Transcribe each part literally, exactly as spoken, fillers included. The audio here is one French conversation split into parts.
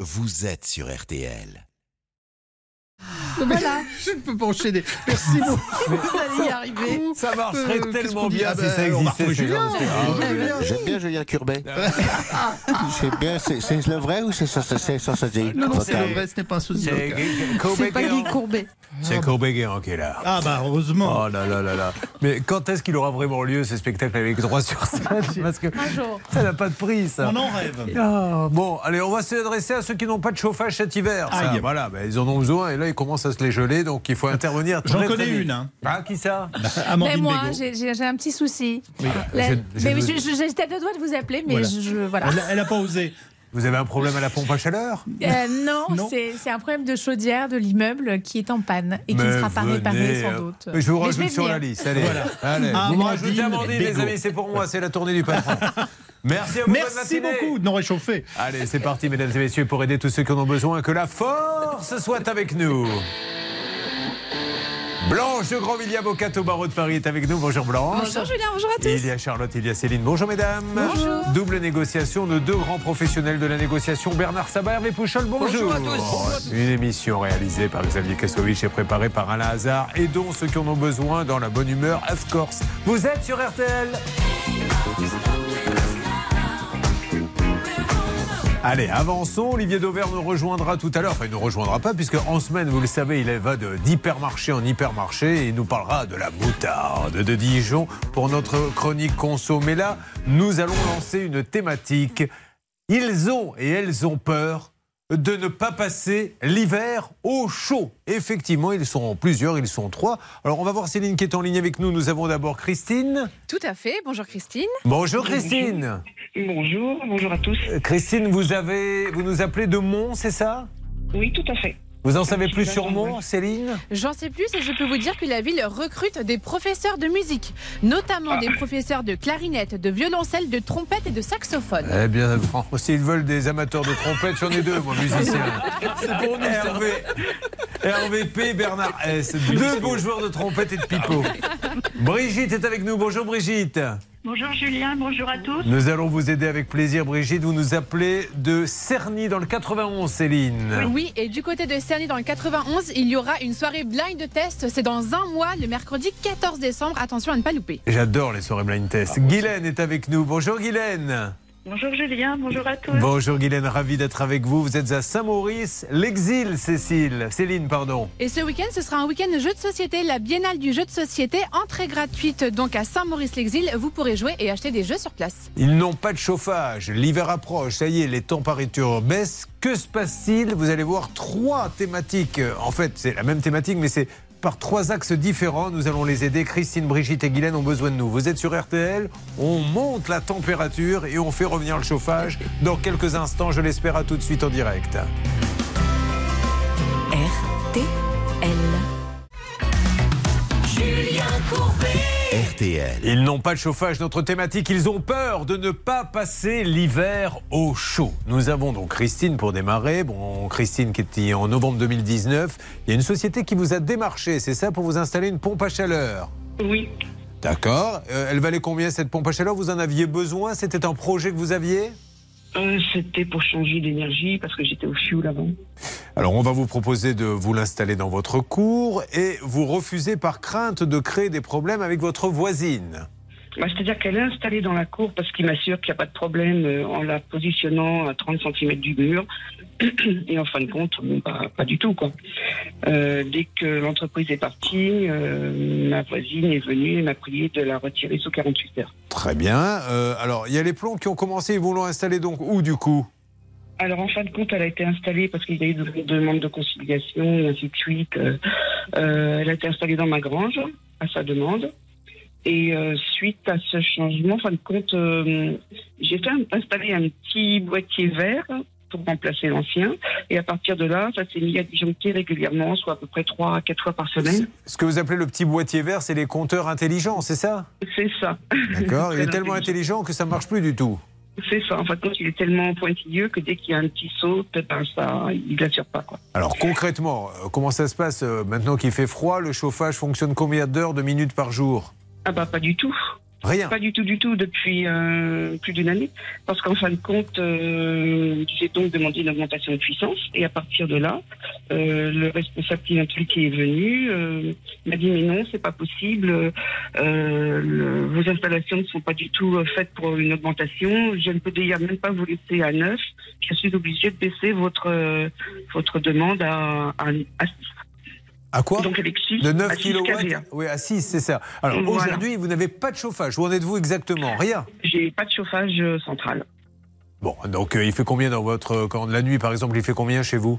vous êtes sur R T L. Voilà. Je ne peux pas enchaîner. Merci beaucoup. Vous allez y arriver. Ça marcherait Euh, qu'est-ce tellement qu'on dit bien Ah si ben, ça on va existait. retrouver ce genre de Julien. spectacle. Ah, Julien. J'aime bien Julien Courbet. C'est bien, c'est c'est le vrai ou c'est ça, c'est ça, ça se dit Non, non, c'est vocal. le vrai, ce n'est pas un souci. C'est C'est pas Guy Courbet. C'est Courbet-Guéant qui est là. Ah bah heureusement. Oh là là là là. Mais quand est-ce qu'il aura vraiment lieu ce spectacle avec droit sur scène? Parce que Un jour. ça n'a pas de prix, ça. On en rêve. Ah, bon, allez, on va s'adresser à ceux qui n'ont pas de chauffage cet hiver. Ça, Aïe. voilà, ben, ils en ont besoin et là, ils commencent à se les geler, donc il faut intervenir. J'en très, connais très vite. une. Hein. Ah, qui ça? Mais Amandine moi, Bégaud. j'ai j'ai- j'ai un petit souci. Oui. La- j'ai- j'ai mais deux- je- je- J'étais à deux doigts de vous appeler, mais Voilà. je, je- voilà. Elle, elle a pas osé. Vous avez un problème à la pompe à chaleur? Euh, non, Non. c'est c'est un problème de chaudière de l'immeuble qui est en panne et qui ne Mais sera pas venez, réparé sans euh, doute. mais je vous Mais rajoute vais sur la venir. liste. Allez, Voilà. allez. Amandine Vous me rajoutez Amandine, les Bégaud. amis, c'est pour moi, c'est la tournée du patron. Merci à vous. bonne Merci matinée. beaucoup de nous réchauffer. Allez, c'est parti, mesdames et messieurs, pour aider tous ceux qui en ont besoin. Que la force soit avec nous. Blanche de Grandvilliers, avocate au barreau de Paris, est avec nous. Bonjour Blanche. Bonjour Julien, bonjour à tous. Il y a Charlotte, il y a Céline. Bonjour mesdames. Bonjour. Double négociation de deux grands professionnels de la négociation, Bernard Sabat, Hervé Pouchol. Bonjour. Bonjour à tous. Une émission réalisée par Xavier Kassovitch et préparée par Alain Hazard. Aidons ceux qui en ont besoin dans la bonne humeur, of course. Vous êtes sur R T L. Allez, avançons. Olivier Dauvert nous rejoindra tout à l'heure. Enfin, il ne nous rejoindra pas, puisque en semaine, vous le savez, il va de- d'hypermarché en hypermarché et il nous parlera de la moutarde de Dijon pour notre chronique conso. Mais là, nous allons lancer une thématique. Ils ont et elles ont peur de ne pas passer l'hiver au chaud. Effectivement, ils sont plusieurs, ils sont trois. Alors, on va voir Céline qui est en ligne avec nous. Nous avons d'abord Christine. Tout à fait. Bonjour Christine. Bonjour Christine. Bonjour, bonjour à tous. Euh, Christine, vous avez, vous nous appelez de Mont, c'est ça? Oui, tout à fait. Vous en savez plus sur Mont, Céline? J'en sais plus et je peux vous dire que la ville recrute des professeurs de musique, notamment des professeurs de clarinette, de violoncelle, de trompette et de saxophone. Eh bien, franchement, s'ils veulent des amateurs de trompette, j'en ai deux, moi, musicien. C'est pour nous, Hervé, Hervé P, Bernard S. Deux beaux joueurs de trompette et de pipeau. Brigitte est avec nous. Bonjour Brigitte. Bonjour Julien, bonjour à tous. Nous allons vous aider avec plaisir, Brigitte. Vous nous appelez de Cerny dans le quatre-vingt-onze, Céline. Oui, et du côté de Cerny dans le quatre-vingt-onze, il y aura une soirée blind test. C'est dans un mois, le mercredi quatorze décembre. Attention à ne pas louper. J'adore les soirées blind test. Guylaine est avec nous. Bonjour Guylaine. Bonjour Julien, bonjour à tous. Bonjour Guylaine, ravi d'être avec vous. Vous êtes à Saint-Maurice, l'exil, Cécile. Céline, pardon. Et ce week-end, ce sera un week-end de jeux de société, la Biennale du jeu de société, entrée gratuite donc à Saint-Maurice-l'Exil. Vous pourrez jouer et acheter des jeux sur place. Ils n'ont pas de chauffage. L'hiver approche. Ça y est, les températures baissent. Que se passe-t-il? Vous allez voir trois thématiques. En fait, c'est la même thématique, mais c'est par trois axes différents. Nous allons les aider. Christine, Brigitte et Guylaine ont besoin de nous. Vous êtes sur R T L. On monte la température et on fait revenir le chauffage. Dans quelques instants, je l'espère, à tout de suite en direct. R T L. Julien Courbet. R T L. Ils n'ont pas de chauffage, notre thématique, ils ont peur de ne pas passer l'hiver au chaud. Nous avons donc Christine pour démarrer. Bon, Christine qui était en novembre deux mille dix-neuf. Il y a une société qui vous a démarché, c'est ça, pour vous installer une pompe à chaleur? Oui, D'accord. Euh, elle valait combien cette pompe à chaleur? Vous en aviez besoin? C'était un projet que vous aviez? euh, c'était pour changer d'énergie parce que j'étais au fioul avant. Alors on va vous proposer de vous l'installer dans votre cour et vous refusez par crainte de créer des problèmes avec votre voisine. Bah, c'est-à-dire qu'elle est installée dans la cour parce qu'il m'assure qu'il n'y a pas de problème euh, en la positionnant à trente centimètres du mur. Et en fin de compte, bon, pas, pas du tout, quoi. Euh, dès que l'entreprise est partie, euh, ma voisine est venue et m'a prié de la retirer sous quarante-huit heures. Très bien. Euh, alors il y a les plombs qui ont commencé, ils vont l'ont installé donc où du coup? Alors en fin de compte, elle a été installée parce qu'il y a eu des demandes de conciliation et ainsi de suite. Euh, euh, elle a été installée dans ma grange à sa demande. Et euh, suite à ce changement, en fin de compte, euh, j'ai fait un- installer un petit boîtier vert pour remplacer l'ancien. Et à partir de là, ça s'est mis à disjoncter régulièrement, soit à peu près trois à quatre fois par semaine. Ce que vous appelez le petit boîtier vert, c'est les compteurs intelligents, c'est ça? C'est ça. D'accord. Il est Très tellement intelligent que ça ne marche plus du tout. C'est ça. En fin de compte, il est tellement pointilleux que dès qu'il y a un petit saut, ben, ça, il ne l'assure pas, quoi. Alors concrètement, euh, comment ça se passe euh, maintenant qu'il fait froid? Le chauffage fonctionne combien d'heures, de minutes par jour? Ah bah pas du tout. Rien. Pas du tout, du tout, depuis euh, plus d'une année. Parce qu'en fin de compte, euh, j'ai donc demandé une augmentation de puissance. Et à partir de là, euh, le responsable clientèle qui est venu euh, m'a dit, mais non, c'est pas possible. Euh, le, vos installations ne sont pas du tout euh, faites pour une augmentation. Je ne peux d'ailleurs même pas vous laisser à neuf. Je suis obligée de baisser votre, euh, votre demande à, à, à six. À quoi? Donc avec six, de neuf à six kilowatts. kVA. Oui, à six, c'est ça. Alors Voilà. aujourd'hui, vous n'avez pas de chauffage. Où en êtes-vous exactement? Rien. J'ai pas de chauffage euh, central. Bon, donc euh, il fait combien dans votre... Quand la nuit, par exemple, il fait combien chez vous?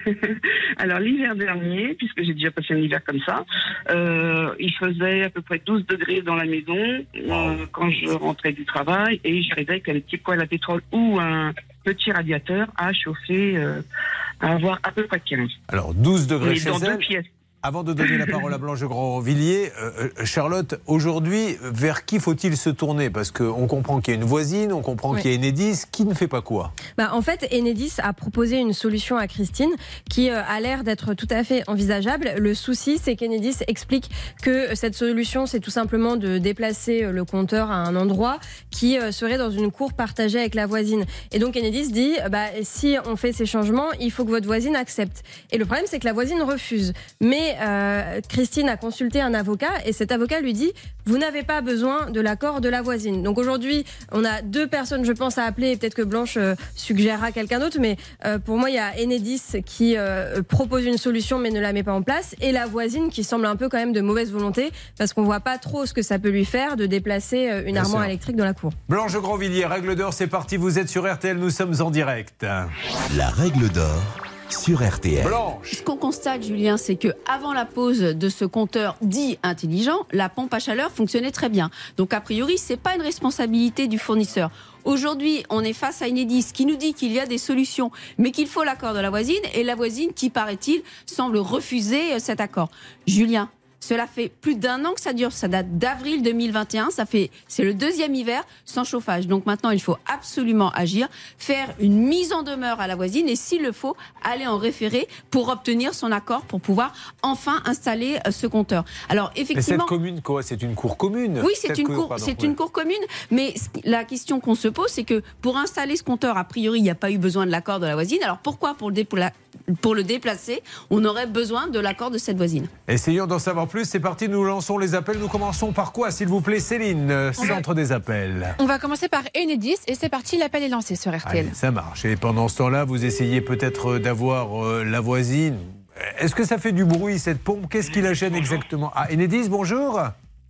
Alors l'hiver dernier, puisque j'ai déjà passé un hiver comme ça, euh, il faisait à peu près douze degrés dans la maison euh, quand je rentrais du travail et j'arrivais avec un petit poêle à pétrole ou un petit radiateur à chauffer, euh, à avoir à peu près quinze. Alors douze degrés Mais chez dans deux elle. pièces. Avant de donner la parole à Blanche Grandvilliers, euh, Charlotte, aujourd'hui, vers qui faut-il se tourner? Parce qu'on comprend qu'il y a une voisine, on comprend Oui. qu'il y a Enedis. Qui ne fait pas quoi? Bah, en fait, Enedis a proposé une solution à Christine qui euh, a l'air d'être tout à fait envisageable. Le souci, c'est qu'Enedis explique que cette solution, c'est tout simplement de déplacer euh, le compteur à un endroit qui euh, serait dans une cour partagée avec la voisine. Et donc Enedis dit, euh, bah, si on fait ces changements, il faut que votre voisine accepte. Et le problème, c'est que la voisine refuse. Mais euh, Christine a consulté un avocat et cet avocat lui dit, vous n'avez pas besoin de l'accord de la voisine. Donc aujourd'hui, on a deux personnes, je pense, à appeler. Et peut-être que Blanche euh, suggérera quelqu'un d'autre. Mais euh, pour moi, il y a Enedis qui euh, propose une solution mais ne la met pas en place. Et la voisine qui semble un peu quand même de mauvaise volonté parce qu'on voit pas trop ce que ça peut lui faire de déplacer euh, une Bien armoire sûr. électrique dans la cour. Blanche Grandvilliers, règle d'or, c'est parti. Vous êtes sur R T L, nous sommes en direct. La règle d'or sur R T L. Blanche. Ce qu'on constate, Julien, c'est que avant la pose de ce compteur dit intelligent, la pompe à chaleur fonctionnait très bien. Donc a priori, c'est pas une responsabilité du fournisseur. Aujourd'hui, on est face à Enedis qui nous dit qu'il y a des solutions, mais qu'il faut l'accord de la voisine, et la voisine qui, paraît-il, semble refuser cet accord. Julien, cela fait plus d'un an que ça dure, ça date d'avril deux mille vingt et un, ça fait, c'est le deuxième hiver sans chauffage. Donc maintenant, il faut absolument agir, faire une mise en demeure à la voisine et s'il le faut, aller en référé pour obtenir son accord pour pouvoir enfin installer ce compteur. Alors Mais effectivement... cette commune, quoi? C'est une cour commune? Oui, c'est Cette une cour, cour, pardon, c'est ouais. une cour commune, mais la question qu'on se pose, c'est que pour installer ce compteur, a priori, il n'y a pas eu besoin de l'accord de la voisine. Alors pourquoi pour le, dé- pour la- pour le déplacer, on aurait besoin de l'accord de cette voisine? Essayons d'en savoir plus. C'est parti, nous lançons les appels. Nous commençons par quoi, s'il vous plaît, Céline, euh, centre des appels. On va commencer par Enedis et c'est parti, l'appel est lancé sur R T L. Allez, ça marche. Et pendant ce temps-là, vous essayez peut-être d'avoir euh, la voisine. Est-ce que ça fait du bruit, cette pompe? Qu'est-ce qui la gêne exactement? Ah, Enedis, bonjour.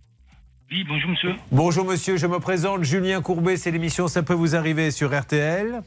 Oui, bonjour monsieur. Bonjour monsieur, je me présente, Julien Courbet, c'est l'émission Ça peut vous arriver sur R T L.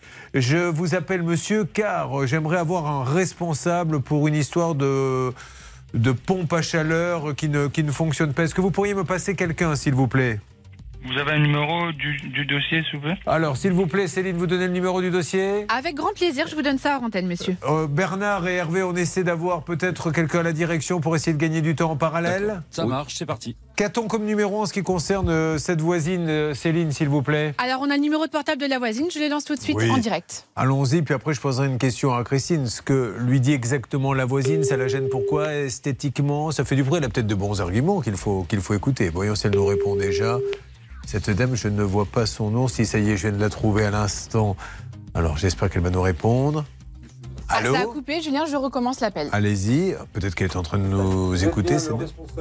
Je vous appelle monsieur car j'aimerais avoir un responsable pour une histoire de, de pompe à chaleur qui ne, qui ne fonctionne pas. Est-ce que vous pourriez me passer quelqu'un, s'il vous plaît? Vous avez un numéro du, du dossier, s'il vous plaît? Alors, s'il vous plaît, Céline, vous donnez le numéro du dossier? Avec grand plaisir, je vous donne ça à antenne, monsieur. Euh, Bernard et Hervé, on essaie d'avoir peut-être quelqu'un à la direction pour essayer de gagner du temps en parallèle. Ça marche, c'est parti. Qu'a-t-on comme numéro en ce qui concerne euh, cette voisine, euh, Céline, s'il vous plaît? Alors, on a le numéro de portable de la voisine, je les lance tout de suite Oui. en direct. Allons-y, puis après je poserai une question à Christine. Ce que lui dit exactement la voisine, ça la gêne pourquoi? Esthétiquement, ça fait du bruit, elle a peut-être de bons arguments qu'il faut, qu'il faut écouter. Voyons si elle nous répond déjà. Cette dame, je ne vois pas son nom. Si ça y est, je viens de la trouver à l'instant. Alors j'espère qu'elle va nous répondre. Ah, Allô? ça a coupé, Julien, je recommence l'appel. Allez-y, peut-être qu'elle est en train de nous écouter. c'est-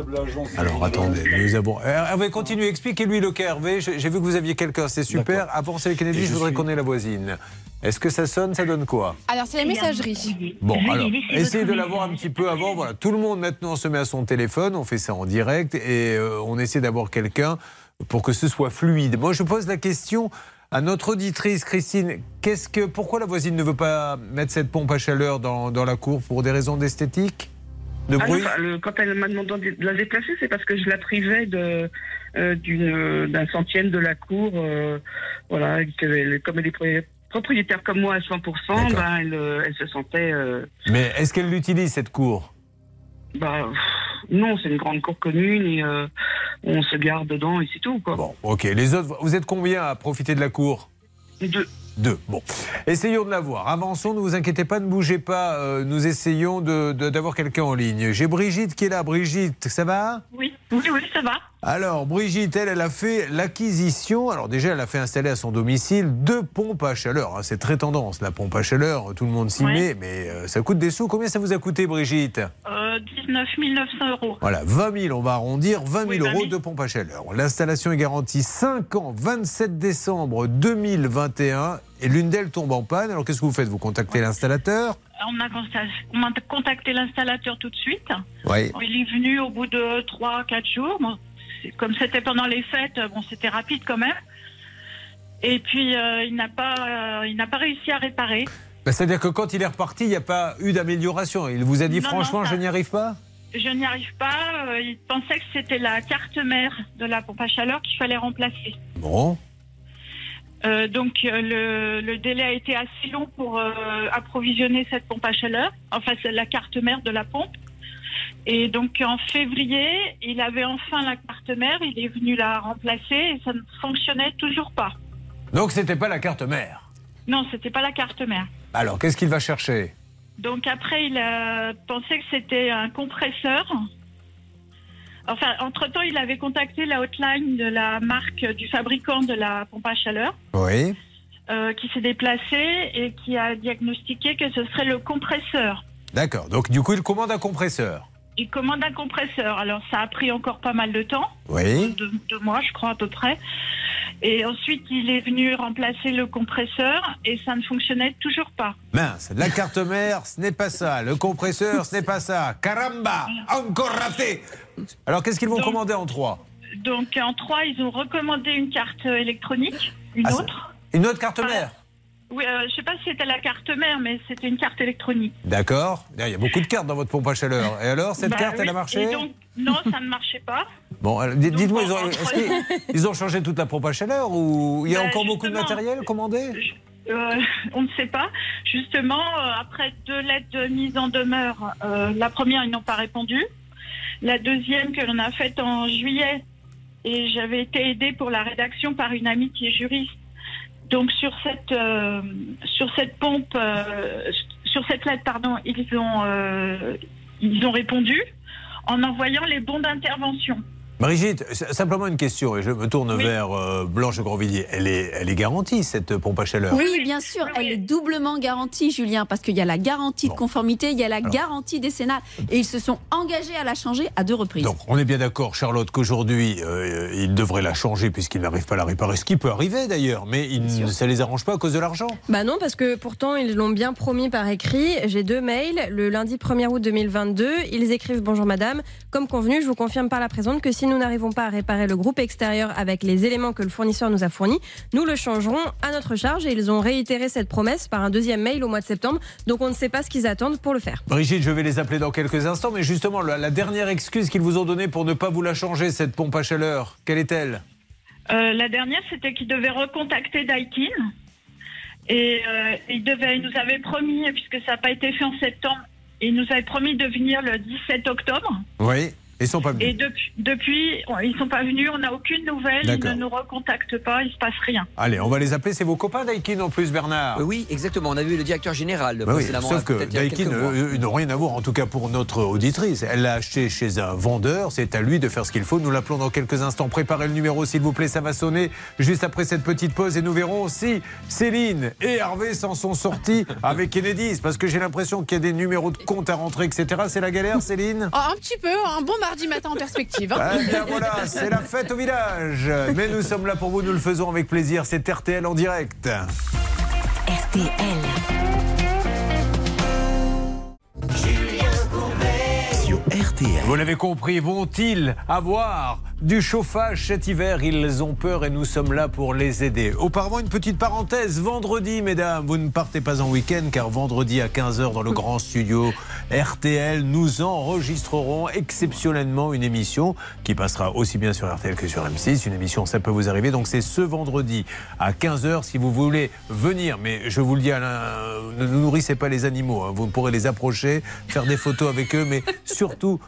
Alors attendez, nous avons... Hervé, continuez, expliquez-lui le cas, Hervé. J'ai j'ai vu que vous aviez quelqu'un, c'est super. Avancez avec Kennedy, Et je je voudrais suis- qu'on ait la voisine. Est-ce que ça sonne, ça donne quoi? Alors, c'est la messagerie. Bon, alors, essayez de l'avoir un petit peu avant. Voilà, tout le monde maintenant se met à son téléphone, on fait ça en direct et euh, on essaie d'avoir quelqu'un pour que ce soit fluide. Moi, je pose la question à notre auditrice, Christine. Qu'est-ce que, pourquoi la voisine ne veut pas mettre cette pompe à chaleur dans, dans la cour? Pour des raisons d'esthétique? De Ah non, bruit? enfin, le- quand elle m'a demandé de la déplacer, c'est parce que je la privais de, euh, d'une, d'un centième de la cour. euh, voilà, que elle- comme elle est pro- propriétaire comme moi à cent pour cent, D'accord. ben, elle, euh, elle se sentait... euh, Mais est-ce qu'elle l'utilise, cette cour? bah, pff, non, c'est une grande cour commune et euh, on se garde dedans et c'est tout, quoi. Bon, ok. Les autres, vous êtes combien à profiter de la cour? Deux. Deux. Bon. Essayons de la voir. Avançons, ne vous inquiétez pas, ne bougez pas. Euh, nous essayons de, de, d'avoir quelqu'un en ligne. J'ai Brigitte qui est là. Brigitte, ça va ? Oui, oui, oui, ça va. Alors, Brigitte, elle, elle a fait l'acquisition. Alors déjà, elle a fait installer à son domicile deux pompes à chaleur. Hein. C'est très tendance, la pompe à chaleur. Tout le monde s'y Ouais. met, mais euh, ça coûte des sous. Combien ça vous a coûté, Brigitte ? Euh, dix-neuf mille neuf cents euros. Voilà, vingt mille, on va arrondir, vingt mille Oui, vingt euros mille. de pompe à chaleur. L'installation est garantie cinq ans, vingt-sept décembre deux mille vingt et un. Et l'une d'elles tombe en panne. Alors qu'est-ce que vous faites ? Vous contactez l'installateur ? On a, consta- on a contacté l'installateur tout de suite. Oui. Il est venu au bout de trois quatre jours. Bon, c'est- comme c'était pendant les fêtes, bon, c'était rapide quand même. Et puis, euh, il n'a pas, euh, il n'a pas réussi à réparer. Ben, c'est-à-dire que quand il est reparti, il n'y a pas eu d'amélioration. Il vous a dit Non, franchement, non, ça- je n'y arrive pas ? Je n'y arrive pas. Euh, il pensait que c'était la carte mère de la pompe à chaleur qu'il fallait remplacer. Bon. Euh, donc euh, le, le délai a été assez long pour euh, approvisionner cette pompe à chaleur. Enfin, c'est la carte mère de la pompe. Et donc en février, il avait enfin la carte mère. Il est venu la remplacer et ça ne fonctionnait toujours pas. Donc c'était pas la carte mère. Non, c'était pas la carte mère. Alors qu'est-ce qu'il va chercher ? Donc après, il a pensé que c'était un compresseur. Enfin, entre-temps, il avait contacté la hotline de la marque du fabricant de la pompe à chaleur. Oui. Euh, qui s'est déplacé et qui a diagnostiqué que ce serait le compresseur. D'accord. Donc du coup, il commande un compresseur. Il commande un compresseur. Alors ça a pris encore pas mal de temps. Oui. Deux, deux mois, je crois à peu près. Et ensuite, il est venu remplacer le compresseur et ça ne fonctionnait toujours pas. Mince, la carte mère, ce n'est pas ça. Le compresseur, ce n'est pas ça. Caramba, encore raté. Alors qu'est-ce qu'ils vont Donc- commander en trois ? Donc en trois, ils ont recommandé une carte électronique, une Ah, ça- autre. Une autre carte Ah. mère ? Oui, euh, je sais pas si c'était la carte mère, mais c'était une carte électronique. D'accord. Il y a beaucoup de cartes dans votre pompe à chaleur. Et alors, cette Bah carte, oui. elle a marché ? Et donc, non, ça ne marchait pas. Bon, alors, dites- dites-moi, Donc, ils ont, en- est-ce qu'ils- ils ont changé toute la pompe à chaleur ou il y a Bah, encore beaucoup de justement, matériel commandé ? Euh, on ne sait pas. Justement, euh, après deux lettres de mise en demeure, euh, la première, ils n'ont pas répondu. La deuxième, que l'on a faite en juillet, et j'avais été aidée pour la rédaction par une amie qui est juriste. Donc sur cette euh, sur cette pompe, euh, sur cette lettre, pardon, ils ont euh, ils ont répondu en envoyant les bons d'intervention. Brigitte, s- simplement une question, et je me tourne Oui. vers euh, Blanche Grandvilliers. Elle est, elle est garantie, cette pompe à chaleur ? Oui, bien sûr, elle est doublement garantie, Julien, parce qu'il y a la garantie de conformité, il y a la Alors. garantie décennale, et ils se sont engagés à la changer à deux reprises. Donc, on est bien d'accord, Charlotte, qu'aujourd'hui, euh, ils devraient la changer puisqu'ils n'arrivent pas à la réparer. Ce qui peut arriver d'ailleurs, mais ils, ça ne les arrange pas à cause de l'argent. Bah non, parce que pourtant, ils l'ont bien promis par écrit. J'ai deux mails. Le lundi premier août deux mille vingt-deux, ils écrivent « Bonjour madame, comme convenu, je vous confirme par la présente que si nous n'arrivons pas à réparer le groupe extérieur avec les éléments que le fournisseur nous a fournis, nous le changerons à notre charge ». Et ils ont réitéré cette promesse par un deuxième mail au mois de septembre. Donc on ne sait pas ce qu'ils attendent pour le faire. Brigitte, je vais les appeler dans quelques instants, mais justement, la, la dernière excuse qu'ils vous ont donnée pour ne pas vous la changer, cette pompe à chaleur, quelle est-elle ? Euh, la dernière, c'était qu'ils devaient recontacter Daikin. Et euh, ils, devaient, ils nous avaient promis, puisque ça n'a pas été fait en septembre, ils nous avaient promis de venir le dix-sept octobre. Oui, ils ne sont pas venus. Et depuis, depuis ils ne sont pas venus, on n'a aucune nouvelle, ils D'accord. ne nous recontactent pas, il ne se passe rien. Allez, on va les appeler, c'est vos copains Daikin en plus, Bernard. Euh, Oui, exactement. On a vu le directeur général Bah oui, précédemment. sauf que peut-être il y a Daikin quelques mois. euh, n'ont rien à voir, en tout cas pour notre auditrice. Elle l'a acheté chez un vendeur, c'est à lui de faire ce qu'il faut. Nous l'appelons dans quelques instants. Préparez le numéro s'il vous plaît, ça va sonner juste après cette petite pause et nous verrons si Céline et Hervé s'en sont sortis avec Enedis, parce que j'ai l'impression qu'il y a des numéros de compte à rentrer, et cetera. C'est la galère, Céline ? Oh, un petit peu, un bon mardi matin en perspective. hein. Eh bien voilà, c'est la fête au village. Mais nous sommes là pour vous, nous le faisons avec plaisir. C'est R T L en direct. R T L. Sur R T L. Vous l'avez compris, vont-ils avoir du chauffage cet hiver? Ils ont peur et nous sommes là pour les aider. Auparavant, une petite parenthèse. Vendredi, mesdames, vous ne partez pas en week-end car vendredi à quinze heures dans le grand studio R T L, nous enregistrerons exceptionnellement une émission qui passera aussi bien sur R T L que sur M six. Une émission, ça peut vous arriver. Donc c'est ce vendredi à quinze heures si vous voulez venir. Mais je vous le dis, Alain, ne nourrissez pas les animaux. Hein. Vous pourrez les approcher, faire des photos avec eux, mais surtout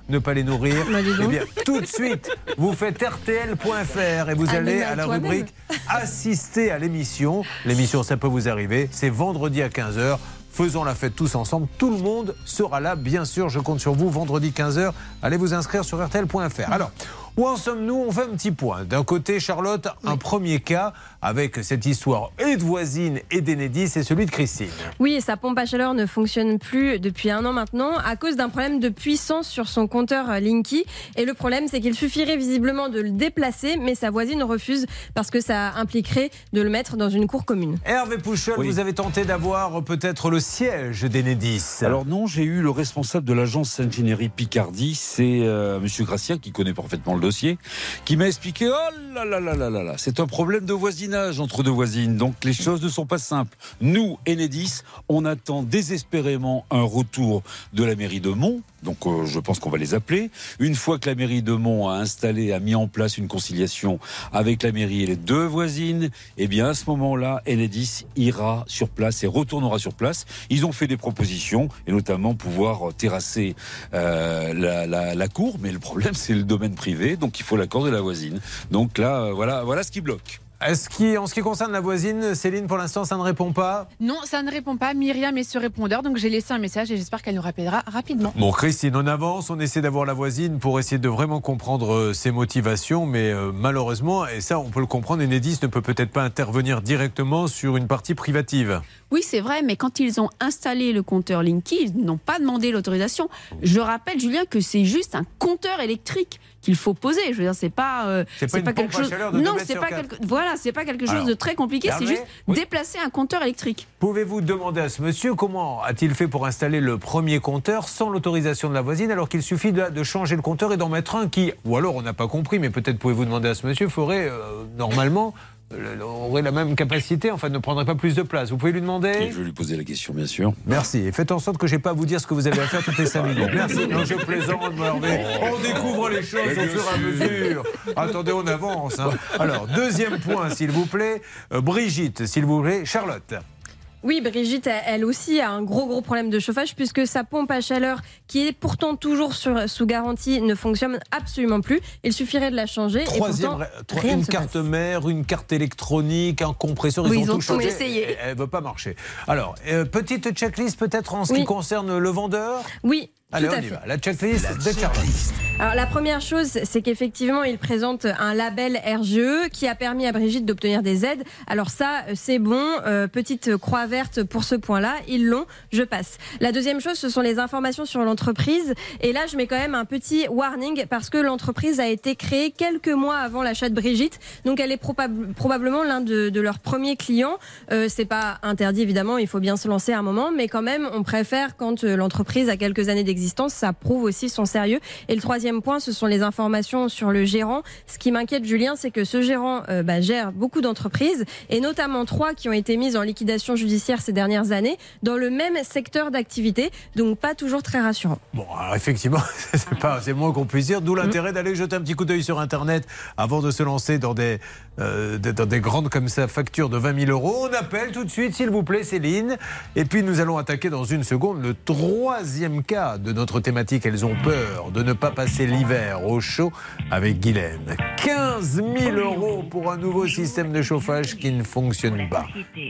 ne pas les nourrir? Bah, dis donc. Eh bien, tout de suite, vous faites R T L point F R et vous Ah, allez mais à la toi-même. rubrique Assister à l'émission. L'émission, ça peut vous arriver. C'est vendredi à quinze heures. Faisons la fête tous ensemble. Tout le monde sera là, bien sûr. Je compte sur vous. Vendredi quinze heures. Allez vous inscrire sur R T L point F R. Alors, où en sommes-nous? On fait un petit point. D'un côté, Charlotte, un premier cas avec cette histoire et de voisine et d'Enedis, c'est celui de Christine. Oui, et sa pompe à chaleur ne fonctionne plus depuis un an maintenant à cause d'un problème de puissance sur son compteur Linky. Et le problème, c'est qu'il suffirait visiblement de le déplacer, mais sa voisine refuse parce que ça impliquerait de le mettre dans une cour commune. Hervé Pouchol, Oui. vous avez tenté d'avoir peut-être le siège d'Enedis. Alors non, j'ai eu le responsable de l'agence ingénierie Picardie, c'est euh, Monsieur Gracia, qui connaît parfaitement le dossier, qui m'a expliqué, oh là là là là là là, c'est un problème de voisinage entre deux voisines, donc les choses ne sont pas simples. Nous, Enedis, on attend désespérément un retour de la mairie de Mont, donc euh, je pense qu'on va les appeler. Une fois que la mairie de Mont a installé, a mis en place une conciliation avec la mairie et les deux voisines, eh bien à ce moment-là, Enedis ira sur place et retournera sur place. Ils ont fait des propositions, et notamment pouvoir terrasser euh, la, la, la cour, mais le problème c'est le domaine privé, donc il faut l'accord de la voisine. Donc là, euh, voilà, voilà ce qui bloque. Est-ce qui, en ce qui concerne la voisine, Céline, pour l'instant, ça ne répond pas? Non, ça ne répond pas. Myriam est sur répondeur, donc j'ai laissé un message et j'espère qu'elle nous rappellera rapidement. Bon, Christine, on avance, on essaie d'avoir la voisine pour essayer de vraiment comprendre euh, ses motivations, mais euh, malheureusement, et ça on peut le comprendre, Enedis ne peut peut-être pas intervenir directement sur une partie privative. Oui, c'est vrai, mais quand ils ont installé le compteur Linky, ils n'ont pas demandé l'autorisation. Je rappelle, Julien, que c'est juste un compteur électrique qu'il faut poser. Je veux dire, c'est pas, euh, C'est pas une pompe quelque à chose. chaleur de deux Non, mètres c'est sur pas quatre. quelque. Voilà, c'est pas quelque chose Alors, de très compliqué. C'est Hervé, juste oui. déplacer un compteur électrique. Pouvez-vous demander à ce monsieur comment a-t-il fait pour installer le premier compteur sans l'autorisation de la voisine, alors qu'il suffit de, de changer le compteur et d'en mettre un qui, ou alors on n'a pas compris, mais peut-être pouvez-vous demander à ce monsieur, ferait euh, normalement euh, aurait la même capacité, enfin ne prendrait pas plus de place. Vous pouvez lui demander? Et je vais lui poser la question, bien sûr. Merci. Et faites en sorte que je n'ai pas à vous dire ce que vous avez à faire toutes les cinq minutes. Merci. Non, je plaisante, Hervé. On découvre les choses au fur et à mesure. Attendez, on avance. Hein. Alors, deuxième point, s'il vous plaît. Euh, Brigitte, s'il vous plaît. Charlotte. Oui, Brigitte, elle aussi a un gros gros problème de chauffage puisque sa pompe à chaleur, qui est pourtant toujours sur, sous garantie, ne fonctionne absolument plus. Il suffirait de la changer. Troisième, et pourtant, trois- rien ne une se carte passe. mère, une carte électronique, un compresseur. Ils Oui, ont ils ont tout tout changé. essayé. Elle ne veut pas marcher. Alors, euh, petite checklist peut-être en ce Oui. qui concerne le vendeur. Oui. Allez, Tout on à y fait. va. La checklist de Charlotte. Alors la première chose, c'est qu'effectivement, il présente un label R G E qui a permis à Brigitte d'obtenir des aides. Alors ça, c'est bon. Euh, petite croix verte pour ce point-là. Ils l'ont, je passe. La deuxième chose, ce sont les informations sur l'entreprise. Et là, je mets quand même un petit warning parce que l'entreprise a été créée quelques mois avant l'achat de Brigitte. Donc elle est probab- probablement l'un de, de leurs premiers clients. Euh, c'est pas interdit, évidemment. Il faut bien se lancer à un moment. Mais quand même, on préfère quand euh, l'entreprise a quelques années d'existence. Ça prouve aussi son sérieux. Et le troisième point, ce sont les informations sur le gérant. Ce qui m'inquiète, Julien, c'est que ce gérant euh, bah, gère beaucoup d'entreprises, et notamment trois qui ont été mises en liquidation judiciaire ces dernières années, dans le même secteur d'activité, donc pas toujours très rassurant. Bon, alors effectivement, c'est pas, c'est moins qu'on puisse dire, d'où l'intérêt d'aller jeter un petit coup d'œil sur Internet avant de se lancer dans des, euh, des- dans des grandes comme ça factures de vingt mille euros. On appelle tout de suite, s'il vous plaît, Céline. Et puis nous allons attaquer dans une seconde le troisième cas de notre thématique. Elles ont peur de ne pas passer l'hiver au chaud avec Guylaine. quinze mille euros pour un nouveau système de chauffage qui ne fonctionne pas.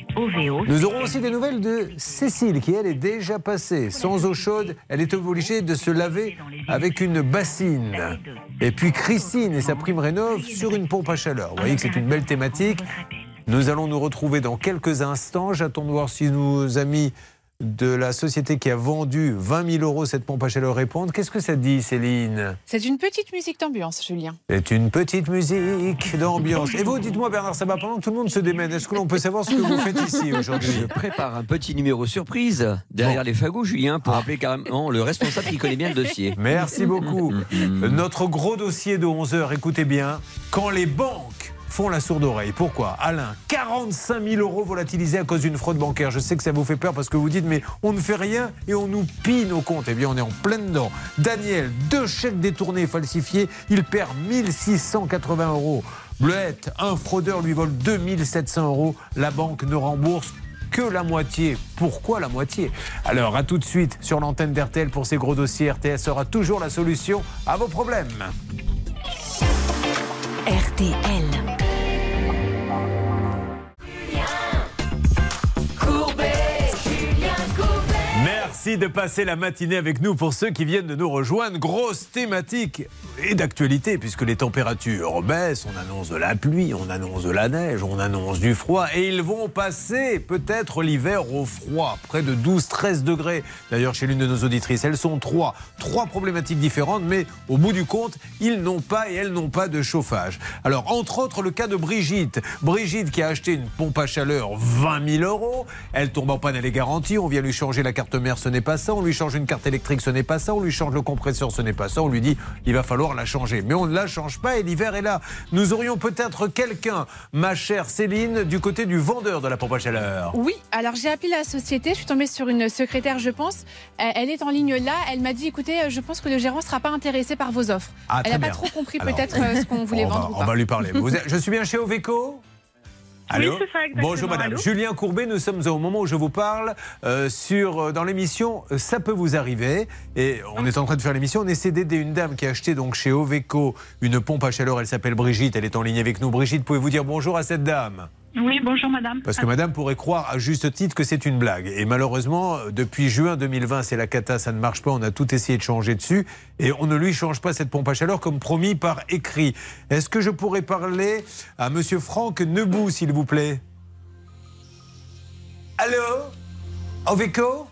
Nous aurons aussi des nouvelles de Cécile qui, elle, est déjà passée sans eau chaude. Elle est obligée de se laver avec une bassine. Et puis Christine et sa prime rénov sur une pompe à chaleur. Vous voyez que c'est une belle thématique. Nous allons nous retrouver dans quelques instants. J'attends de voir si nos amis de la société qui a vendu vingt mille euros cette pompe à chaleur répondent. Qu'est-ce que ça dit, Céline? C'est une petite musique d'ambiance, Julien. C'est une petite musique d'ambiance. Et vous, dites-moi, Bernard Sabat, pendant que tout le monde se démène, est-ce que l'on peut savoir ce que vous faites ici aujourd'hui? Je prépare un petit numéro surprise derrière Bon. les fagots, Julien, pour appeler carrément le responsable qui connaît bien le dossier. Merci beaucoup. Notre gros dossier de onze heures, écoutez bien, quand les banques font la sourde oreille. Pourquoi? Alain, quarante-cinq mille euros volatilisés à cause d'une fraude bancaire. Je sais que ça vous fait peur parce que vous dites, mais on ne fait rien et on nous pille nos comptes. Eh bien, on est en plein dedans. Daniel, deux chèques détournés falsifiés, il perd mille six cent quatre-vingts euros. Bleuette, un fraudeur lui vole deux mille sept cents euros. La banque ne rembourse que la moitié. Pourquoi la moitié? Alors, à tout de suite sur l'antenne d'R T L pour ces gros dossiers. R T L sera toujours la solution à vos problèmes. R T L. Merci de passer la matinée avec nous. Pour ceux qui viennent de nous rejoindre, grosse thématique et d'actualité puisque les températures baissent, on annonce de la pluie, on annonce de la neige, on annonce du froid et ils vont passer peut-être l'hiver au froid, près de douze treize degrés. D'ailleurs chez l'une de nos auditrices, elles sont trois, trois problématiques différentes mais au bout du compte, ils n'ont pas et elles n'ont pas de chauffage. Alors entre autres le cas de Brigitte. Brigitte qui a acheté une pompe à chaleur vingt mille euros, elle tombe en panne, elle est garantie, on vient lui changer la carte mère, ce n'est pas ça, on lui change une carte électrique, ce n'est pas ça, on lui change le compresseur, ce n'est pas ça, on lui dit il va falloir la changer. Mais on ne la change pas et l'hiver est là. Nous aurions peut-être quelqu'un, ma chère Céline, du côté du vendeur de la pompe à chaleur. Oui, alors j'ai appelé la société, je suis tombée sur une secrétaire, je pense. Elle est en ligne là, elle m'a dit écoutez, je pense que le gérant ne sera pas intéressé par vos offres. Ah, elle n'a pas bien. trop compris Alors, peut-être ce qu'on voulait on vendre. Va, ou on pas. va lui parler. Vous êtes, je suis bien chez Oveco? Allô? Oui, c'est ça, exactement. Bonjour madame. Allô? Julien Courbet, nous sommes au moment où je vous parle euh, sur, dans l'émission Ça peut vous arriver. Et on est en train de faire l'émission. On essaie d'aider une dame qui a acheté donc chez Oveco une pompe à chaleur. Elle s'appelle Brigitte. Elle est en ligne avec nous. Brigitte, pouvez-vous dire bonjour à cette dame? Oui, bonjour madame. Parce que madame pourrait croire à juste titre que c'est une blague. Et malheureusement, depuis juin deux mille vingt, c'est la cata, ça ne marche pas. On a tout essayé de changer dessus. Et on ne lui change pas cette pompe à chaleur comme promis par écrit. Est-ce que je pourrais parler à monsieur Franck Nebou, s'il vous plaît? Allô? Oveco?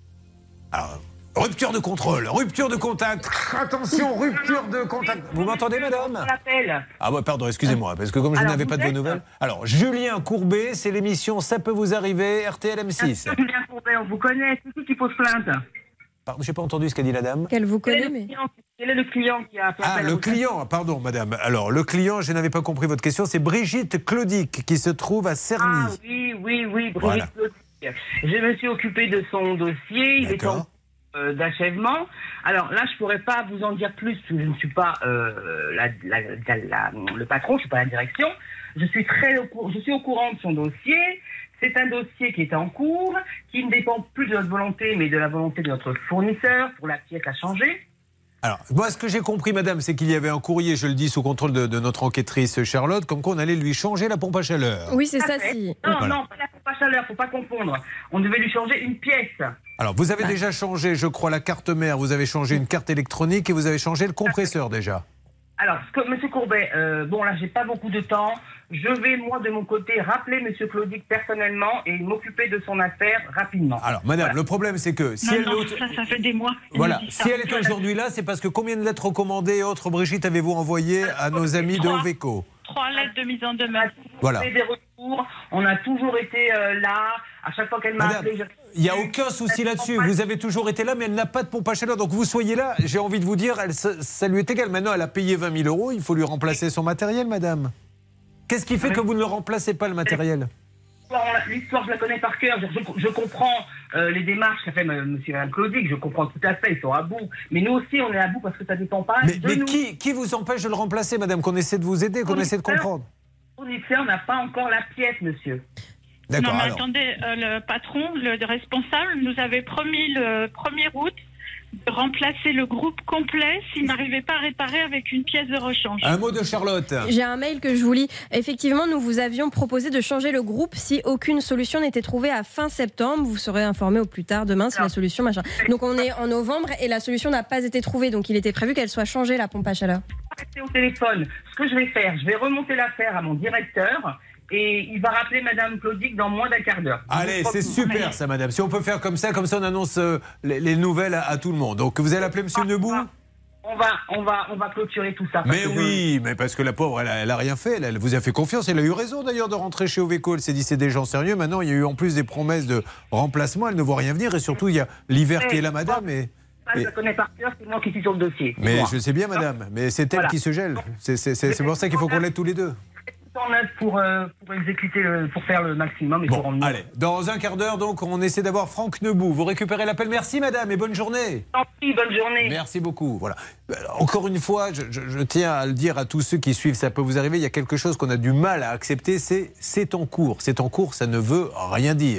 Alors, rupture de contrôle, rupture de contact. Attention, rupture de contact. Vous m'entendez, madame? Ah bah pardon, excusez-moi, parce que comme je Alors, n'avais pas de vos êtes... nouvelles. Alors, Julien Courbet, c'est l'émission Ça peut vous arriver, R T L M six. Julien Courbet, on vous connaît, c'est qui qui pose plainte? Pardon, j'ai pas entendu ce qu'a dit la dame. Qu'elle vous connaît, mais... Quel est le client qui a fait Ah, appel à le vous? client, pardon, madame. Alors, le client, je n'avais pas compris votre question, c'est Brigitte Claudic qui se trouve à Cerny. Ah oui, oui, oui, Brigitte Voilà. Claudic. Je me suis occupée de son dossier, il est en euh, d'achèvement. Alors là, je pourrais pas vous en dire plus, parce que je ne suis pas euh, la, la, la, la, le patron, je suis pas la direction. Je suis très au, je suis au courant de son dossier. C'est un dossier qui est en cours, qui ne dépend plus de notre volonté, mais de la volonté de notre fournisseur pour la pièce à changer. Alors, moi, ce que j'ai compris, madame, c'est qu'il y avait un courrier, je le dis, sous contrôle de, de notre enquêtrice Charlotte, comme quoi on allait lui changer la pompe à chaleur. Oui, c'est Tout à ça, fait. si. Non, Voilà. non, pas la pompe à chaleur, faut pas confondre. On devait lui changer une pièce. Alors, vous avez déjà changé, je crois, la carte mère, vous avez changé une carte électronique et vous avez changé le compresseur déjà. Alors, ce que, monsieur Courbet, euh, bon là, j'ai pas beaucoup de temps. Je vais, moi, de mon côté, rappeler monsieur Claudic personnellement et m'occuper de son affaire rapidement. Alors, madame, Voilà. le problème, c'est que si non, elle... non, est- ça, ça fait des mois. qu'il Voilà, me dit ça. si elle est aujourd'hui là, c'est parce que combien de lettres recommandées et autres, Brigitte, avez-vous envoyé à nos amis de Trois. Oveco? Trois lettres de mise en demeure. Voilà. On fait des retours, on a toujours été euh, là. À chaque fois qu'elle m'a Madame, appelé, je... il n'y a aucun souci là-dessus. Vous avez toujours été là, mais elle n'a pas de pompe à chaleur. Donc vous soyez là, j'ai envie de vous dire, elle, ça, ça lui est égal. Maintenant, elle a payé vingt mille euros, il faut lui remplacer son matériel, madame. Qu'est-ce qui fait que vous ne le remplacez pas, le matériel? L'histoire, je la connais par cœur. Je, je- je comprends euh, les démarches qu'a fait m- monsieur et madame Claudic. Je comprends tout à fait. Ils sont à bout. Mais nous aussi, on est à bout parce que ça ne dépend pas Mais, de mais nous. qui, qui vous empêche de le remplacer, madame? Qu'on essaie de vous aider, qu'on essaie de comprendre. Le fournisseur n'a pas encore la pièce, monsieur. D'accord, Non, mais alors. attendez, euh, le patron, le responsable, nous avait promis le premier août de remplacer le groupe complet s'il n'arrivait pas à réparer avec une pièce de rechange. Un mot de Charlotte. J'ai un mail que je vous lis. Effectivement, nous vous avions proposé de changer le groupe si aucune solution n'était trouvée à fin septembre. Vous serez informé au plus tard demain si la solution machin. Donc on est en novembre et la solution n'a pas été trouvée. Donc il était prévu qu'elle soit changée, la pompe à chaleur. Restez au téléphone. Ce que je vais faire, je vais remonter l'affaire à mon directeur et il va rappeler madame Claudic dans moins d'un quart d'heure. Allez, c'est super ça, madame. Si on peut faire comme ça, comme ça on annonce euh, les, les nouvelles à, à tout le monde. Donc vous allez appeler monsieur Nebou? On va, on va, on va clôturer tout ça. parce Mais que je- oui, mais parce que la pauvre, elle a, elle a rien fait. Elle, elle vous a fait confiance. Elle a eu raison d'ailleurs de rentrer chez Oveco. Elle s'est dit c'est des gens sérieux. Maintenant, il y a eu en plus des promesses de remplacement. Elle ne voit rien venir. Et surtout, il y a l'hiver qui est là, madame. Et, Je et- la connais par cœur, c'est moi qui suis sur le dossier. mais Moi. je sais bien, madame. Mais c'est elle Voilà. qui se gèle. C'est c'est- c'est- c'est pour ça qu'il faut qu'on l'aide tous les deux. En œuvre pour, euh, pour exécuter, le- pour faire le maximum et pour Bon, rendre. allez. Dans un quart d'heure, donc, on essaie d'avoir Franck Nebou. Vous récupérez l'appel. Merci, madame, et bonne journée. Tant pis, bonne journée. Merci beaucoup. Voilà. Euh, Encore une fois, je, je- je tiens à le dire à tous ceux qui suivent, ça peut vous arriver, il y a quelque chose qu'on a du mal à accepter, c'est c'est en cours. C'est en cours, ça ne veut rien dire.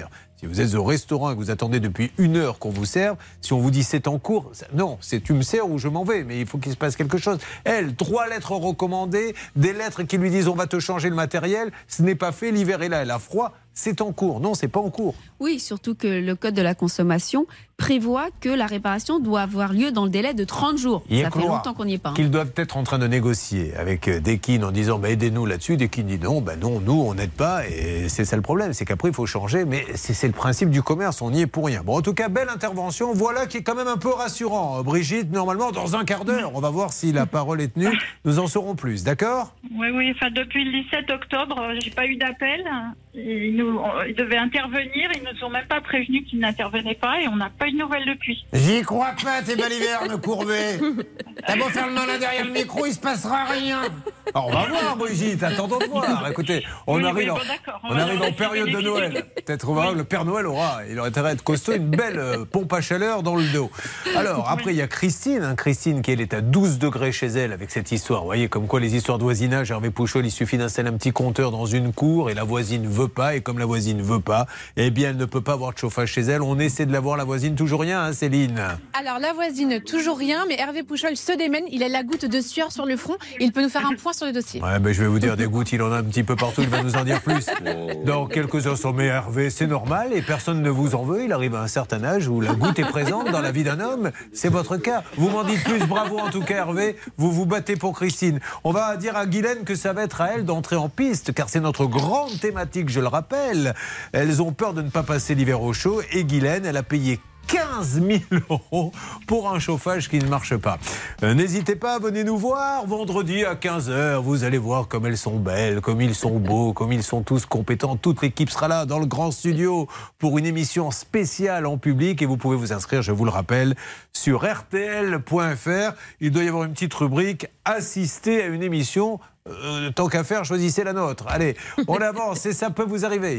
Si vous êtes au restaurant et que vous attendez depuis une heure qu'on vous serve, si on vous dit c'est en cours, ça, non, c'est tu me sers ou je m'en vais, mais il faut qu'il se passe quelque chose. Elle, trois lettres recommandées, des lettres qui lui disent on va te changer le matériel, ce n'est pas fait, l'hiver est là, elle a froid, c'est en cours. Non, c'est pas en cours. Oui, surtout que le code de la consommation prévoit que la réparation doit avoir lieu dans le délai de trente jours. Il Ça fait longtemps qu'on n'y est pas. Hein. Qu'ils doivent être en train de négocier avec Dekin en disant bah, aidez-nous là-dessus. Dekin dit non, bah non, nous on n'aide pas et c'est ça le problème, c'est qu'après il faut changer, mais c'est, c'est le principe du commerce, on n'y est pour rien. Bon, en tout cas, belle intervention, voilà qui est quand même un peu rassurant. Brigitte, normalement dans un quart d'heure, on va voir si la parole est tenue, nous en saurons plus, d'accord ? Oui, oui, enfin depuis le dix-sept octobre, euh, j'ai pas eu d'appel. Ils, nous, ils devaient intervenir, ils nous ont même pas prévenus qu'ils n'intervenaient pas et on n'a pas eu de nouvelles depuis. J'y crois pas, tes balivernes courbées. T'as beau faire le malin derrière le micro, il se passera rien. Alors, on va voir, Brigitte, attendons de voir. Écoutez, on Oui, arrive, oui, en, bon, d'accord, on on va arrive en laisser période de bénéficier. Noël. Peut-être on va voir, le Père Noël aura, il aurait intérêt à être costaud, une belle euh, pompe à chaleur dans le dos. Alors, après, il y a Christine. Hein, Christine, qui elle est à douze degrés chez elle avec cette histoire. Vous voyez, comme quoi les histoires de voisinage, Hervé Pouchol, il suffit d'installer un petit compteur dans une cour et la voisine ne veut pas. Et comme la voisine ne veut pas, eh bien, elle ne peut pas avoir de chauffage chez elle. On essaie de la voir, la voisine, toujours rien, hein, Céline. Alors la voisine, toujours rien, mais Hervé Pouchol se démène. Il a la goutte de sueur sur le front. Il peut nous faire un point sur le dossier. Ouais, ben je vais vous dire, des gouttes, il en a un petit peu partout, il va nous en dire plus. Dans quelques instants, mais Hervé, c'est normal et personne ne vous en veut. Il arrive à un certain âge où la goutte est présente dans la vie d'un homme. C'est votre cas. Vous m'en dites plus, bravo en tout cas, Hervé. Vous vous battez pour Christine. On va dire à Guylaine que ça va être à elle d'entrer en piste, car c'est notre grande thématique, je le rappelle. Elles ont peur de ne pas passer l'hiver au chaud et Guylaine, elle a payé quinze mille euros pour un chauffage qui ne marche pas. Euh, n'hésitez pas, venez nous voir vendredi à quinze heures. Vous allez voir comme elles sont belles, comme ils sont beaux, comme ils sont tous compétents. Toute l'équipe sera là dans le grand studio pour une émission spéciale en public et vous pouvez vous inscrire, je vous le rappelle, sur R T L point F R. Il doit y avoir une petite rubrique « Assister à une émission ». Euh, tant qu'à faire, choisissez la nôtre. Allez, on avance et ça peut vous arriver.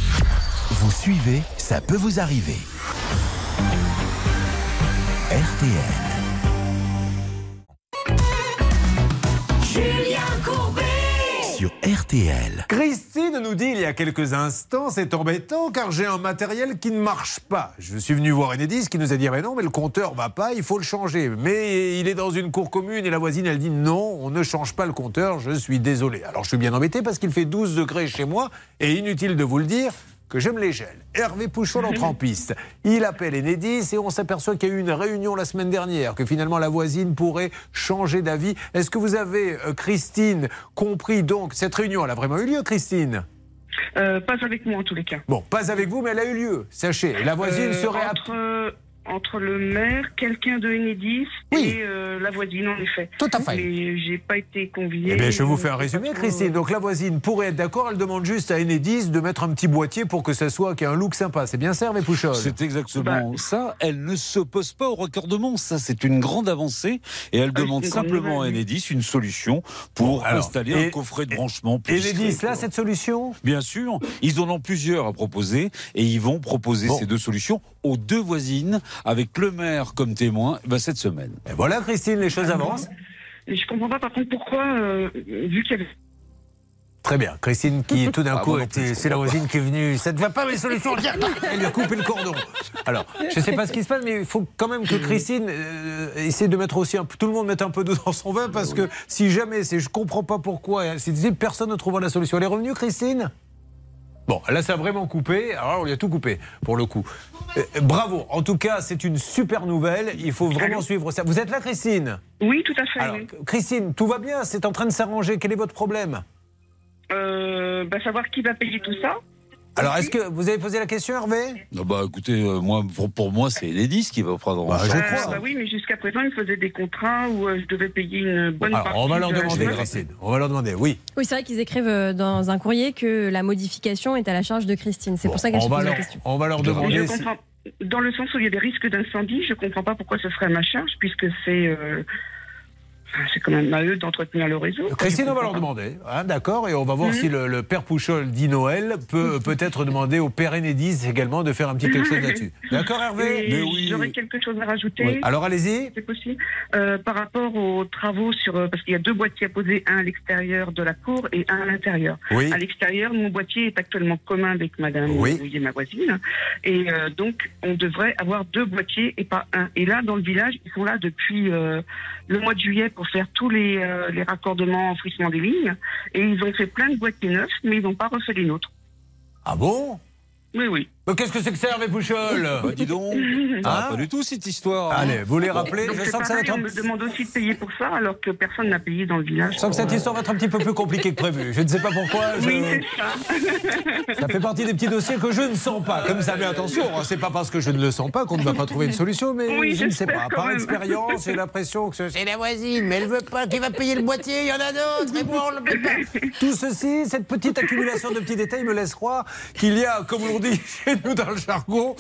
Vous suivez, ça peut vous arriver. R T L. Julien Courbet Sur R T L. Christine nous dit il y a quelques instants, c'est embêtant car j'ai un matériel qui ne marche pas. Je suis venu voir Enedis qui nous a dit mais non, mais le compteur va pas, il faut le changer. Mais il est dans une cour commune et la voisine elle dit non, on ne change pas le compteur, je suis désolé. Alors je suis bien embêté parce qu'il fait douze degrés chez moi et inutile de vous le dire que je me les gèle. Hervé Pouchol entre en piste. Il appelle Enedis et on s'aperçoit qu'il y a eu une réunion la semaine dernière, que finalement la voisine pourrait changer d'avis. Est-ce que vous avez, euh, Christine, compris donc cette réunion? Elle a vraiment eu lieu, Christine? Euh, pas avec moi en tous les cas. Bon, pas avec vous, mais elle a eu lieu. Sachez, la voisine Euh, serait... entre, entre le maire, quelqu'un de Enedis Oui. et euh, la voisine, en effet. Tout à fait. Mais j'ai pas été conviée. Eh bien, je vous fais un résumé, Pas trop- Christine. Donc, la voisine pourrait être d'accord. Elle demande juste à Enedis de mettre un petit boîtier pour que ça soit, qu'il y ait un look sympa. C'est bien ça, Hervé Pouchol? C'est exactement Bah. ça. Elle ne s'oppose pas au raccordement. Ça, c'est une grande avancée. Et elle Ah, demande c'est une grande simplement à nouvelle, oui. Enedis une solution pour Bon, alors, installer et- un coffret de branchement plus Enedis, discret, là, quoi. cette solution? Bien sûr, ils en ont plusieurs à proposer et ils vont proposer Bon. ces deux solutions aux deux voisines avec le maire comme témoin ben, cette semaine. Et voilà, Christine, les choses avancent. Et je comprends pas, par contre, pourquoi, euh, vu qu'il y avait. Très bien. Christine qui tout d'un Ah, coup moi non était, plus. c'est la voisine qui est venue. Ça ne va pas mes solutions. Viens. Elle lui a coupé le cordon. Alors, je ne sais pas ce qui se passe, mais il faut quand même que Christine euh, essaie de mettre aussi un peu, tout le monde mette un peu d'eau dans son vin parce que si jamais c'est, je comprends pas pourquoi, si personne ne trouvera la solution. Elle est revenue, Christine? Bon, là, ça a vraiment coupé. Alors, on lui a tout coupé, pour le coup. Euh, bravo. En tout cas, c'est une super nouvelle. Il faut vraiment suivre ça. Vous êtes là, Christine? Oui, tout à fait. Alors, oui. Christine, tout va bien? C'est en train de s'arranger. Quel est votre problème? Euh, bah, savoir qui va payer tout ça. Alors, est-ce que vous avez posé la question, Hervé? Ah bah, écoutez, euh, moi, pour, pour moi, c'est Enedis qui va prendre en Bah, je charge crois. ça. Bah oui, mais jusqu'à présent, ils faisaient des contrats où euh, je devais payer une bonne Alors, partie. on va leur de la demander, chose. Christine. On va leur demander, oui. Oui, c'est vrai qu'ils écrivent euh, dans un courrier que la modification est à la charge de Christine. C'est Bon, pour ça qu'elle on se va pose la leur, question. on va leur Mais je demander. si- comprends, dans le sens où il y a des risques d'incendie, je comprends pas pourquoi ce serait à ma charge, puisque c'est euh, C'est quand même à eux d'entretenir le réseau. Christine, on va leur demander, hein, d'accord, et on va voir Mmh. si le, le père Pouchol dit Noël peut peut-être demander au père Enedis également de faire un petit quelque chose là-dessus. D'accord, Hervé? Et J'aurais quelque chose à rajouter. Oui. Alors allez-y. C'est possible. Euh, par rapport aux travaux sur, euh, parce qu'il y a deux boîtiers à poser, un à l'extérieur de la cour et un à l'intérieur. Oui. À l'extérieur, mon boîtier est actuellement commun avec Madame Oui. Rouillet, ma voisine, et euh, donc on devrait avoir deux boîtiers et pas un. Et là, dans le village, ils sont là depuis euh, le mois de juillet pour faire tous les, euh, les raccordements, enfouissements des lignes, et ils ont fait plein de boîtiers neufs, mais ils n'ont pas refait les nôtres. Ah bon? Oui, oui. Mais qu'est-ce que c'est que ça, Hervé Pouchol? Bah, dis donc. Ah, pas du tout cette histoire. hein. Allez, vous les rappelez? Donc Je c'est sens que ça va pareil, être on un... me demande aussi de payer pour ça, alors que personne n'a payé dans le village. Je sens que cette histoire va être un petit peu plus compliquée que prévu. Je ne sais pas pourquoi. Je... Oui, c'est ça. Ça fait partie des petits dossiers que je ne sens pas. Comme ça, mais attention, hein, c'est pas parce que je ne le sens pas qu'on ne va pas trouver une solution, mais Oui, je ne sais j'espère pas. quand Par même. expérience, j'ai l'impression que c'est la voisine, mais elle veut pas, qui va payer le boîtier, il y en a d'autres, et moi on le paye pas. Tout ceci, cette petite accumulation de petits détails me laisse croire qu'il y a, comme on dit chez nous dans le jargon,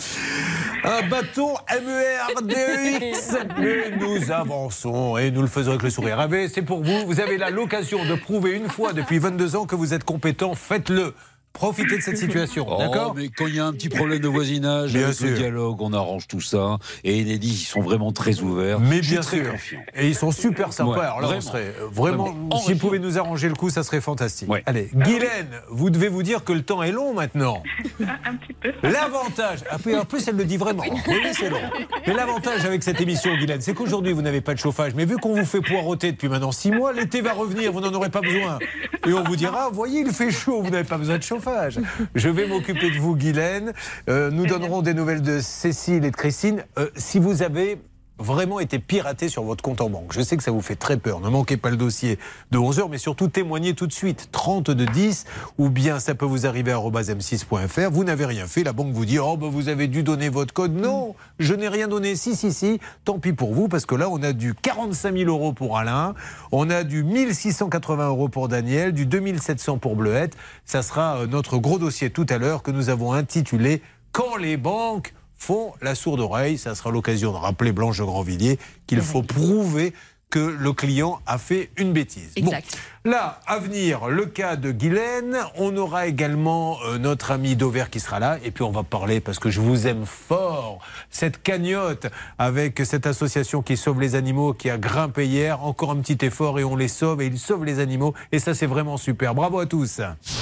un bâton M E R D E X. Mais nous avançons et nous le faisons avec le sourire. Hervé, c'est pour vous. Vous avez là l'occasion de prouver une fois depuis vingt-deux ans que vous êtes compétent. Faites-le. Profitez de cette situation, Oh, d'accord? mais quand il y a un petit problème de voisinage, Bien avec sûr. le dialogue, on arrange tout ça. Et Enedis, ils sont vraiment très ouverts. Mais Je suis bien très sûr. confiant. Et ils sont super sympas. Ouais, Alors là, on vraiment. serait euh, vraiment, Vraiment. si vous pouvez nous arranger le coup, ça serait fantastique. Ouais. Allez, Guylaine, vous devez vous dire que le temps est long maintenant. Un petit peu. L'avantage, ah, puis en plus elle le dit vraiment, oui, oui, c'est long. Mais l'avantage avec cette émission, Guylaine, c'est qu'aujourd'hui vous n'avez pas de chauffage, mais vu qu'on vous fait poireauter depuis maintenant six mois, l'été va revenir, vous n'en aurez pas besoin. Et on vous dira, voyez, il fait chaud, vous n'avez pas besoin de chauffage. Je vais m'occuper de vous, Guylaine. Euh, nous donnerons des nouvelles de Cécile et de Christine. Euh, si vous avez vraiment été piraté sur votre compte en banque, je sais que ça vous fait très peur, ne manquez pas le dossier de onze heures, mais surtout témoignez tout de suite, trente de dix, ou bien ça peut vous arriver à arobase m six point f r, vous n'avez rien fait, la banque vous dit, oh ben vous avez dû donner votre code, non, je n'ai rien donné, si si si, tant pis pour vous, parce que là on a du quarante-cinq mille euros pour Alain, on a du mille six cent quatre-vingts euros pour Daniel, du deux mille sept cents pour Bleuette, ça sera euh, notre gros dossier tout à l'heure que nous avons intitulé « Quand les banques font la sourde oreille », ça sera l'occasion de rappeler Blanche de Grandvilliers qu'il faut prouver que le client a fait une bêtise. Exact. Bon, là, à venir, le cas de Guylaine, on aura également euh, notre ami Dover qui sera là, et puis on va parler, parce que je vous aime fort, cette cagnotte avec cette association qui sauve les animaux, qui a grimpé hier, encore un petit effort et on les sauve, et ils sauvent les animaux, et ça c'est vraiment super. Bravo à tous.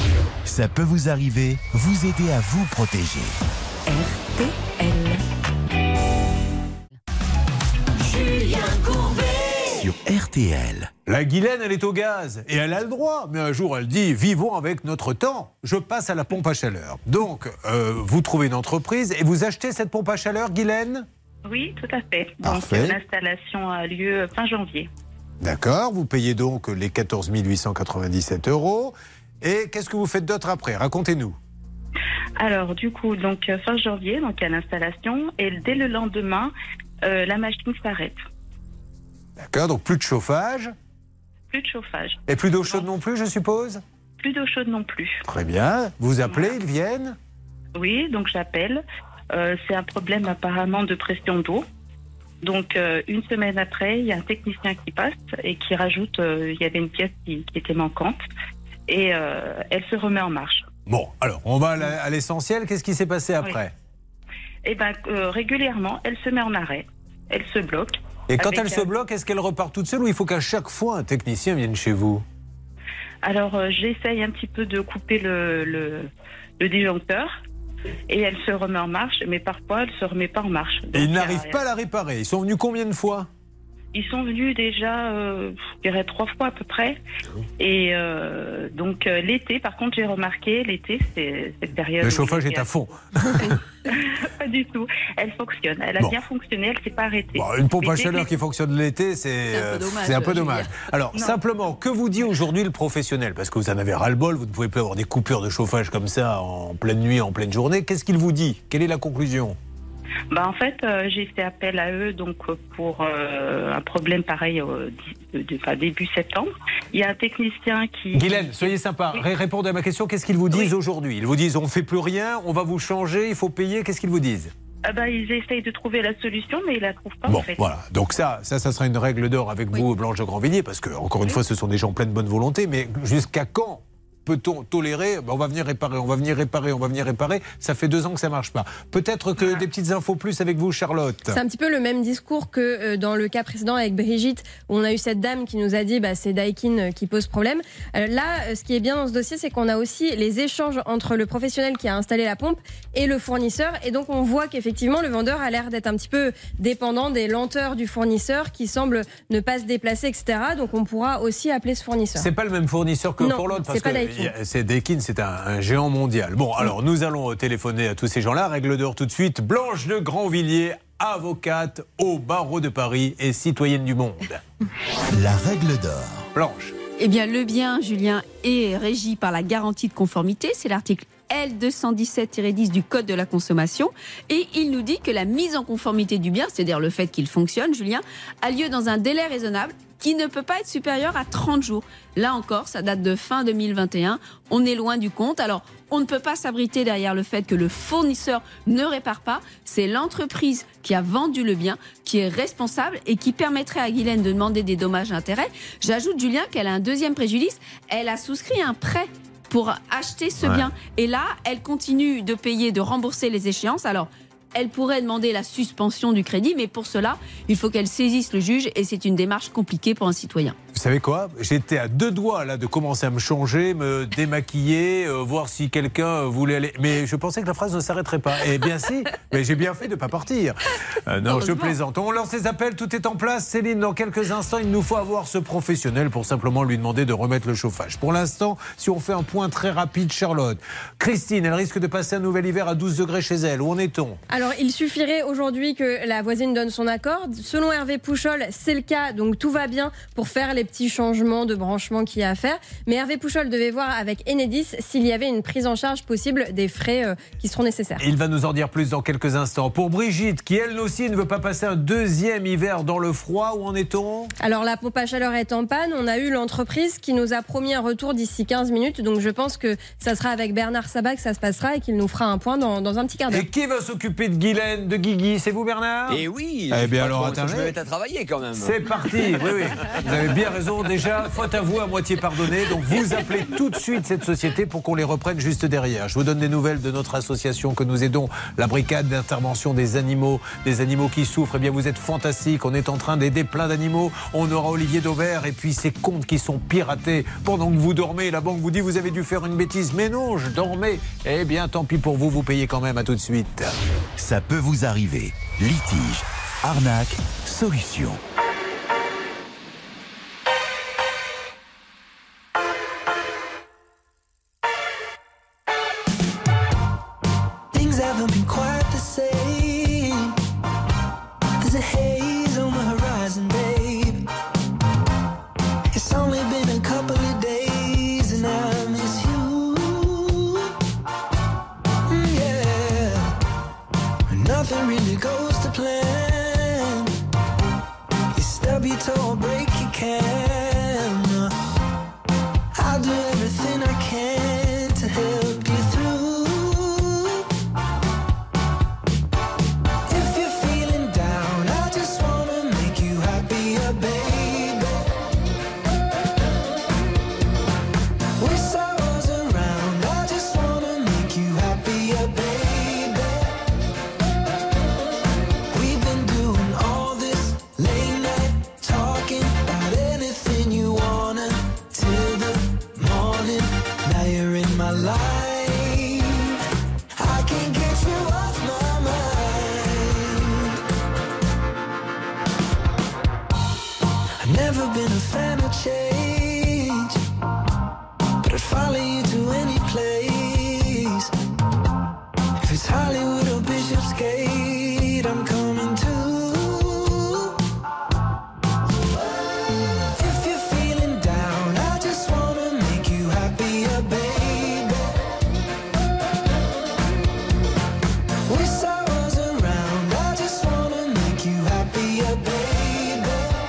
Ça peut vous arriver, vous aider à vous protéger. R T L. Julien Courbet. Sur R T L. La Guylaine, elle est au gaz et elle a le droit. Mais un jour, elle dit, vivons avec notre temps. Je passe à la pompe à chaleur. Donc, euh, vous trouvez une entreprise et vous achetez cette pompe à chaleur, Guylaine? Oui, tout à fait. Donc, Parfait. l'installation a lieu fin janvier. D'accord, vous payez donc les quatorze mille huit cent quatre-vingt-dix-sept euros. Et qu'est-ce que vous faites d'autre après? Racontez-nous. Alors, du coup, donc euh, fin janvier, donc il y a l'installation, et dès le lendemain, euh, la machine s'arrête. D'accord, donc plus de chauffage Plus de chauffage, et plus d'eau chaude non plus, je suppose? plus d'eau chaude non plus. Très bien. Vous appelez, ils viennent? Oui, donc j'appelle. Euh, c'est un problème apparemment de pression d'eau. Donc euh, une semaine après, il y a un technicien qui passe et qui rajoute, euh, il y avait une pièce qui, qui était manquante et euh, elle se remet en marche. Bon, alors, on va à la- à l'essentiel. Qu'est-ce qui s'est passé après? Et ben euh, régulièrement, elle se met en arrêt, elle se bloque. Et quand Avec elle se un- bloque, est-ce qu'elle repart toute seule ou il faut qu'à chaque fois un technicien vienne chez vous? Alors euh, j'essaye un petit peu de couper le, le, le disjoncteur et elle se remet en marche, mais parfois elle se remet pas en marche. Donc, Et ils il y a- n'arrivent pas à la réparer. Ils sont venus combien de fois? Ils sont venus déjà, euh, je dirais trois fois à peu près. Et euh, donc euh, l'été, par contre, j'ai remarqué, l'été, c'est cette période. Le où chauffage il y est a- à fond. Pas du tout. Elle fonctionne. Elle a Bon. bien fonctionné. Elle s'est pas arrêtée. Bon, une pompe Mais à dès chaleur que- qui fonctionne l'été, c'est C'est un peu euh, dommage, c'est un peu je veux dommage. dire. Alors, Non. simplement, que vous dit aujourd'hui le professionnel? Parce que vous en avez ras-le-bol, vous ne pouvez plus avoir des coupures de chauffage comme ça en pleine nuit, en pleine journée. Qu'est-ce qu'il vous dit? Quelle est la conclusion? Bah, en fait, euh, j'ai fait appel à eux donc euh, pour euh, un problème pareil au de- de- enfin, début septembre. Il y a un technicien qui. Guylaine, soyez sympa, Ré- répondez à ma question. Qu'est-ce qu'ils vous disent aujourd'hui? Ils vous disent on ne fait plus rien, on va vous changer, il faut payer. Qu'est-ce qu'ils vous disent? Ah bah, ils essayent de trouver la solution, mais ils la trouvent pas. Bon, en fait. voilà. Donc ça, ça, ça sera une règle d'or avec Oui. vous, Blanche de Grandvilliers, parce que encore une fois, ce sont des gens pleins de bonne volonté. Mais jusqu'à quand peut-on tolérer? Ben, on va venir réparer, on va venir réparer, on va venir réparer. Ça fait deux ans que ça marche pas. Peut-être que des petites infos plus avec vous, Charlotte. C'est un petit peu le même discours que euh, dans le cas précédent avec Brigitte, où on a eu cette dame qui nous a dit bah, c'est Daikin euh, qui pose problème. Euh, là, euh, ce qui est bien dans ce dossier, c'est qu'on a aussi les échanges entre le professionnel qui a installé la pompe et le fournisseur. Et donc, on voit qu'effectivement, le vendeur a l'air d'être un petit peu dépendant des lenteurs du fournisseur qui semble ne pas se déplacer, et cetera. Donc, on pourra aussi appeler ce fournisseur. C'est pas le même fournisseur que Non, pour l'autre, parce c'est pas que Daikin. y a- c'est Daikin, c'est un, un géant mondial. Bon, alors nous allons téléphoner à tous ces gens-là. Règle d'or tout de suite. Blanche de Grandvilliers, avocate au barreau de Paris et citoyenne du monde. La règle d'or. Blanche. Eh bien, le bien, Julien, est régi par la garantie de conformité. C'est l'article L deux cent dix-sept dix du Code de la consommation. Et il nous dit que la mise en conformité du bien, c'est-à-dire le fait qu'il fonctionne, Julien, a lieu dans un délai raisonnable qui ne peut pas être supérieur à trente jours. Là encore, ça date de fin deux mille vingt et un. On est loin du compte. Alors, on ne peut pas s'abriter derrière le fait que le fournisseur ne répare pas. C'est l'entreprise qui a vendu le bien qui est responsable et qui permettrait à Guylaine de demander des dommages et intérêts. J'ajoute, Julien, qu'elle a un deuxième préjudice. Elle a souscrit un prêt pour acheter ce Ouais. bien. Et là, elle continue de payer, de rembourser les échéances. Alors, elle pourrait demander la suspension du crédit, mais pour cela, il faut qu'elle saisisse le juge et c'est une démarche compliquée pour un citoyen. Vous savez quoi? J'étais à deux doigts là de commencer à me changer, me démaquiller, euh, voir si quelqu'un voulait aller. Mais je pensais que la phrase ne s'arrêterait pas. Eh bien si, mais j'ai bien fait de ne pas partir. Euh, non, je plaisante. On lance les appels, tout est en place. Céline, dans quelques instants, il nous faut avoir ce professionnel pour simplement lui demander de remettre le chauffage. Pour l'instant, si on fait un point très rapide, Charlotte. Christine, elle risque de passer un nouvel hiver à douze degrés chez elle. Où en est-on? Alors, il suffirait aujourd'hui que la voisine donne son accord. Selon Hervé Pouchol, c'est le cas, donc tout va bien pour faire les petits changements de branchement qu'il y a à faire. Mais Hervé Pouchol devait voir avec Enedis s'il y avait une prise en charge possible des frais euh, qui seront nécessaires. Il va nous en dire plus dans quelques instants. Pour Brigitte, qui elle aussi ne veut pas passer un deuxième hiver dans le froid, où en est-on? Alors, la pompe à chaleur est en panne. On a eu l'entreprise qui nous a promis un retour d'ici quinze minutes. Donc, je pense que ça sera avec Bernard Sabat que ça se passera et qu'il nous fera un point dans, dans un petit quart d'heure. Et qui va s'occuper de Guylaine, de Guigui? C'est vous, Bernard? Et oui. Eh bien je alors, crois que attendez. je me mets à travailler quand même. C'est parti. Oui, oui. Vous avez bien raison. Déjà, faute à vous, à moitié pardonnée. Donc, vous appelez tout de suite cette société pour qu'on les reprenne juste derrière. Je vous donne des nouvelles de notre association que nous aidons, la brigade d'intervention des animaux, des animaux qui souffrent. Eh bien, vous êtes fantastiques. On est en train d'aider plein d'animaux. On aura Olivier Dauvert et puis ces comptes qui sont piratés pendant que vous dormez. La banque vous dit vous avez dû faire une bêtise. Mais non, je dormais. Eh bien, tant pis pour vous. Vous payez quand même. À tout de suite. Ça peut vous arriver. Litige, arnaque, solution. Things haven't been quite the same. There's a haze on the horizon, babe. It's only been a couple of days and I miss you. Mm, yeah. Nothing really goes to plan. You stub your toe or break your can. I'll do everything I can to help you through. If you're feeling down, I just wanna make you happier, baby. Wish I was around, I just wanna make you happier, baby. We've been doing all this late night talking about anything you wanna till the morning. Now you're in my life. I can't get you off my mind. I've never been a fan of change, but I'd follow you to any place. If it's Hollywood or Bishopsgate, I'm coming too. If you're feeling down, I just wanna make you happier, baby. Wish I was around, I just wanna make you happier, baby.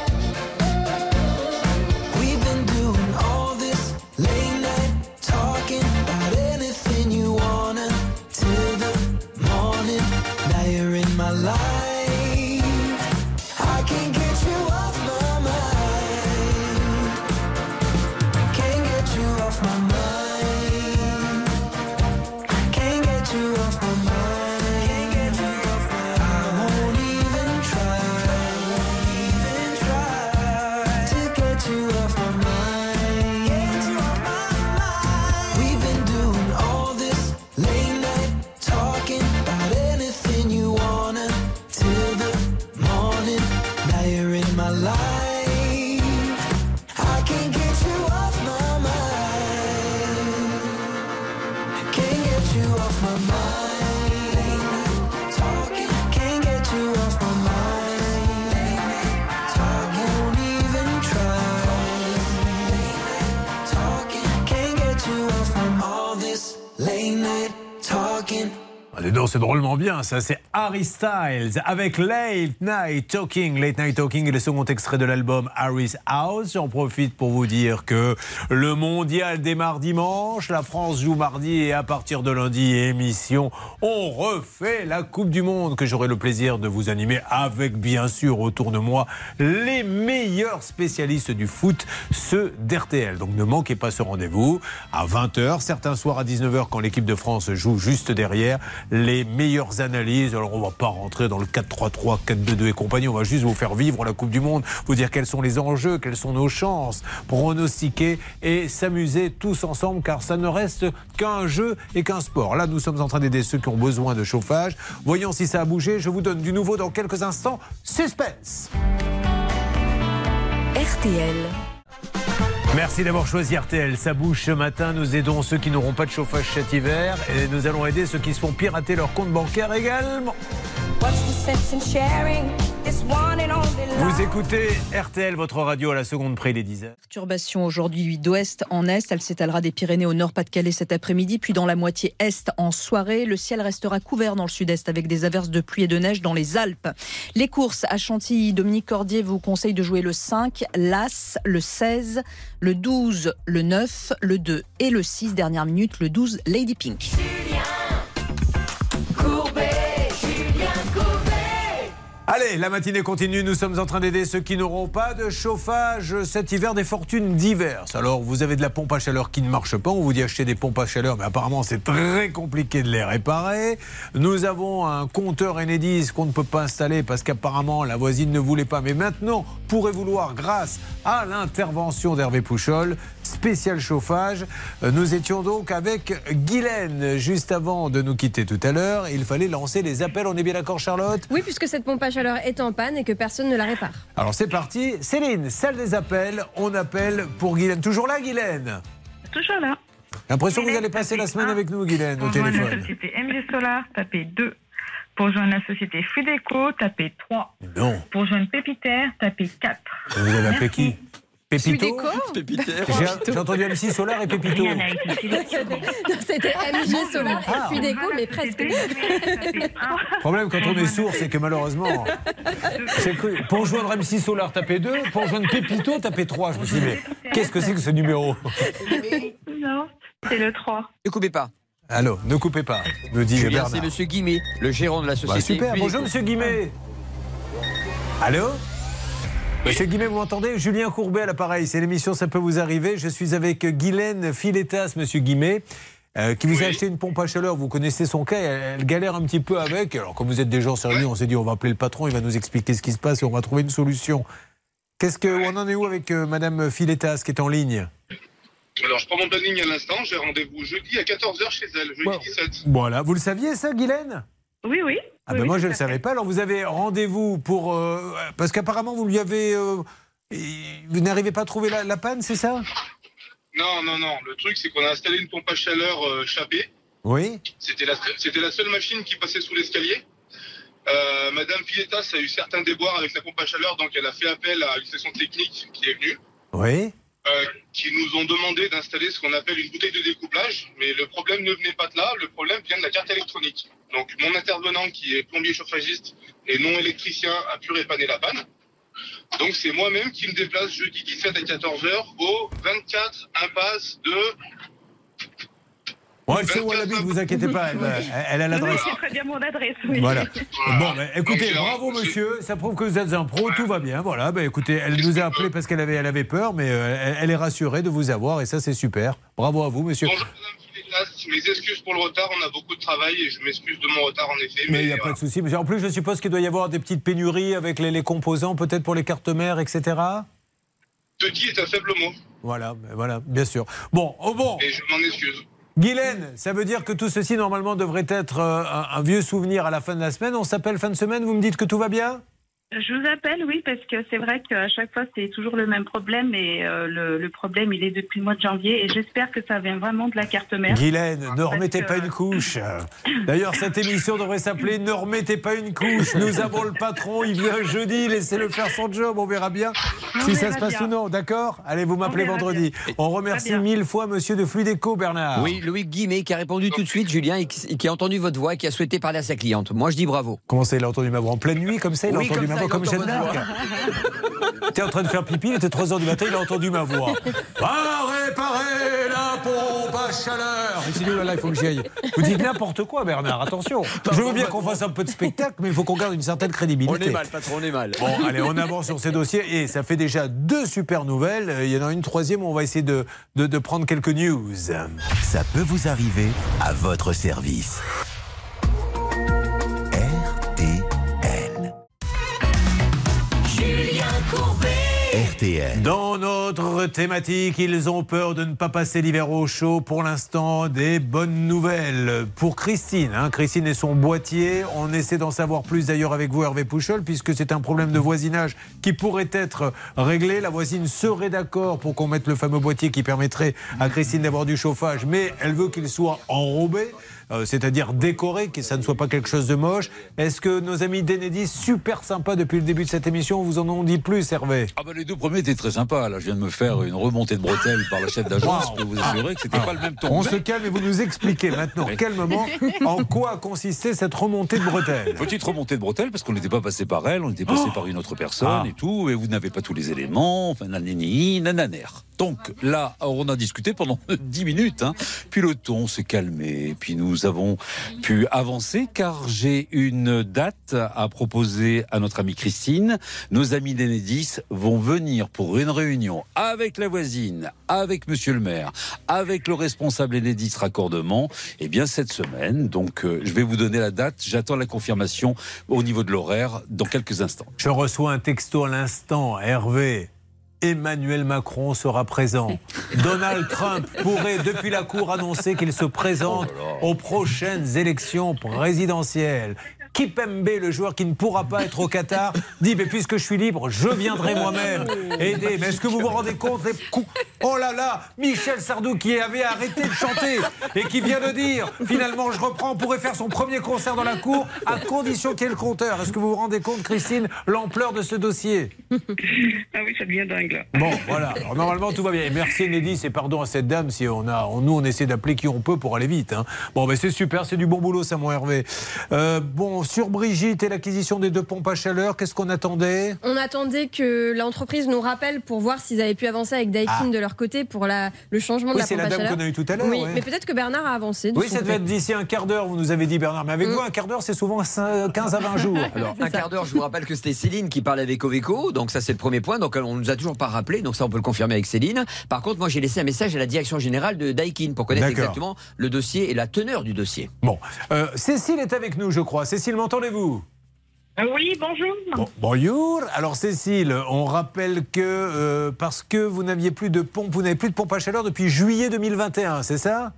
We've been doing all this late night talking about anything you wanna till the morning. Now you're non, c'est drôlement bien, ça. C'est Harry Styles avec Late Night Talking. Late Night Talking est le second extrait de l'album Harry's House. J'en profite pour vous dire que le mondial démarre dimanche. La France joue mardi et à partir de lundi, émission, on refait la Coupe du Monde que j'aurai le plaisir de vous animer avec, bien sûr, autour de moi, les meilleurs spécialistes du foot, ceux d'R T L. Donc ne manquez pas ce rendez-vous à vingt heures, certains soirs à dix-neuf heures quand l'équipe de France joue juste derrière. Les meilleures analyses. Alors on va pas rentrer dans le quatre trois trois, quatre deux deux et compagnie, on va juste vous faire vivre la Coupe du Monde, vous dire quels sont les enjeux, quelles sont nos chances, pronostiquer et s'amuser tous ensemble, car ça ne reste qu'un jeu et qu'un sport. Là nous sommes en train d'aider ceux qui ont besoin de chauffage. Voyons si ça a bougé, je vous donne du nouveau dans quelques instants. Suspense. R T L. Merci d'avoir choisi R T L. Ça bouge ce matin. Nous aidons ceux qui n'auront pas de chauffage cet hiver. Et nous allons aider ceux qui se font pirater leur compte bancaire également. Vous écoutez R T L, votre radio à la seconde près des dix heures. Perturbation aujourd'hui d'ouest en est. Elle s'étalera des Pyrénées au nord Pas-de-Calais cet après-midi, puis dans la moitié est en soirée. Le ciel restera couvert dans le sud-est avec des averses de pluie et de neige dans les Alpes. Les courses à Chantilly, Dominique Cordier vous conseille de jouer le cinq, l'As, le seize, le douze, le neuf, le deux et le six. Dernière minute, le douze, Lady Pink. Allez, la matinée continue. Nous sommes en train d'aider ceux qui n'auront pas de chauffage cet hiver, des fortunes diverses. Alors, vous avez de la pompe à chaleur qui ne marche pas. On vous dit acheter des pompes à chaleur, mais apparemment, c'est très compliqué de les réparer. Nous avons un compteur Enedis qu'on ne peut pas installer parce qu'apparemment, la voisine ne voulait pas. Mais maintenant, pourrait vouloir, grâce à l'intervention d'Hervé Pouchol, spécial chauffage. Nous étions donc avec Guylaine juste avant de nous quitter tout à l'heure. Il fallait lancer les appels. On est bien d'accord, Charlotte ? Oui, puisque cette pompe à chaleur est en panne et que personne ne la répare. Alors c'est parti. Céline, salle des appels. On appelle pour Guylaine. Toujours là, Guylaine ? Toujours là. J'ai l'impression que vous allez passer la semaine avec nous, Guylaine, au Pour joindre téléphone. la société M G Solar, tapez deux. Pour joindre la société Fluideco, tapez trois. Non. Pour joindre Pépitaire, tapez quatre. Vous avez appelé qui ? Pépito. Pépitaire. J'ai j'ai entendu M six Solar et Pépito. Non, c'était M G Solar et Ah. Fluideco, mais presque. Le problème quand on est sourd, c'est que malheureusement, j'ai cru, pour joindre M six Solar, tapez deux, pour joindre Pépito, tapez trois. Je me suis dit, mais qu'est-ce que c'est que ce numéro ? Non, c'est le trois. Ne coupez pas. Allô, ne coupez pas, me dit Julien, Bernard. c'est Monsieur Guimet, le gérant de la société. Bah, super, Fluideco. bonjour Monsieur Guimet. Allô ? Monsieur Guimet, vous m'entendez ? Julien Courbet à l'appareil, c'est l'émission Ça peut vous arriver. Je suis avec Guylaine Filetas, Monsieur Guimet, euh, qui vous a acheté une pompe à chaleur. Vous connaissez son cas, elle, elle galère un petit peu avec. Alors comme vous êtes des gens sérieux, on s'est dit on va appeler le patron, il va nous expliquer ce qui se passe et on va trouver une solution. Qu'est-ce que, on en est où avec euh, Madame Filetas qui est en ligne ? Alors, je prends mon planning à l'instant. J'ai rendez-vous jeudi à quatorze heures chez elle, jeudi Bon. dix-sept. Voilà, vous le saviez ça, Guylaine ? Oui, oui. Ah Oui, ben oui, moi je tout ne le à savais fait. pas. Alors vous avez rendez-vous pour... euh, parce qu'apparemment vous lui avez... euh, vous n'arrivez pas à trouver la, la panne, c'est ça ? Non, non, non. Le truc, c'est qu'on a installé une pompe à chaleur euh, Chapé. Oui. C'était la, c'était la seule machine qui passait sous l'escalier. Euh, Madame Filetas a eu certains déboires avec la pompe à chaleur, donc elle a fait appel à une section technique qui est venue. Oui. Euh, qui nous ont demandé d'installer ce qu'on appelle une bouteille de découplage, mais le problème ne venait pas de là, le problème vient de la carte électronique. Donc mon intervenant qui est plombier chauffagiste et non électricien a pu réparer la panne. Donc c'est moi-même qui me déplace jeudi dix-sept à quatorze heures au vingt-quatre impasse de... Bon, elle sait où elle habite, vous inquiétez pas, elle, elle, elle a l'adresse. Oui, c'est très bien mon adresse, oui. Voilà. Bon, ben, écoutez, bravo monsieur, ça prouve que vous êtes un pro, tout va bien. Voilà, ben, écoutez, elle nous a appelé parce qu'elle avait, elle avait peur, mais euh, elle, elle est rassurée de vous avoir et ça c'est super. Bravo à vous monsieur. Bonjour Madame Filetas, mes excuses pour le retard, on a beaucoup de travail et je m'excuse de mon retard en effet. Mais il n'y a voilà. pas de souci. Monsieur. En plus, je suppose qu'il doit y avoir des petites pénuries avec les, les composants, peut-être pour les cartes mères, et cetera. Petit est un faible mot, Voilà, ben, voilà, bien sûr. Bon, oh bon. et je m'en excuse. Guylaine, ça veut dire que tout ceci, normalement, devrait être euh, un, un vieux souvenir à la fin de la semaine. On s'appelle fin de semaine, vous me dites que tout va bien ? Je vous appelle, oui, parce que c'est vrai qu'à chaque fois, c'est toujours le même problème. Et euh, le, le problème, il est depuis le mois de janvier. Et j'espère que ça vient vraiment de la carte mère. Guylaine, ne Parce remettez que- pas une couche. D'ailleurs, cette émission devrait s'appeler Ne remettez pas une couche. Nous avons le patron, il vient jeudi, laissez-le faire son job. On verra bien On si ça verra se passe bien. ou non. D'accord ? Allez, vous m'appelez On verra vendredi. bien. On remercie Très bien. mille fois monsieur de Fluideco, Bernard. Oui, Loïc Guimet qui a répondu tout de suite, Julien, et qui, qui a entendu votre voix et qui a souhaité parler à sa cliente. Moi, je dis bravo. Comment ça, il a entendu ma voix en pleine nuit comme ça? Il Oui, a entendu comme ma ça, voix il comme entend Jeanne votre d'Arc. T'es en train de faire pipi, il était trois heures du matin, il a entendu ma voix. Va réparer la pompe à chaleur. Et sinon, là, là, il faut que j'y aille. Vous dites n'importe quoi, Bernard, attention. Je veux bien qu'on fasse un peu de spectacle, mais il faut qu'on garde une certaine crédibilité. On est mal, patron, on est mal. Bon, allez, on avance sur ces dossiers. Et ça fait déjà deux super nouvelles. Il y en a une troisième où on va essayer de, de, de prendre quelques news. Ça peut vous arriver à votre service. Julien Courbet. R T L. Dans notre thématique, ils ont peur de ne pas passer l'hiver au chaud. Pour l'instant, des bonnes nouvelles pour Christine. Hein. Christine et son boîtier. On essaie d'en savoir plus d'ailleurs avec vous, Hervé Pouchol, puisque c'est un problème de voisinage qui pourrait être réglé. La voisine serait d'accord pour qu'on mette le fameux boîtier qui permettrait à Christine d'avoir du chauffage, mais elle veut qu'il soit enrobé. Euh, c'est-à-dire décoré, que ça ne soit pas quelque chose de moche. Est-ce que nos amis d'Enedis, super sympas depuis le début de cette émission, vous en ont dit plus, Hervé? Ah bah les deux premiers étaient très sympas. Là, je viens de me faire une remontée de bretelles par la chef d'agence. Je peux vous assurer que c'était pas le même ton. On se calme et vous nous expliquez maintenant, calmement, en quoi consistait cette remontée de bretelles. Petite remontée de bretelles, parce qu'on n'était pas passé par elle, on était passé Oh par une autre personne Ah. et tout, et vous n'avez pas tous les éléments, enfin, nanani, nananer. Donc là, on a discuté pendant dix minutes, hein. Puis le ton s'est calmé, puis nous avons pu avancer, car j'ai une date à proposer à notre amie Christine. Nos amis d'Enedis vont venir pour une réunion avec la voisine, avec monsieur le maire, avec le responsable Enedis raccordement, et bien cette semaine. Donc euh, je vais vous donner la date, j'attends la confirmation au niveau de l'horaire dans quelques instants. Je reçois un texto à l'instant, Hervé. Emmanuel Macron sera présent. Donald Trump pourrait, depuis la Cour, annoncer qu'il se présente aux prochaines élections présidentielles. Kipembe, le joueur qui ne pourra pas être au Qatar, dit mais puisque je suis libre, je viendrai moi-même aider. Mais est-ce que vous vous rendez compte les coups... Oh là là, Michel Sardou qui avait arrêté de chanter et qui vient de dire finalement je reprends, on pourrait faire son premier concert dans la cour à condition qu'il y ait le compteur. Est-ce que vous vous rendez compte, Christine, l'ampleur de ce dossier? Ah oui, ça devient dingue là. Bon, voilà. Alors, normalement, tout va bien. Et merci Enedis et pardon à cette dame si on a, on, nous, on essaie d'appeler qui on peut pour aller vite. Hein. Bon, ben c'est super, c'est du bon boulot, ça, mon Hervé. Euh, bon, sur Brigitte et l'acquisition des deux pompes à chaleur, qu'est-ce qu'on attendait? On attendait que l'entreprise nous rappelle pour voir s'ils avaient pu avancer avec Daikin Ah. de leur côté pour la, le changement Oui, de la c'est pompe la à dame chaleur. qu'on a eue tout à l'heure, Oui, ouais. mais peut-être que Bernard a avancé. de Oui, son ça devait côté. être d'ici un quart d'heure, vous nous avez dit, Bernard. Mais avec vous, un quart d'heure, c'est souvent quinze à vingt jours. Alors, un quart d'heure, je vous rappelle que c'était Céline qui parlait avec Oveco, donc ça c'est le premier point, donc on nous a toujours pas rappelé, donc ça on peut le confirmer avec Céline. Par contre, moi j'ai laissé un message à la direction générale de Daikin pour connaître D'accord. exactement le dossier et la teneur du dossier. Bon, euh, Cécile est avec nous, je crois. Cécile, m'entendez-vous? Oui, bonjour. Bon, bonjour. Alors Cécile, on rappelle que euh, parce que vous n'aviez plus de pompe, vous n'avez plus de pompe à chaleur depuis juillet deux mille vingt et un, c'est ça?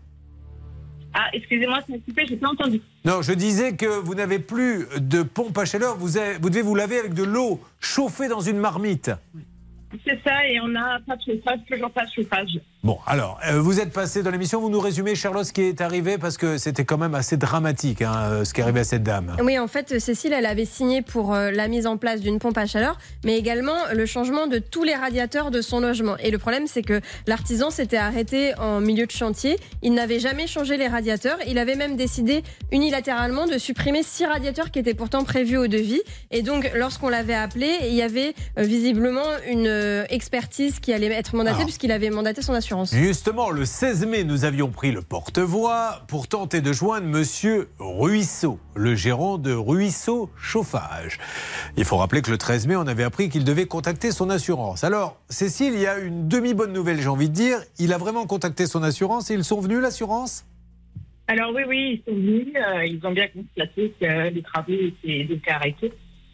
Ah, excusez-moi, ça m'a coupé, j'ai pas entendu. Non, je disais que vous n'avez plus de pompe à chaleur, vous, avez- vous devez vous laver avec de l'eau chauffée dans une marmite. C'est ça, et on n'a pas de chauffage, toujours pas de chauffage. Bon, alors, euh, vous êtes passé dans l'émission, vous nous résumez, Charlotte, ce qui est arrivé, parce que c'était quand même assez dramatique, hein, euh, ce qui est arrivé à cette dame. Oui, en fait, Cécile, elle avait signé pour euh, la mise en place d'une pompe à chaleur, mais également le changement de tous les radiateurs de son logement. Et le problème, c'est que l'artisan s'était arrêté en milieu de chantier. Il n'avait jamais changé les radiateurs. Il avait même décidé unilatéralement de supprimer six radiateurs qui étaient pourtant prévus au devis. Et donc, lorsqu'on l'avait appelé, il y avait euh, visiblement une euh, expertise qui allait être mandatée, Alors. puisqu'il avait mandaté son assurance. Justement, le seize mai, nous avions pris le porte-voix pour tenter de joindre Monsieur Ruisseau, le gérant de Ruisseau Chauffage. Il faut rappeler que le treize mai, on avait appris qu'il devait contacter son assurance. Alors, Cécile, il y a une demi-bonne nouvelle, j'ai envie de dire. Il a vraiment contacté son assurance et ils sont venus, l'assurance? Alors oui, oui, ils sont venus, euh, ils ont bien constaté que les travaux étaient, étaient arrêtés.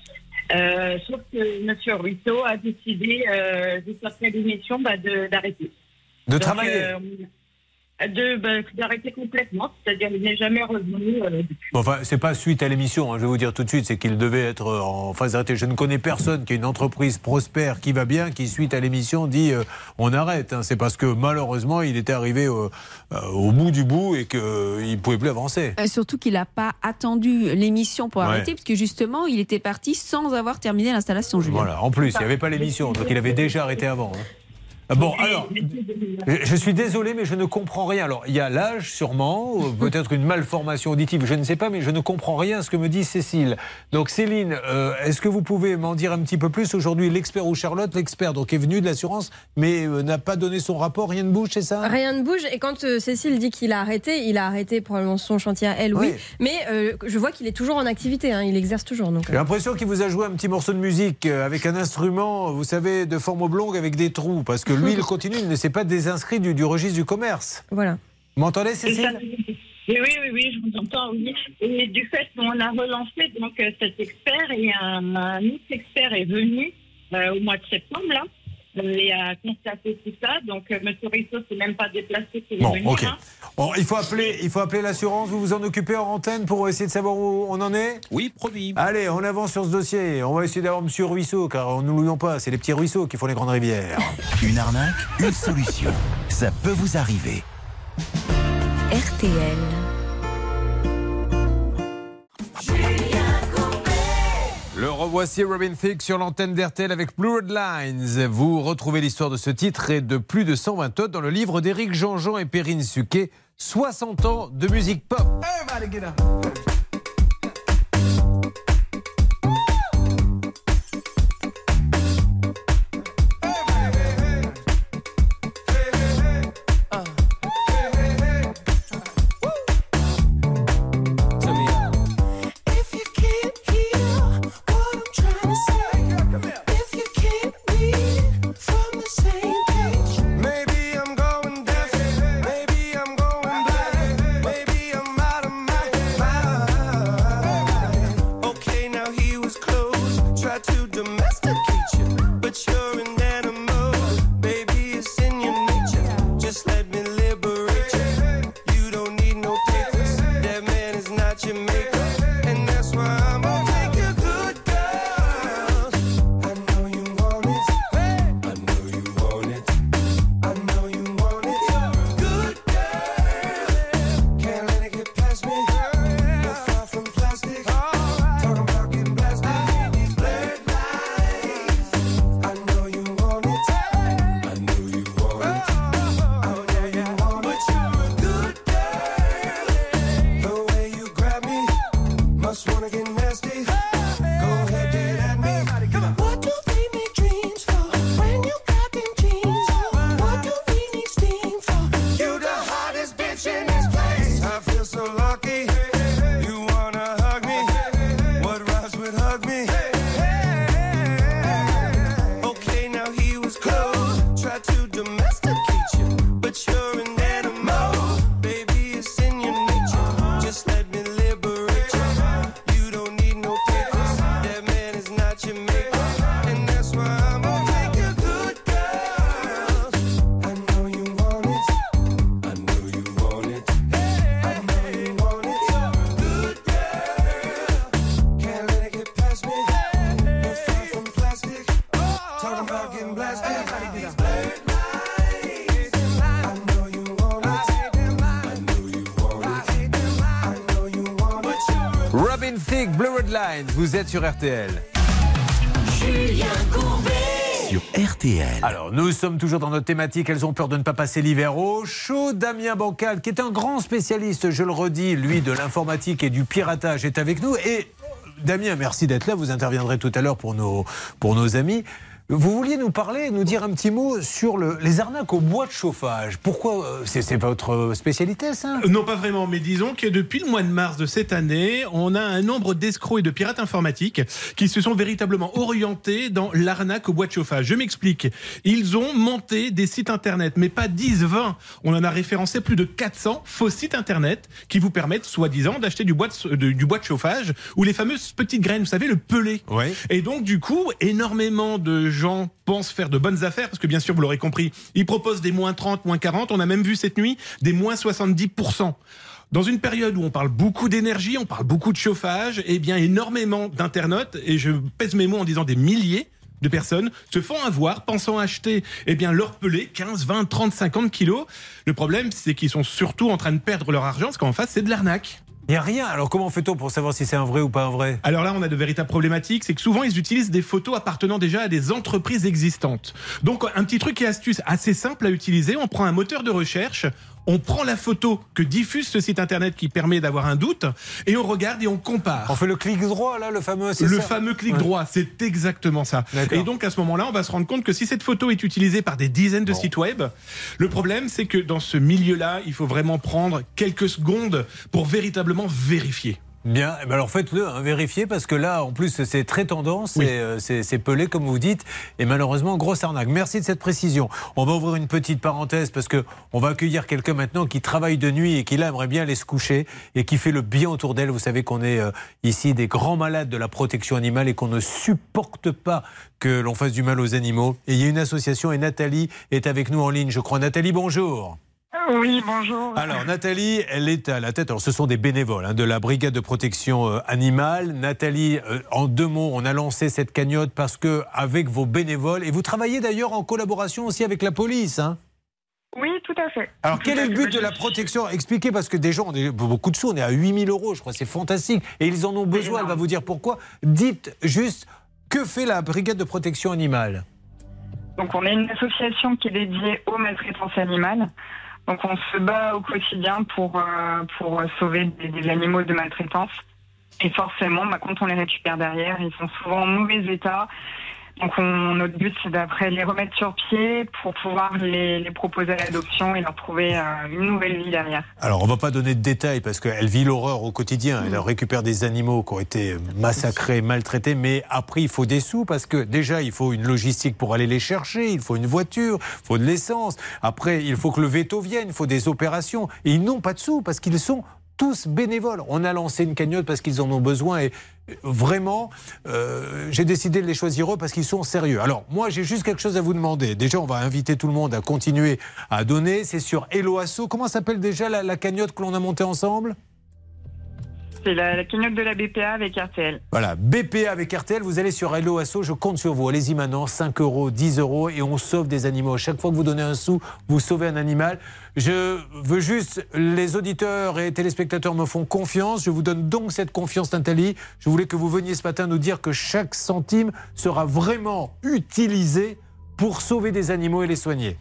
Euh, sauf que M. Ruisseau a décidé, euh, de sortir l'émission, bah, de- d'arrêter. De Donc, travailler euh, de, bah, d'arrêter complètement, c'est-à-dire qu'il n'est jamais revenu. Euh, Bon, enfin, c'est pas suite à l'émission, hein, je vais vous dire tout de suite, c'est qu'il devait être en phase d'arrêter. Je ne connais personne qui a une entreprise prospère, qui va bien, qui suite à l'émission dit euh, on arrête. Hein. C'est parce que malheureusement, il était arrivé au, euh, au bout du bout et qu'il euh, ne pouvait plus avancer. Euh, surtout qu'il n'a pas attendu l'émission pour Ouais. arrêter, puisque justement, il était parti sans avoir terminé l'installation, Julien. Voilà, en plus, il n'y avait pas l'émission, donc il avait déjà arrêté avant. Hein. Bon, alors, je suis désolé, mais je ne comprends rien. Alors, il y a l'âge, sûrement, ou peut-être une malformation auditive, je ne sais pas, mais je ne comprends rien à ce que me dit Cécile. Donc, Céline, euh, est-ce que vous pouvez m'en dire un petit peu plus aujourd'hui? L'expert ou Charlotte, l'expert, donc est venu de l'assurance, mais euh, n'a pas donné son rapport, rien ne bouge, c'est ça? Rien ne bouge. Et quand euh, Cécile dit qu'il a arrêté, il a arrêté probablement son chantier à elle, oui. Oui. Mais euh, je vois qu'il est toujours en activité, hein, il exerce toujours. Donc, J'ai l'impression qu'il vous a joué un petit morceau de musique euh, avec un instrument, vous savez, de forme oblongue avec des trous, parce que lui, il continue, il ne s'est pas désinscrit du, du registre du commerce. Voilà. Vous m'entendez, Et Cécile? ça- Oui, oui, oui, oui, je vous entends, oui. Et du fait qu'on a relancé donc, euh, cet expert, et un, un autre expert est venu euh, au mois de septembre, là, euh, et a constaté tout ça. Donc, euh, M. Risso s'est même pas déplacé pour Bon, venir. ok. hein. Bon, il faut appeler, il faut appeler l'assurance. Vous vous en occupez en antenne pour essayer de savoir où on en est? Oui, promis. Allez, on avance sur ce dossier. On va essayer d'avoir Monsieur Ruisseau, car nous l'oublions pas, c'est les petits ruisseaux qui font les grandes rivières. Une arnaque, une solution. Ça peut vous arriver. R T L. Le revoici, Robin Thicke, sur l'antenne d'R T L avec Blue Red Lines. Vous retrouvez l'histoire de ce titre et de plus de cent vingt autres dans le livre d'Éric Jean-Jean et Perrine Suquet, soixante ans de musique pop. If you can't hear what I'm trying to say, if you can't read from the same page, maybe I'm going deaf, maybe I'm going blind, maybe I'm out of my mind. Okay, now he was close, tried to domesticate you, but you're an animal, baby, it's in your nature. Just let me liberate you. You don't need no papers, that man is not your maker. And that's why I'm gonna take you good, girl. I know you want it. I know you want it. I know you want it. Good girl. Can't let it get past me. No far from plastic. Talking about getting blasted. These blurred lines. I know you want it. I know you want it. I know you want it. But you're a good girl. The way you grab me. Must wanna get nasty. Go ahead, get at me. What do we need dreams for when you got them jeans on? What do we need steam for? You the hottest bitch in this place. I feel so lucky. You wanna hug me? What rhymes with hug me? Okay, now he was close. Tried to domesticate you, but you're an animal. Baby, it's in your nature. Just let me liberate you. You don't need no papers. That man is not your maker. And that's why I'm gonna take you good, girl. I know you want it. I know you want it. I know you want it. Good girl. Can't let it get past me. No far from plastic. Talking about getting blasted. These blurred lines. I know you want it. I know you want it. I know you want it. Robin Thicke, Blue Red Lines, vous êtes sur R T L. Julien Courbet. Sur R T L. Alors, nous sommes toujours dans notre thématique. Elles ont peur de ne pas passer l'hiver au chaud. Damien Bancal, qui est un grand spécialiste, je le redis, lui, de l'informatique et du piratage, est avec nous. Et Damien, merci d'être là. Vous interviendrez tout à l'heure pour nos, pour nos amis. Vous vouliez nous parler, nous dire un petit mot sur le, les arnaques au bois de chauffage. Pourquoi euh, c'est, c'est votre spécialité, ça? Euh, Non, pas vraiment, mais disons que depuis le mois de mars de cette année, on a un nombre d'escrocs et de pirates informatiques qui se sont véritablement orientés dans l'arnaque au bois de chauffage. Je m'explique. Ils ont monté des sites internet, mais pas dix, vingt. On en a référencé plus de quatre cents faux sites internet qui vous permettent, soi-disant, d'acheter du bois de, de- du bois de chauffage ou les fameuses petites graines, vous savez, le pelé. Ouais. Et donc, du coup, énormément de gens pensent faire de bonnes affaires, parce que bien sûr, vous l'aurez compris, ils proposent des moins trente, moins quarante. On a même vu cette nuit des moins soixante-dix pour cent. Dans une période où on parle beaucoup d'énergie, on parle beaucoup de chauffage, eh bien énormément d'internautes, et je pèse mes mots en disant des milliers de personnes, se font avoir pensant acheter eh bien, leur pelé, quinze, vingt, trente, cinquante kilos. Le problème, c'est qu'ils sont surtout en train de perdre leur argent, parce qu'en face, c'est de l'arnaque. Il n'y a rien. Alors comment fait-on pour savoir si c'est un vrai ou pas un vrai? Alors là, on a de véritables problématiques. C'est que souvent, ils utilisent des photos appartenant déjà à des entreprises existantes. Donc, un petit truc et astuce assez simple à utiliser. On prend un moteur de recherche, on prend la photo que diffuse ce site internet qui permet d'avoir un doute, et on regarde et on compare. On fait le clic droit, là, le fameux, c'est Le ça fameux clic Ouais. droit, c'est exactement ça. D'accord. Et donc, à ce moment-là, on va se rendre compte que si cette photo est utilisée par des dizaines de sites web, le problème, c'est que dans ce milieu-là, il faut vraiment prendre quelques secondes pour véritablement vérifier. Bien, eh ben alors faites-le, hein, vérifiez, parce que là, en plus, c'est très tendance, Oui. et, euh, c'est c'est pelé, comme vous dites, et malheureusement, grosse arnaque. Merci de cette précision. On va ouvrir une petite parenthèse, parce que on va accueillir quelqu'un maintenant qui travaille de nuit et qui, là, aimerait bien aller se coucher, et qui fait le bien autour d'elle. Vous savez qu'on est euh, ici des grands malades de la protection animale, et qu'on ne supporte pas que l'on fasse du mal aux animaux. Et il y a une association, et Nathalie est avec nous en ligne, je crois. Nathalie, bonjour. Oui, bonjour. Alors Nathalie, elle est à la tête, alors ce sont des bénévoles hein, de la brigade de protection euh, animale. Nathalie, euh, en deux mots, on a lancé cette cagnotte parce que avec vos bénévoles, et vous travaillez d'ailleurs en collaboration aussi avec la police. Hein. Oui, tout à fait. Alors Tout quel à est le fait. but de la protection? Expliquez, parce que des gens ont des- beaucoup de sous, on est à huit mille euros, je crois, c'est fantastique. Et ils en ont besoin, elle va vous dire pourquoi. Dites juste, que fait la brigade de protection animale? Donc, on est une association qui est dédiée aux maltraitances animales. Donc, on se bat au quotidien pour, euh, pour sauver des, des animaux de maltraitance. Et forcément, bah, quand on les récupère derrière, ils sont souvent en mauvais état. Donc, on, notre but, c'est d'après les remettre sur pied pour pouvoir les, les proposer à l'adoption et leur trouver euh, une nouvelle vie derrière. Alors, on ne va pas donner de détails parce qu'elle vit l'horreur au quotidien. Elle récupère des animaux qui ont été massacrés, maltraités. Mais après, il faut des sous parce que déjà, il faut une logistique pour aller les chercher. Il faut une voiture, il faut de l'essence. Après, il faut que le veto vienne, il faut des opérations. Et ils n'ont pas de sous parce qu'ils sont tous bénévoles. On a lancé une cagnotte parce qu'ils en ont besoin et vraiment, euh, j'ai décidé de les choisir eux parce qu'ils sont sérieux. Alors, moi, j'ai juste quelque chose à vous demander. Déjà, on va inviter tout le monde à continuer à donner. C'est sur Hello Asso. Comment s'appelle déjà la, la cagnotte que l'on a montée ensemble ? C'est la, la cagnotte de la B P A avec R T L. Voilà, B P A avec R T L, vous allez sur Hello Asso, je compte sur vous. Allez-y maintenant, cinq euros, dix euros, et on sauve des animaux. Chaque fois que vous donnez un sou, vous sauvez un animal. Je veux juste, les auditeurs et téléspectateurs me font confiance. Je vous donne donc cette confiance, Nathalie. Je voulais que vous veniez ce matin nous dire que chaque centime sera vraiment utilisé pour sauver des animaux et les soigner.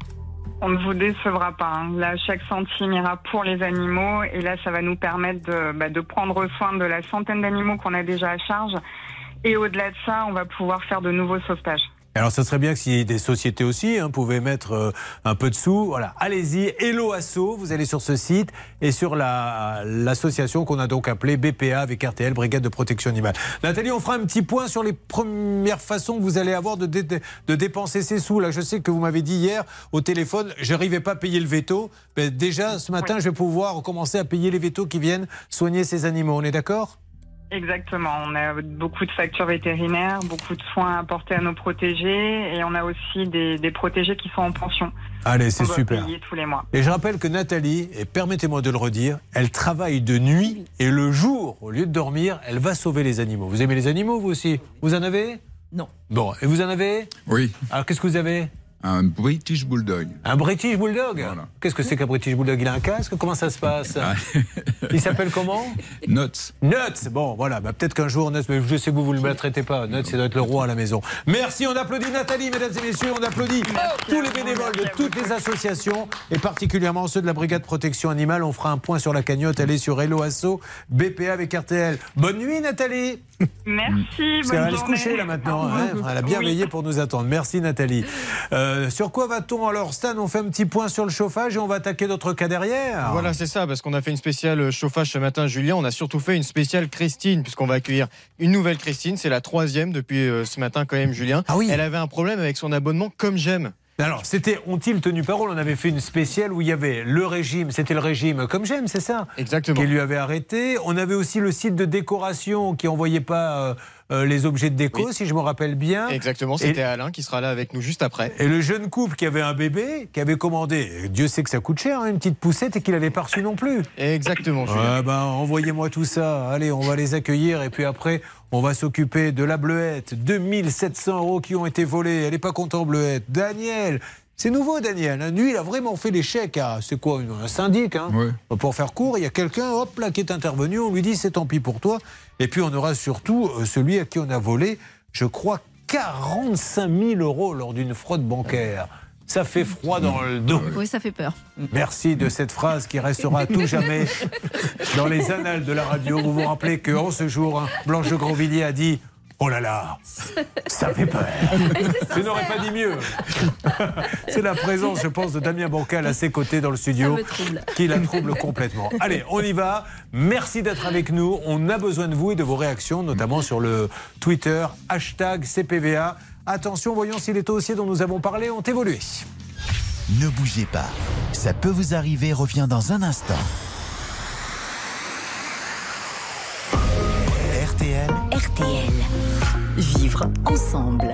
On ne vous décevra pas. Hein. Là, chaque centime ira pour les animaux. Et là, ça va nous permettre de, bah, de prendre soin de la centaine d'animaux qu'on a déjà à charge. Et au-delà de ça, on va pouvoir faire de nouveaux sauvetages. Alors, ça serait bien que si des sociétés aussi hein, pouvaient mettre euh, un peu de sous. Voilà, allez-y, Hello Asso, vous allez sur ce site et sur la, l'association qu'on a donc appelée B P A avec R T L, Brigade de Protection Animale. Nathalie, on fera un petit point sur les premières façons que vous allez avoir de, dé, de dépenser ces sous. Là, je sais que vous m'avez dit hier au téléphone, je n'arrivais pas à payer le veto. Mais déjà, ce matin, oui. je vais pouvoir commencer à payer les vétos qui viennent soigner ces animaux. On est d'accord ? Exactement, on a beaucoup de factures vétérinaires, beaucoup de soins à apporter à nos protégés et on a aussi des, des protégés qui sont en pension. Allez, c'est on doit super. payer tous les mois. Et je rappelle que Nathalie, et permettez-moi de le redire, elle travaille de nuit et le jour, au lieu de dormir, elle va sauver les animaux. Vous aimez les animaux, vous aussi ? Vous en avez ? Non. Bon, et vous en avez ? Oui. Alors qu'est-ce que vous avez ? Un British Bulldog. Un British Bulldog voilà. Qu'est-ce que c'est qu'un British Bulldog ? Il a un casque ? Comment ça se passe ? Il s'appelle comment ? Nuts. Nuts. Bon, voilà. Bah, peut-être qu'un jour, Nuts, mais je sais que vous ne vous le maltraitez pas. Nuts, ça doit être le roi à la maison. Merci. On applaudit Nathalie, mesdames et messieurs. On applaudit Merci tous les bénévoles de toutes les associations et particulièrement ceux de la Brigade Protection Animale. On fera un point sur la cagnotte. Allez sur Hello Asso, B P A avec R T L. Bonne nuit, Nathalie. Merci. Parce qu'elle va aller se coucher là maintenant. Hein. Elle a bien oui. veillé pour nous attendre. Merci, Nathalie. Euh, sur quoi va-t-on alors, Stan ? On fait un petit point sur le chauffage et on va attaquer d'autres cas derrière. Voilà, c'est ça, parce qu'on a fait une spéciale chauffage ce matin, Julien. On a surtout fait une spéciale Christine, puisqu'on va accueillir une nouvelle Christine. C'est la troisième depuis euh, ce matin quand même, Julien. Ah oui. Elle avait un problème avec son abonnement Comme J'aime. Alors, c'était Ont-ils tenu parole ? On avait fait une spéciale où il y avait le régime, c'était le régime Comme J'aime, c'est ça ? Exactement. Qui lui avait arrêté. On avait aussi le site de décoration qui n'envoyait pas euh, euh, les objets de déco, oui. si je me rappelle bien. Exactement, c'était et... Alain qui sera là avec nous juste après. Et le jeune couple qui avait un bébé, qui avait commandé, Dieu sait que ça coûte cher, hein, une petite poussette, et qu'il n'avait pas reçu non plus. Exactement. Ouais, ben, envoyez-moi tout ça. Allez, on va les accueillir et puis après, on va s'occuper de la Bleuette. deux mille sept cents euros qui ont été volés. Elle n'est pas contente, Bleuette. Daniel, c'est nouveau, Daniel. Lui, il a vraiment fait les chèques à, c'est quoi, un syndic. Hein. Ouais. Pour faire court, il y a quelqu'un, hop là, qui est intervenu. On lui dit, c'est tant pis pour toi. Et puis, on aura surtout euh, celui à qui on a volé, je crois, quarante-cinq mille euros lors d'une fraude bancaire. Ça fait froid dans le dos. Oui, ça fait peur. Merci de cette phrase qui restera à tout jamais dans les annales de la radio. Vous vous rappelez qu'en ce jour, hein, Blanche de Grandvilliers a dit « Oh là là, ça fait peur ». Je n'aurais pas dit mieux. C'est la présence, je pense, de Damien Bancal à ses côtés dans le studio qui la trouble complètement. Allez, on y va. Merci d'être avec nous. On a besoin de vous et de vos réactions, notamment sur le Twitter, hashtag C P V A. Attention, voyons si les dossiers dont nous avons parlé ont évolué. Ne bougez pas. Ça peut vous arriver, revient dans un instant. R T L. R T L. Vivre ensemble.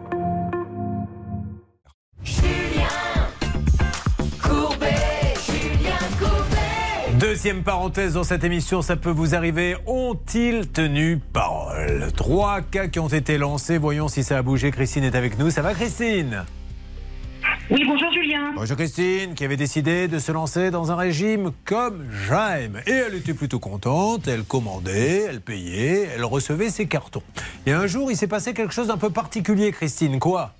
Deuxième parenthèse dans cette émission, ça peut vous arriver. Ont-ils tenu parole? Trois cas qui ont été lancés. Voyons si ça a bougé. Christine est avec nous. Ça va, Christine? Oui, bonjour Julien. Bonjour Christine, qui avait décidé de se lancer dans un régime comme j'aime. Et elle était plutôt contente. Elle commandait, elle payait, elle recevait ses cartons. Et un jour, il s'est passé quelque chose d'un peu particulier, Christine. Quoi?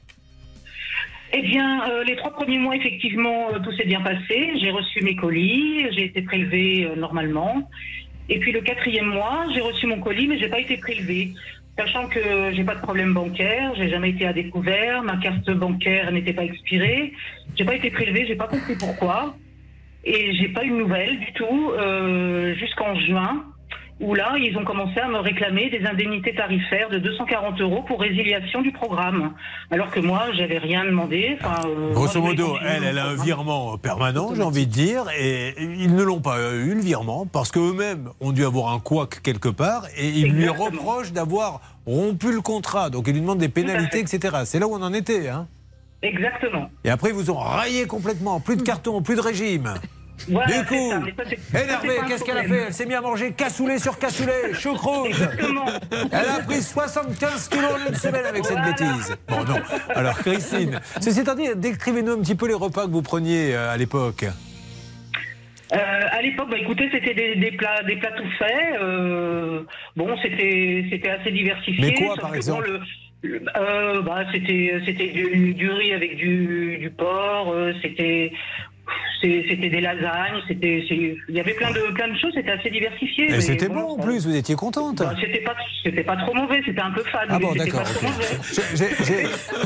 Eh bien, euh, les trois premiers mois, effectivement, euh, tout s'est bien passé. J'ai reçu mes colis, j'ai été prélevée euh, normalement. Et puis le quatrième mois, j'ai reçu mon colis, mais j'ai pas été prélevée. Sachant que j'ai pas de problème bancaire, j'ai jamais été à découvert, ma carte bancaire n'était pas expirée. J'ai pas été prélevée, j'ai pas compris pourquoi. Et j'ai pas eu de nouvelles du tout euh, jusqu'en juin, où là, ils ont commencé à me réclamer des indemnités tarifaires de deux cent quarante euros pour résiliation du programme. Alors que moi, j'avais rien demandé. Enfin, euh, Grosso modo, elle, elle a un virement permanent, j'ai envie de dire, et ils ne l'ont pas eu, le virement, parce qu'eux-mêmes ont dû avoir un couac quelque part, et ils Exactement. lui reprochent d'avoir rompu le contrat. Donc, ils lui demandent des pénalités, et cetera. C'est là où on en était. Hein. Exactement. Et après, ils vous ont raillé complètement. Plus de carton, plus de régime. Voilà, du coup, ça, énervée, qu'est-ce qu'elle a fait? Elle s'est mise à manger cassoulet sur cassoulet, choucroute. Elle a pris soixante-quinze kilos en une semaine avec voilà. cette bêtise. Bon, non. Alors, Christine, ceci étant dit, décrivez-nous un petit peu les repas que vous preniez à l'époque. Euh, à l'époque, bah, écoutez, c'était des, des plats, des plats tout faits. Euh, bon, c'était, c'était assez diversifié. Mais quoi, par exemple? Bon, le, euh, bah, c'était, c'était du, du riz avec du, du porc. Euh, c'était. C'était des lasagnes, c'était, il y avait plein de, plein de choses, c'était assez diversifié. Et c'était bon, bon en plus, vous étiez contente. Bah, c'était pas, c'était pas trop mauvais, c'était un peu fade. Ah bon, d'accord. Okay.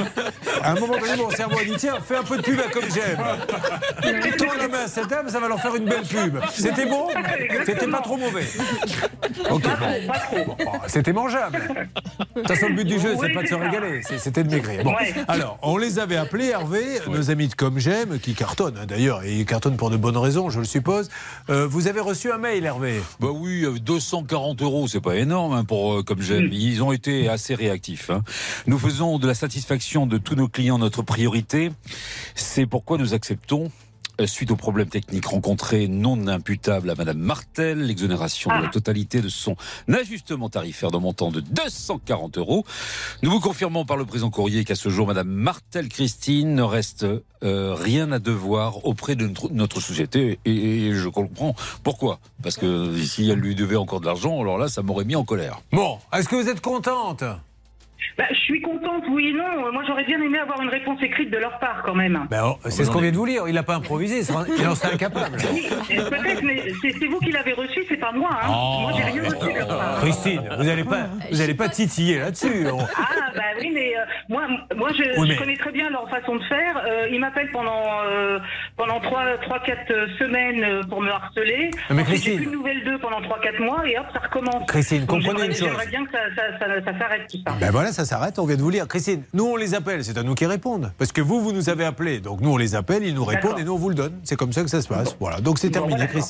À un moment donné, mon cerveau a dit tiens, fais un peu de pub à Comme J'aime. Tourne la main à cette dame, ça va leur faire une belle pub. C'était bon, c'était pas trop mauvais. Ok, pas bon. trop, pas trop. Bon, c'était mangeable. De toute façon, le but du jeu, c'est oui, pas de se régaler, c'était de maigrir. Bon, ouais. Alors, on les avait appelés, Hervé, ouais. nos amis de Comme J'aime, qui cartonnent hein, d'ailleurs, et ils cartonnent pour de bonnes raisons, je le suppose. Euh, vous avez reçu un mail, Hervé? Bah oui, deux cent quarante euros, c'est pas énorme hein, pour euh, Comme J'aime. Ils ont été assez réactifs. Hein. Nous faisons de la satisfaction de tous nos clients notre priorité. C'est pourquoi nous acceptons, suite aux problèmes techniques rencontrés non imputables à Madame Martel, l'exonération ah. de la totalité de son ajustement tarifaire d'un montant de deux cent quarante euros. Nous vous confirmons par le présent courrier qu'à ce jour, Madame Martel Christine ne reste euh, rien à devoir auprès de notre, notre société. Et, et je comprends pourquoi. Parce que si elle lui devait encore de l'argent, alors là, ça m'aurait mis en colère. Bon, est-ce que vous êtes contente? Bah, je suis contente, oui et non. Moi, j'aurais bien aimé avoir une réponse écrite de leur part, quand même. Ben, oh, c'est ce qu'on vient de vous lire. Il n'a pas improvisé. Il en serait incapable. Oui, peut-être, mais c'est vous qui l'avez reçu, c'est pas moi. Hein. Oh, moi, j'ai rien reçu de leur part. Christine, vous n'allez pas, vous allez pas titiller là-dessus. On... Ah, bah oui, mais euh, moi, moi, je, oui, mais... je connais très bien leur façon de faire. Euh, ils m'appellent pendant euh, pendant trois, trois, quatre semaines pour me harceler. Mais Christine, j'ai plus de nouvelles d'eux pendant trois, quatre mois et hop, ça recommence. Christine, comprenez une chose. J'aimerais bien que ça, ça, ça, ça s'arrête tout ça. Ben voilà, ça s'arrête. On vient de vous lire. Christine, nous on les appelle, c'est à nous qu'ils répondent. Parce que vous, vous nous avez appelés. Donc nous on les appelle, ils nous répondent et nous on vous le donne. C'est comme ça que ça se passe. Voilà. Donc c'est terminé, Christine.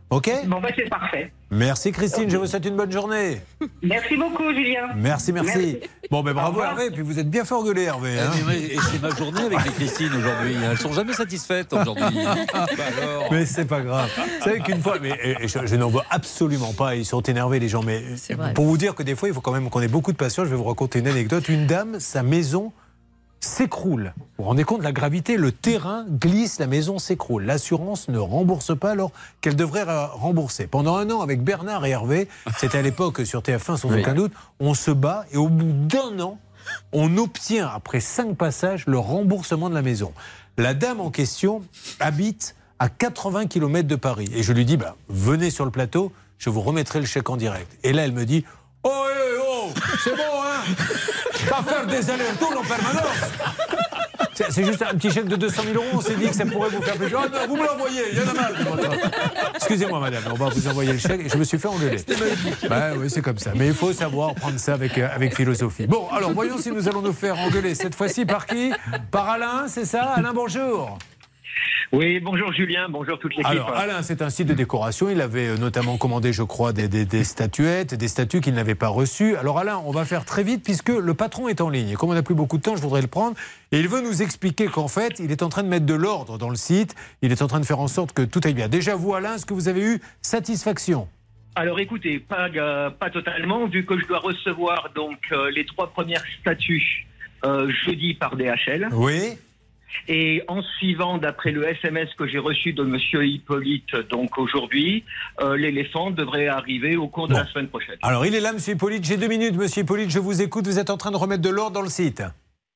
Ok ? Bon, bah, c'est parfait. Merci Christine, je vous souhaite une bonne journée. Merci beaucoup, Julien. Merci, merci. Merci. Bon, ben bravo Hervé, puis vous êtes bien fait engueuler Hervé. Hein. Et c'est ma journée avec les Christine aujourd'hui. Elles sont jamais satisfaites aujourd'hui. Bah alors. Mais c'est pas grave. Vous savez qu'une fois, mais et je, je n'en veux absolument pas, ils sont énervés les gens, mais vrai. pour vous dire que des fois, il faut quand même qu'on ait beaucoup de patience. Je vais vous raconter une anecdote. Une dame, sa maison s'écroule. Vous vous rendez compte de la gravité? Le terrain glisse, la maison s'écroule. L'assurance ne rembourse pas alors qu'elle devrait rembourser. Pendant un an, avec Bernard et Hervé, c'était à l'époque sur T F un sans Oui. aucun doute, on se bat et au bout d'un an, on obtient, après cinq passages, le remboursement de la maison. La dame en question habite à quatre-vingts kilomètres de Paris. Et je lui dis, bah, venez sur le plateau, je vous remettrai le chèque en direct. Et là, elle me dit, oh, hey, oh, c'est bon, hein? Pas faire des allers-retours en permanence. C'est, c'est juste un petit chèque de deux cent mille euros, on s'est dit que ça pourrait vous faire plaisir. Oh non, vous me l'envoyez, il y en a marre. Excusez-moi madame, on va vous envoyer le chèque. Et je me suis fait engueuler. Bah oui, c'est comme ça. Mais il faut savoir prendre ça avec, euh, avec philosophie. Bon, alors voyons si nous allons nous faire engueuler. Cette fois-ci par qui? Par Alain, c'est ça? Alain, bonjour. Oui, bonjour Julien, bonjour toute l'équipe. Alors Alain, c'est un site de décoration. Il avait notamment commandé, je crois, des, des, des statuettes, des statues qu'il n'avait pas reçues. Alors Alain, on va faire très vite puisque le patron est en ligne. Et comme on n'a plus beaucoup de temps, je voudrais le prendre. Et il veut nous expliquer qu'en fait, il est en train de mettre de l'ordre dans le site. Il est en train de faire en sorte que tout aille bien. Déjà, vous Alain, est-ce que vous avez eu satisfaction? Alors écoutez, pas, euh, pas totalement, vu que je dois recevoir donc euh, les trois premières statues euh, jeudi par D H L. Oui. Et en suivant, d'après le S M S que j'ai reçu de Monsieur Hippolyte, donc aujourd'hui, euh, l'éléphant devrait arriver au cours de bon. la semaine prochaine. Alors il est là, Monsieur Hippolyte. J'ai deux minutes, Monsieur Hippolyte. Je vous écoute. Vous êtes en train de remettre de l'ordre dans le site.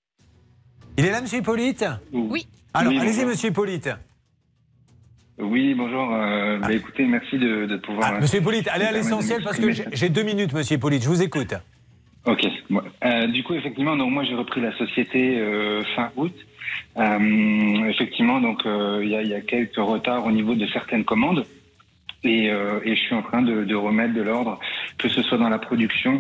Il est là, Monsieur Hippolyte? Oui. Alors Oui, allez-y, bonjour. Monsieur Hippolyte. Oui, bonjour. Euh, bah, écoutez, merci de, de pouvoir... Ah, Monsieur Hippolyte, allez à me permettre de l'essentiel parce que j'ai, m'exprimer. j'ai deux minutes, Monsieur Hippolyte. Je vous écoute. Ok. Bon. Euh, du coup, effectivement, donc moi j'ai repris la société euh, fin août. Euh, effectivement, donc euh, il y, a, y a quelques retards au niveau de certaines commandes et, euh, et je suis en train de, de remettre de l'ordre, que ce soit dans la production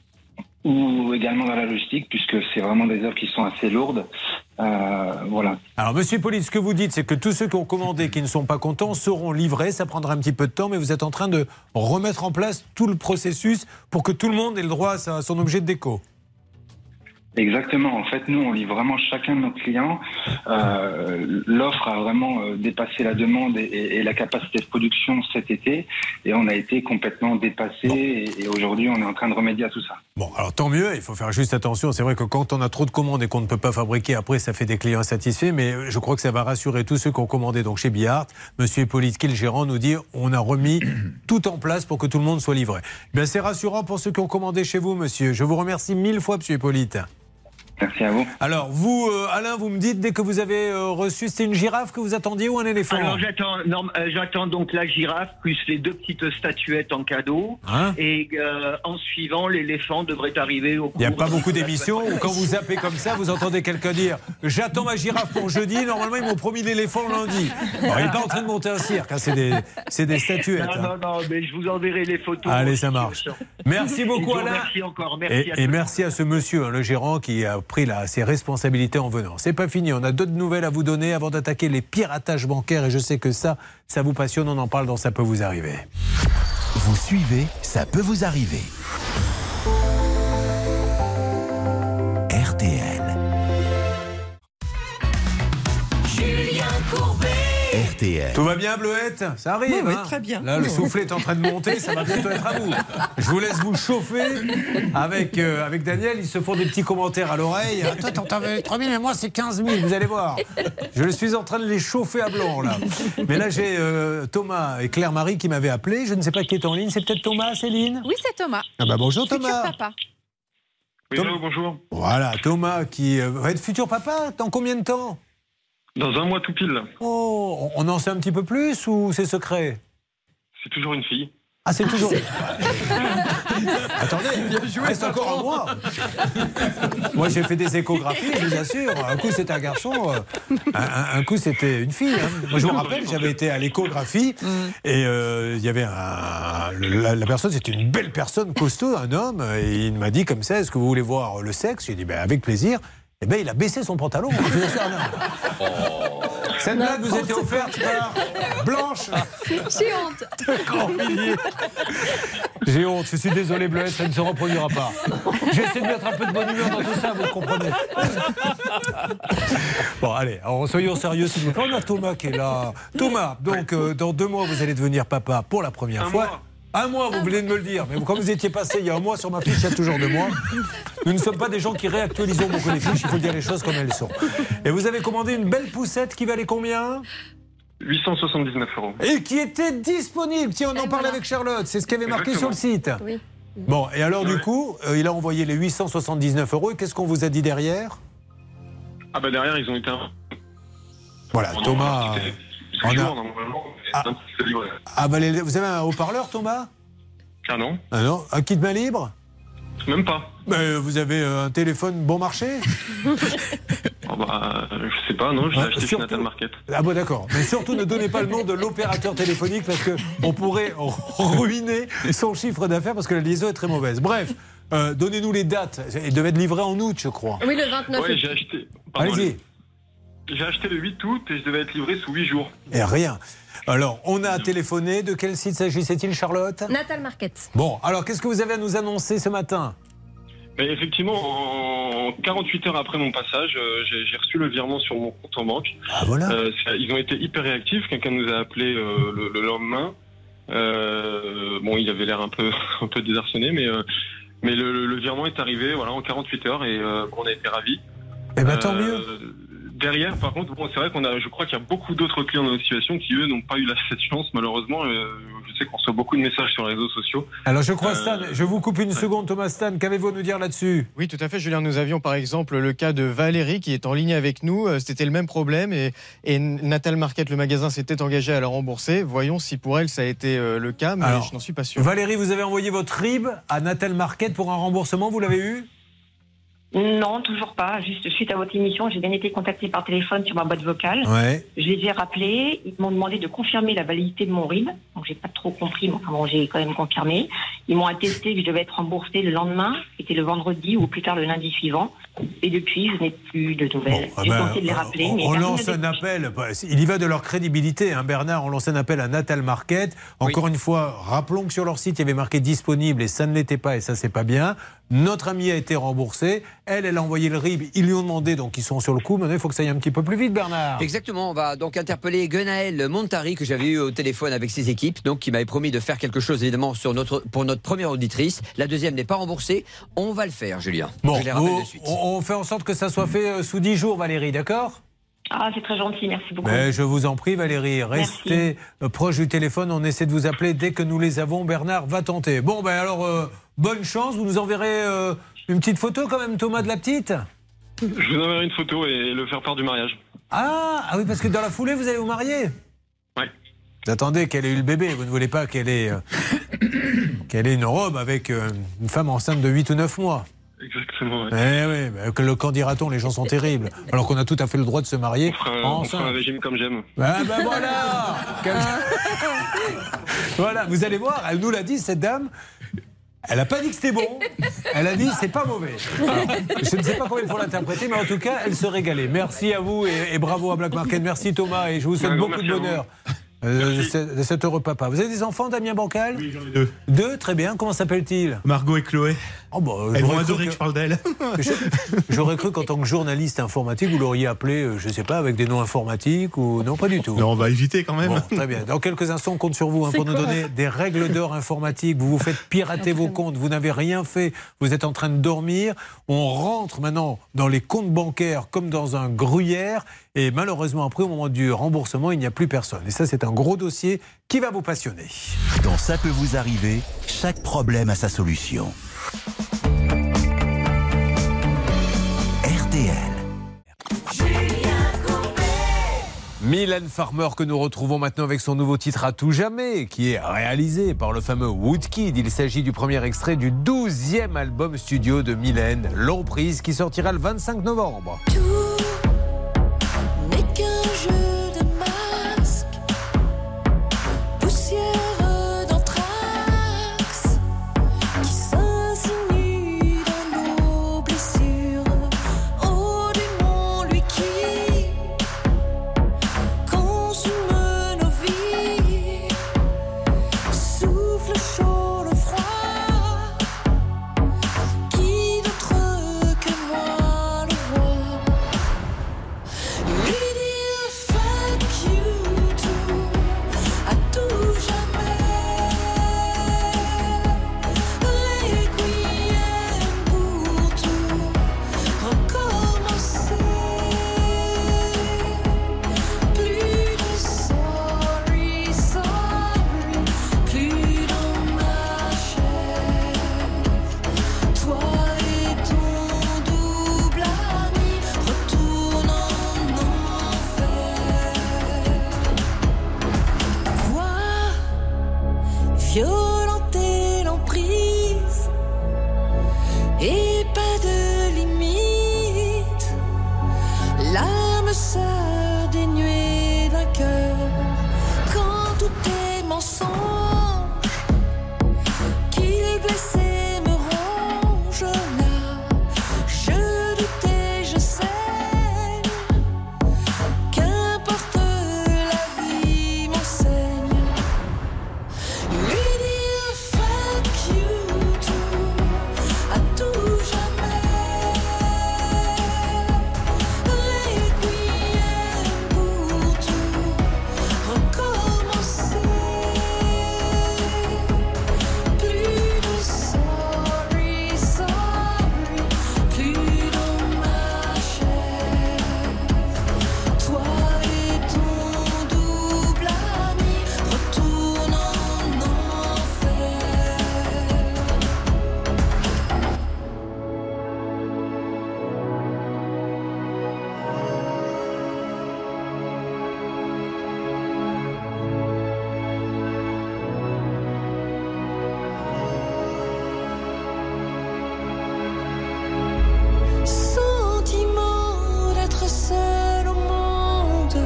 ou également dans la logistique, puisque c'est vraiment des œuvres qui sont assez lourdes. Euh, voilà. Alors, Monsieur Hippolyte, ce que vous dites, c'est que tous ceux qui ont commandé, qui ne sont pas contents, seront livrés. Ça prendra un petit peu de temps, mais vous êtes en train de remettre en place tout le processus pour que tout le monde ait le droit à sa- son objet de déco. Exactement. En fait, nous, on lit vraiment chacun de nos clients. Euh, l'offre a vraiment euh, dépassé la demande et, et, et la capacité de production cet été. Et on a été complètement dépassé. Et, et aujourd'hui, on est en train de remédier à tout ça. Bon, alors tant mieux, il faut faire juste attention. C'est vrai que quand on a trop de commandes et qu'on ne peut pas fabriquer, après, ça fait des clients insatisfaits. Mais je crois que ça va rassurer tous ceux qui ont commandé donc chez Biart. Monsieur Hippolyte, qui est le gérant, nous dit on a remis tout en place pour que tout le monde soit livré. Bien, c'est rassurant pour ceux qui ont commandé chez vous, monsieur. Je vous remercie mille fois, Monsieur Hippolyte. Merci à vous. Alors, vous, euh, Alain, vous me dites, dès que vous avez euh, reçu, c'était une girafe que vous attendiez ou un éléphant? Alors j'attends, non, euh, j'attends donc la girafe plus les deux petites statuettes en cadeau. Hein? Et euh, en suivant, l'éléphant devrait arriver au cours. Il n'y a pas de- beaucoup de la d'émissions semaine où quand vous zappez comme ça, vous entendez quelqu'un dire « J'attends ma girafe pour jeudi, normalement ils m'ont promis l'éléphant lundi ». Alors, il n'est pas en train de monter un cirque, hein, c'est des, c'est des statuettes. Non, hein. non, non, mais je vous enverrai les photos. Allez, ça marche. Merci beaucoup, Alain. Merci encore. Merci Et, à et tous. merci à ce monsieur, hein, le gérant, qui a pris la, ses responsabilités en venant. C'est pas fini, on a d'autres nouvelles à vous donner avant d'attaquer les piratages bancaires et je sais que ça, ça vous passionne, on en parle dans Ça peut vous arriver. Vous suivez, ça peut vous arriver. R T L. Julien Courbet. R T L. Tout va bien, Bleuette? Ça arrive, Oui, oui, hein très bien. Là, le soufflet est en train de monter, ça va bientôt être à vous. Je vous laisse vous chauffer avec, euh, avec Daniel. Ils se font des petits commentaires à l'oreille. Toi, t'en t'avais trois mille, mais moi, c'est quinze mille, vous allez voir. Je suis en train de les chauffer à blanc, là. Mais là, j'ai euh, Thomas et Claire-Marie qui m'avaient appelé. Je ne sais pas qui est en ligne. C'est peut-être Thomas, Céline? Oui, c'est Thomas. Ah bah bonjour, Futur Thomas. papa. Oui, Tom- allô, bonjour. Voilà, Thomas qui euh, va être futur papa. Dans combien de temps? Dans un mois tout pile. Oh, on en sait un petit peu plus ou c'est secret? C'est toujours une fille. Ah, c'est toujours. Attendez, reste encore un mois. Moi, j'ai fait des échographies, je vous assure. Un coup, c'était un garçon, euh, un, un- un coup, c'était une fille. hein. Moi, je me rappelle, j'avais été à l'échographie et euh, il y avait un. le- La, la personne, c'était une belle personne, costaud, un homme. Et il m'a dit comme ça, est-ce que vous voulez voir le sexe? J'ai dit, ben, avec plaisir. eh ben, il a baissé son pantalon. Je vous assure, non. Cette blague vous était offerte par Blanche. J'ai honte. Grand millier. J'ai honte, je suis désolé, Bleuette, ça ne se reproduira pas. J'essaie de mettre un peu de bonne humeur dans tout ça, vous comprenez. Bon, allez, alors soyons sérieux, s'il vous plaît. On a Thomas qui est là. Thomas, donc, euh, dans deux mois, vous allez devenir papa pour la première un fois. Mois. Un mois, vous venez de me le dire. Mais quand vous étiez passé il y a un mois sur ma fiche, il y a toujours deux mois. Nous ne sommes pas des gens qui réactualisons beaucoup les fiches. Il faut dire les choses comme elles sont. Et vous avez commandé une belle poussette qui valait combien ? huit cent soixante-dix-neuf euros. Et qui était disponible. Tiens, on en parle avec Charlotte. C'est ce qui avait marqué Exactement. sur le site. Oui. Bon, et alors du coup, euh, il a envoyé les huit cent soixante-dix-neuf euros. Et qu'est-ce qu'on vous a dit derrière ? Ah bah derrière, ils ont été un... Voilà, Oh non, Thomas. c'était- euh, c'est on le a- jour, normalement, mais c'est un petit peu livré. Ah bah, les- vous avez un haut-parleur, Thomas ? Ah non, Ah non, un kit main libre ? même pas. Mais vous avez euh, un téléphone bon marché ? Oh bah, euh, je sais pas, non, je l'ai Ouais, acheté chez surtout- Natal Market. Ah bon, d'accord. Mais surtout, ne donnez pas le nom de l'opérateur téléphonique parce qu'on pourrait ruiner son chiffre d'affaires parce que la liaison est très mauvaise. Bref, euh, donnez-nous les dates. Il devait être livré en août, je crois. Oui, le vingt-neuf Ouais, août. j'ai acheté... pardon, Allez-y. J'ai acheté le huit août et je devais être livré sous huit jours. Et rien. Alors, on a téléphoné. De quel site s'agissait-il, Charlotte ? Natal Market. Bon, alors, qu'est-ce que vous avez à nous annoncer ce matin ? Mais effectivement, en quarante-huit heures après mon passage, euh, j'ai j'ai reçu le virement sur mon compte en banque. Ah voilà. Euh, c'est- ils ont été hyper réactifs. Quelqu'un nous a appelé euh, le, le lendemain. Euh, bon, il avait l'air un peu, un peu désarçonné, mais, euh, mais le, le- le virement est arrivé voilà, en quarante-huit heures et euh, on a été ravis. Eh ben, tant mieux. Derrière, par contre, bon, c'est vrai qu'on a, je crois qu'il y a beaucoup d'autres clients dans notre situation qui, eux, n'ont pas eu la, cette chance, malheureusement. Euh, je sais qu'on reçoit beaucoup de messages sur les réseaux sociaux. Alors, je crois, Euh, Stan, je vous coupe une seconde, Thomas Stan. Qu'avez-vous à nous dire là-dessus ? Oui, tout à fait, Julien. Nous avions par exemple le cas de Valérie qui est en ligne avec nous. Euh, C'était le même problème et, et Natal Market, le magasin, s'était engagé à la rembourser. Voyons si pour elle ça a été euh, le cas, mais Alors, je n'en suis pas sûr. Valérie, vous avez envoyé votre R I B à Natal Market pour un remboursement, vous l'avez eu ? Non, toujours pas. Juste suite à votre émission, j'ai bien été contactée par téléphone sur ma boîte vocale. Ouais. Je les ai rappelés. Ils m'ont demandé de confirmer la validité de mon R I B. Donc, j'ai pas trop compris, mais enfin bon, j'ai quand même confirmé. Ils m'ont attesté que je devais être remboursée le lendemain. C'était le vendredi ou plus tard le lundi suivant. Et depuis, je n'ai plus de nouvelles. Ah j'ai ben, tenté de les rappeler, on, mais on personne lance n'a un décroché. appel. Il y va de leur crédibilité, hein, Bernard. On lance un appel à Natal Market. Encore une fois, rappelons que sur leur site, il y avait marqué disponible et ça ne l'était pas et ça, c'est pas bien. Notre amie a été remboursée. Elle, elle a envoyé le R I B. Ils lui ont demandé, donc ils sont sur le coup. Maintenant, il faut que ça aille un petit peu plus vite, Bernard. Exactement, on va donc interpeller Guenaël Montari que j'avais eu au téléphone avec ses équipes, donc qui m'avait promis de faire quelque chose évidemment sur notre, pour notre première auditrice. La deuxième n'est pas remboursée, on va le faire, Julien. Bon, je les rappelle vous- de suite. on, on fait en sorte que ça soit fait euh, sous dix jours, Valérie, d'accord ? Ah, c'est très gentil. Merci beaucoup. Mais je vous en prie, Valérie, restez euh, proche du téléphone. On essaie de vous appeler dès que nous les avons. Bernard va tenter. Bon, ben alors, euh, bonne chance. Vous nous enverrez euh, une petite photo quand même, Thomas, de la petite ? Je vous enverrai une photo et le faire part du mariage. Ah, ah oui, parce que dans la foulée, vous allez vous marier ? Ouais. Vous attendez qu'elle ait eu le bébé. Vous ne voulez pas qu'elle ait, euh, qu'elle ait une robe avec euh, une femme enceinte de huit ou neuf mois. Exactement, ouais. Eh oui, mais que le qu'en dira-t-on, les gens sont terribles. Alors qu'on a tout à fait le droit de se marier On fera, on fera enceinte. un régime comme j'aime. Ah ben voilà. Quel- Voilà, vous allez voir, elle nous l'a dit, cette dame. Elle n'a pas dit que c'était bon, elle a dit c'est pas mauvais. Alors, je ne sais pas comment il faut l'interpréter, mais en tout cas, elle se régalait. Merci à vous et, et bravo à Black Market. Merci Thomas et je vous souhaite Un grand beaucoup de merci à bonheur. Euh, de ce- de cet heureux papa. Vous avez des enfants, Damien Bancal ? Oui, j'en ai deux. Deux, très bien. Comment s'appelle-t-il ? Margot et Chloé. Oh bah, Elles j'aurais vont cru adorer que... que- je parle d'elles. Je- J'aurais cru qu'en tant que journaliste informatique, vous l'auriez appelé, euh, je ne sais pas, avec des noms informatiques ou non, pas du tout. Non, on va éviter quand même. Bon, très bien. Dans quelques instants, on compte sur vous hein, C'est pour nous quoi donner des règles d'or informatiques. Vous vous faites pirater vos comptes, vous n'avez rien fait, vous êtes en train de dormir. On rentre maintenant dans les comptes bancaires comme dans un gruyère. Et malheureusement, après, au moment du remboursement, il n'y a plus personne. Et ça, c'est un gros dossier qui va vous passionner. Dans Ça peut vous arriver, chaque problème a sa solution. R T L. Mylène Farmer que nous retrouvons maintenant avec son nouveau titre À tout jamais, qui est réalisé par le fameux Woodkid. Il s'agit du premier extrait du douzième album studio de Mylène, L'Emprise, qui sortira le vingt-cinq novembre. N'est qu'un jeu de masques, poussière d'anthrax qui s'insinue dans nos blessures. Oh, du l'âme sœur dénuée d'un cœur, quand tout est mensonge, qu'il blessé me ronge là, je doutais, je sais, qu'importe la vie m'enseigne, lui dire fuck you tout, à tout jamais. Sentiment d'être seul au monde,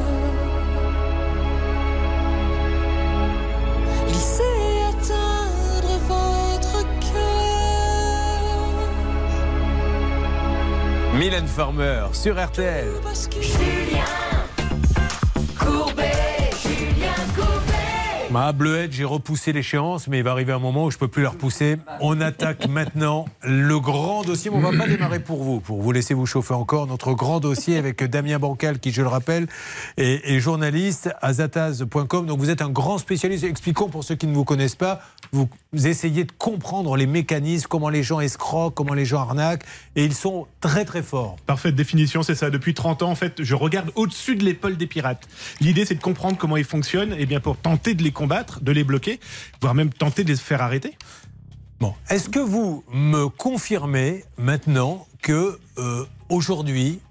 laissez atteindre votre cœur. Mylène Farmer sur R T L. Julien Courbet, Julien Courbet. Ma bleuette, j'ai repoussé l'échéance, mais il va arriver un moment où je ne peux plus la repousser. On attaque maintenant le grand dossier. Mais on ne va pas démarrer pour vous, pour vous laisser vous chauffer encore. Notre grand dossier avec Damien Bancal, qui, je le rappelle, est, est journaliste à zataz point com. Donc vous êtes un grand spécialiste. Expliquons pour ceux qui ne vous connaissent pas. Vous essayez de comprendre les mécanismes, comment les gens escroquent, comment les gens arnaquent. Et ils sont très très forts. Parfaite définition, c'est ça. Depuis trente ans, en fait, je regarde au-dessus de l'épaule des pirates. L'idée, c'est de comprendre comment ils fonctionnent, et bien pour tenter de les combattre, de les bloquer, voire même tenter de les faire arrêter. Bon, est-ce que vous me confirmez maintenant que euh, aujourd'hui,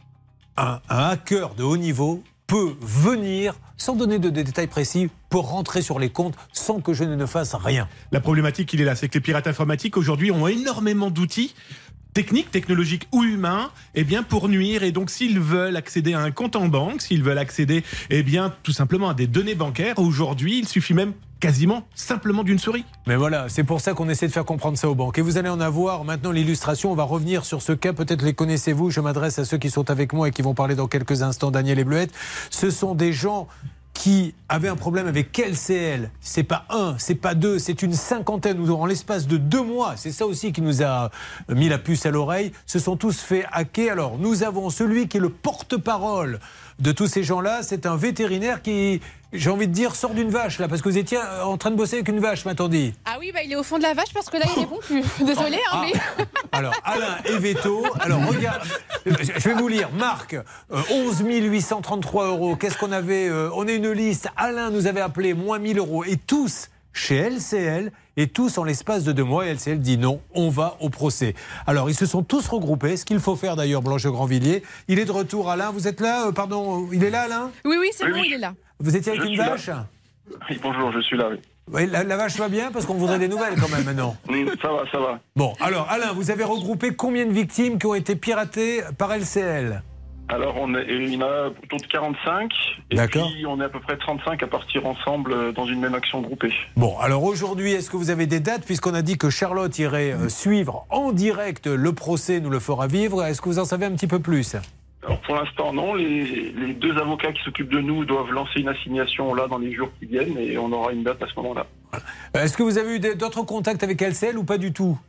un, un hacker de haut niveau peut venir, sans donner de, de détails précis, pour rentrer sur les comptes sans que je ne fasse rien? La problématique, il est là, c'est que les pirates informatiques aujourd'hui ont énormément d'outils techniques, technologiques ou humains, eh bien pour nuire. Et donc s'ils veulent accéder à un compte en banque, s'ils veulent accéder, eh bien tout simplement à des données bancaires, aujourd'hui il suffit même quasiment simplement d'une souris. Mais voilà, c'est pour ça qu'on essaie de faire comprendre ça aux banques. Et vous allez en avoir maintenant l'illustration. On va revenir sur ce cas. Peut-être les connaissez-vous. Je m'adresse à ceux qui sont avec moi et qui vont parler dans quelques instants. Daniel et Bleuette. Ce sont des gens qui avaient un problème avec L C L. C'est pas un, c'est pas deux, c'est une cinquantaine. Nous, en l'espace de deux mois, c'est ça aussi qui nous a mis la puce à l'oreille, se sont tous fait hacker. Alors, nous avons celui qui est le porte-parole de tous ces gens-là. C'est un vétérinaire qui, j'ai envie de dire, sort d'une vache, là, parce que vous étiez en train de bosser avec une vache, m'a-t-on dit. Ah oui, bah, il est au fond de la vache parce que là, il répond plus. Désolé, hein, Ah. mais... Alors, Alain et Veto. Alors, regarde, je vais vous lire. Marc, euh, onze mille huit cent trente-trois euros. Qu'est-ce qu'on avait euh, On a une liste. Alain nous avait appelé, moins mille euros. Et tous chez L C L, et tous en l'espace de deux mois. Et L C L dit non, on va au procès. Alors, ils se sont tous regroupés. Ce qu'il faut faire d'ailleurs, Blanche Grandvilliers. Il est de retour, Alain. Vous êtes là euh, Pardon, il est là, Alain? Oui, oui, c'est Oui, bon, oui. il est là. Vous étiez avec Je une suis là. vache? Oui, bonjour, je suis là, oui. Oui, la, la vache va bien parce qu'on voudrait des nouvelles quand même maintenant. Mm, Ça va, ça va. Bon, alors Alain, vous avez regroupé combien de victimes qui ont été piratées par L C L? Alors, on est, il y en a autour de quarante-cinq. Et D'accord. puis, on est à peu près trente-cinq à partir ensemble euh, dans une même action groupée. Bon, alors aujourd'hui, est-ce que vous avez des dates? Puisqu'on a dit que Charlotte irait euh, suivre en direct le procès, nous le fera vivre. Est-ce que vous en savez un petit peu plus? Alors, pour l'instant, non. Les, les deux avocats qui s'occupent de nous doivent lancer une assignation là dans les jours qui viennent et on aura une date à ce moment-là. Est-ce que vous avez eu des- d'autres contacts avec L C L ou pas du tout?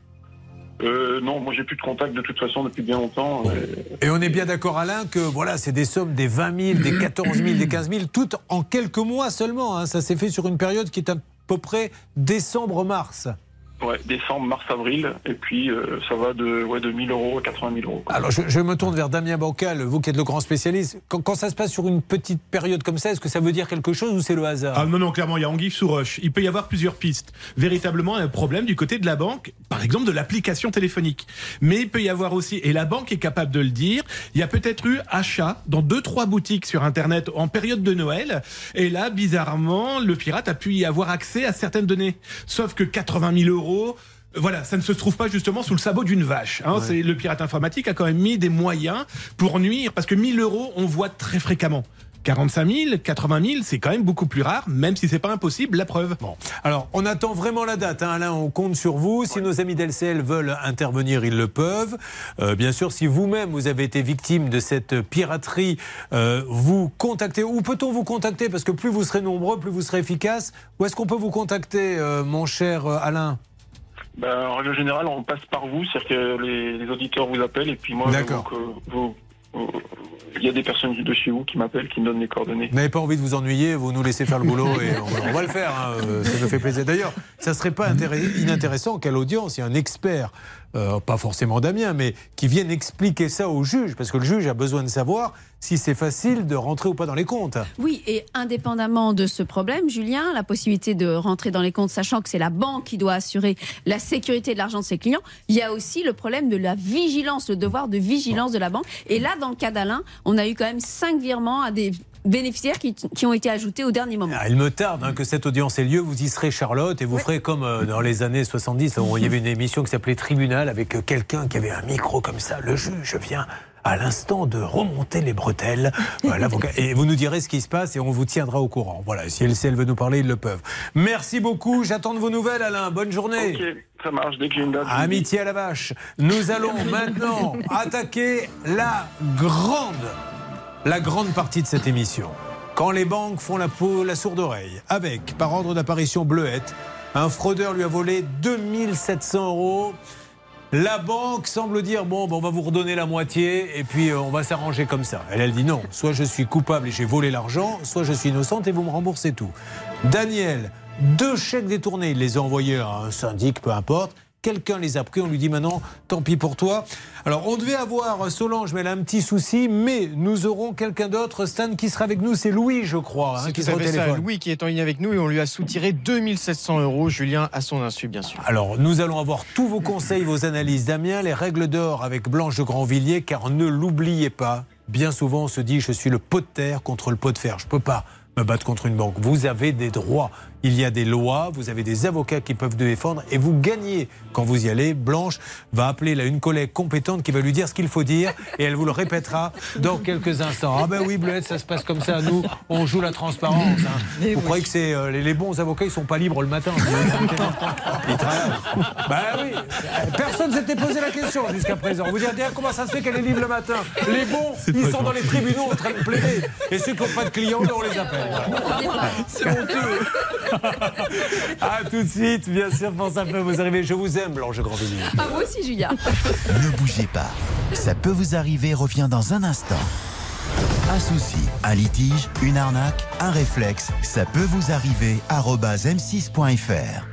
Euh, non, moi j'ai plus de contact de toute façon depuis bien longtemps. euh, Et on est bien d'accord, Alain, que voilà, c'est des sommes des vingt mille, des quatorze mille, des quinze mille, toutes en quelques mois seulement. Hein. Ça s'est fait sur une période qui est à peu près décembre-mars. Ouais, décembre, mars, avril, et puis euh, ça va de, ouais, de mille euros à quatre-vingt mille euros. Alors, je, je me tourne vers Damien Bancal, vous qui êtes le grand spécialiste. Quand, quand ça se passe sur une petite période comme ça, est-ce que ça veut dire quelque chose ou c'est le hasard? Ah non, non, clairement, il y a anguille sous roche. Il peut y avoir plusieurs pistes. Véritablement, un problème du côté de la banque, par exemple de l'application téléphonique. Mais il peut y avoir aussi, et la banque est capable de le dire, il y a peut-être eu achat dans deux, trois boutiques sur Internet en période de Noël. Et là, bizarrement, le pirate a pu y avoir accès à certaines données. Sauf que quatre-vingt mille euros, Voilà, ça ne se trouve pas justement sous le sabot d'une vache. Hein. Ouais. C'est, le pirate informatique a quand même mis des moyens pour nuire, parce que mille euros, on voit très fréquemment. quarante-cinq mille, quatre-vingt mille, c'est quand même beaucoup plus rare, même si c'est pas impossible, la preuve. Bon, alors on attend vraiment la date, hein, Alain, on compte sur vous. Si nos amis d'L C L veulent intervenir, ils le peuvent. Euh, bien sûr, si vous-même vous avez été victime de cette piraterie, euh, vous contactez. Où peut-on vous contacter? Parce que plus vous serez nombreux, plus vous serez efficace. Où est-ce qu'on peut vous contacter, euh, mon cher euh, Alain? Ben, en règle générale, on passe par vous, c'est-à-dire que les, les auditeurs vous appellent et puis moi, D'accord. donc, euh, vous, vous, il y a des personnes de chez vous qui m'appellent, qui me donnent les coordonnées. Vous n'avez pas envie de vous ennuyer, vous nous laissez faire le boulot et on, on va le faire, hein, euh, ça nous fait plaisir. D'ailleurs, ça ne serait pas intéress- inintéressant qu'à l'audience, il y ait un expert, euh, pas forcément Damien, mais qui vienne expliquer ça au juge, parce que le juge a besoin de savoir si c'est facile de rentrer ou pas dans les comptes. Oui, et indépendamment de ce problème, Julien, la possibilité de rentrer dans les comptes, sachant que c'est la banque qui doit assurer la sécurité de l'argent de ses clients, il y a aussi le problème de la vigilance, le devoir de vigilance de la banque. Et là, dans le cas d'Alain, on a eu quand même cinq virements à des bénéficiaires qui, qui ont été ajoutés au dernier moment. Ah, il me tarde hein, que cette audience ait lieu. Vous y serez, Charlotte, et vous oui. ferez comme euh, dans les années soixante-dix, où il y avait une émission qui s'appelait Tribunal, avec euh, quelqu'un qui avait un micro comme ça. Le juge vient à l'instant de remonter les bretelles. Euh, l'avocat, et vous nous direz ce qui se passe et on vous tiendra au courant. Voilà, si L C L veut nous parler, ils le peuvent. Merci beaucoup. J'attends de vos nouvelles, Alain. Bonne journée. Ok, ça marche. Dès que j'ai une date. Amitié à la vache. Nous allons maintenant attaquer la grande, la grande partie de cette émission. Quand les banques font la, peau, la sourde oreille, avec, par ordre d'apparition, Bleuette, un fraudeur lui a volé deux mille sept cents euros. La banque semble dire, bon, ben on va vous redonner la moitié et puis euh, on va s'arranger comme ça. Elle, elle dit non, soit je suis coupable et j'ai volé l'argent, soit je suis innocente et vous me remboursez tout. Daniel, deux chèques détournés, il les a envoyés à un syndic, peu importe. Quelqu'un les a pris, on lui dit maintenant, tant pis pour toi. Alors, on devait avoir Solange, mais elle a un petit souci, mais nous aurons quelqu'un d'autre, Stan, qui sera avec nous. C'est Louis, je crois, hein, qui sera au téléphone. Ça, Louis qui est en ligne avec nous et on lui a soutiré deux mille sept cents euros, Julien, à son insu, bien sûr. Alors, nous allons avoir tous vos conseils, vos analyses, Damien, les règles d'or avec Blanche de Grandvilliers, car ne l'oubliez pas, bien souvent on se dit, je suis le pot de terre contre le pot de fer. Je ne peux pas me battre contre une banque. Vous avez des droits. Il y a des lois, vous avez des avocats qui peuvent vous défendre et vous gagnez quand vous y allez. Blanche va appeler là une collègue compétente qui va lui dire ce qu'il faut dire et elle vous le répétera dans quelques instants. Ah ben oui, Bleuette, ça se passe comme ça. Nous, on joue la transparence. Hein. Vous oui. croyez que c'est euh, les, les bons avocats, ils sont pas libres le matin. Ils travaillent. Ben oui. Personne ne s'était posé la question jusqu'à présent. Vous direz, comment ça se fait qu'elle est libre le matin? Les bons, c'est ils sont dans les tribunaux en train de plaider. Et ceux qui n'ont pas de clients, on les appelle. C'est honteux. A tout de suite, bien sûr, pour ça peut vous arriver. Je vous aime, Blanche Grandvilliers. Ah, moi aussi, Julien. Ne bougez pas. Ça peut vous arriver, revient dans un instant. Un souci, un litige, une arnaque, un réflexe, ça peut vous arriver. arobase m six point f r.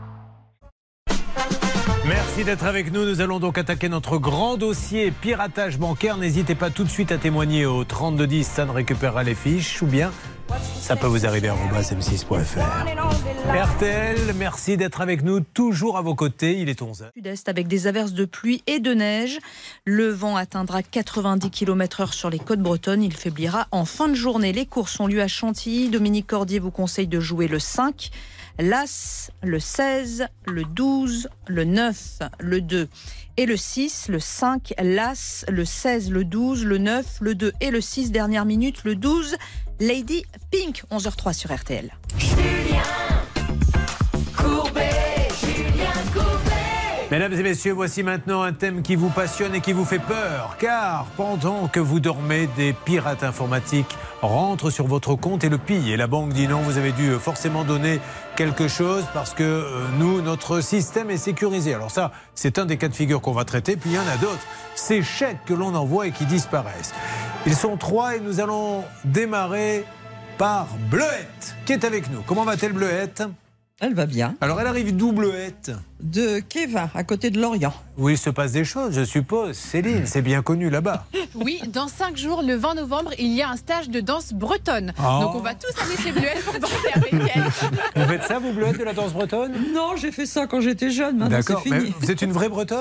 Merci d'être avec nous. Nous allons donc attaquer notre grand dossier piratage bancaire. N'hésitez pas tout de suite à témoigner au trente-deux dix. Ça ne récupérera les fiches ou bien ça peut vous arriver à arobase m six point f r. R T L, merci d'être avec nous, toujours à vos côtés. Il est onze heures. Sud-est avec des averses de pluie et de neige. Le vent atteindra quatre-vingt-dix kilomètres heure sur les côtes bretonnes. Il faiblira en fin de journée. Les courses ont lieu à Chantilly. Dominique Cordier vous conseille de jouer le cinq. L'As, le seize, le douze, le neuf, le deux et le six, le cinq, l'As, le seize, le douze, le neuf, le deux et le six, dernière minute, le douze, Lady Pink, onze heures trois sur R T L. Julien Courbet, Julien Courbet. Mesdames et messieurs, voici maintenant un thème qui vous passionne et qui vous fait peur, car pendant que vous dormez, des pirates informatiques rentrent sur votre compte et le pillent. Et la banque dit non, vous avez dû forcément donner quelque chose parce que euh, nous, notre système est sécurisé. Alors ça, c'est un des cas de figure qu'on va traiter. Puis il y en a d'autres, ces chèques que l'on envoie et qui disparaissent. Ils sont trois et nous allons démarrer par Bleuette, qui est avec nous. Comment va-t-elle, Bleuette ? Elle va bien. Alors elle arrive d'où, Bleuette ? De Kévin, à côté de Lorient. Oui, il se passe des choses, je suppose. Céline, c'est bien connu là-bas. Oui, dans cinq jours, le vingt novembre, il y a un stage de danse bretonne. Oh. Donc on va tous aller chez Bleuette pour danser avec elle. Vous faites ça, vous, Bleuette, de la danse bretonne ? Non, j'ai fait ça quand j'étais jeune, maintenant c'est D'accord, fini. mais vous êtes une vraie bretonne ?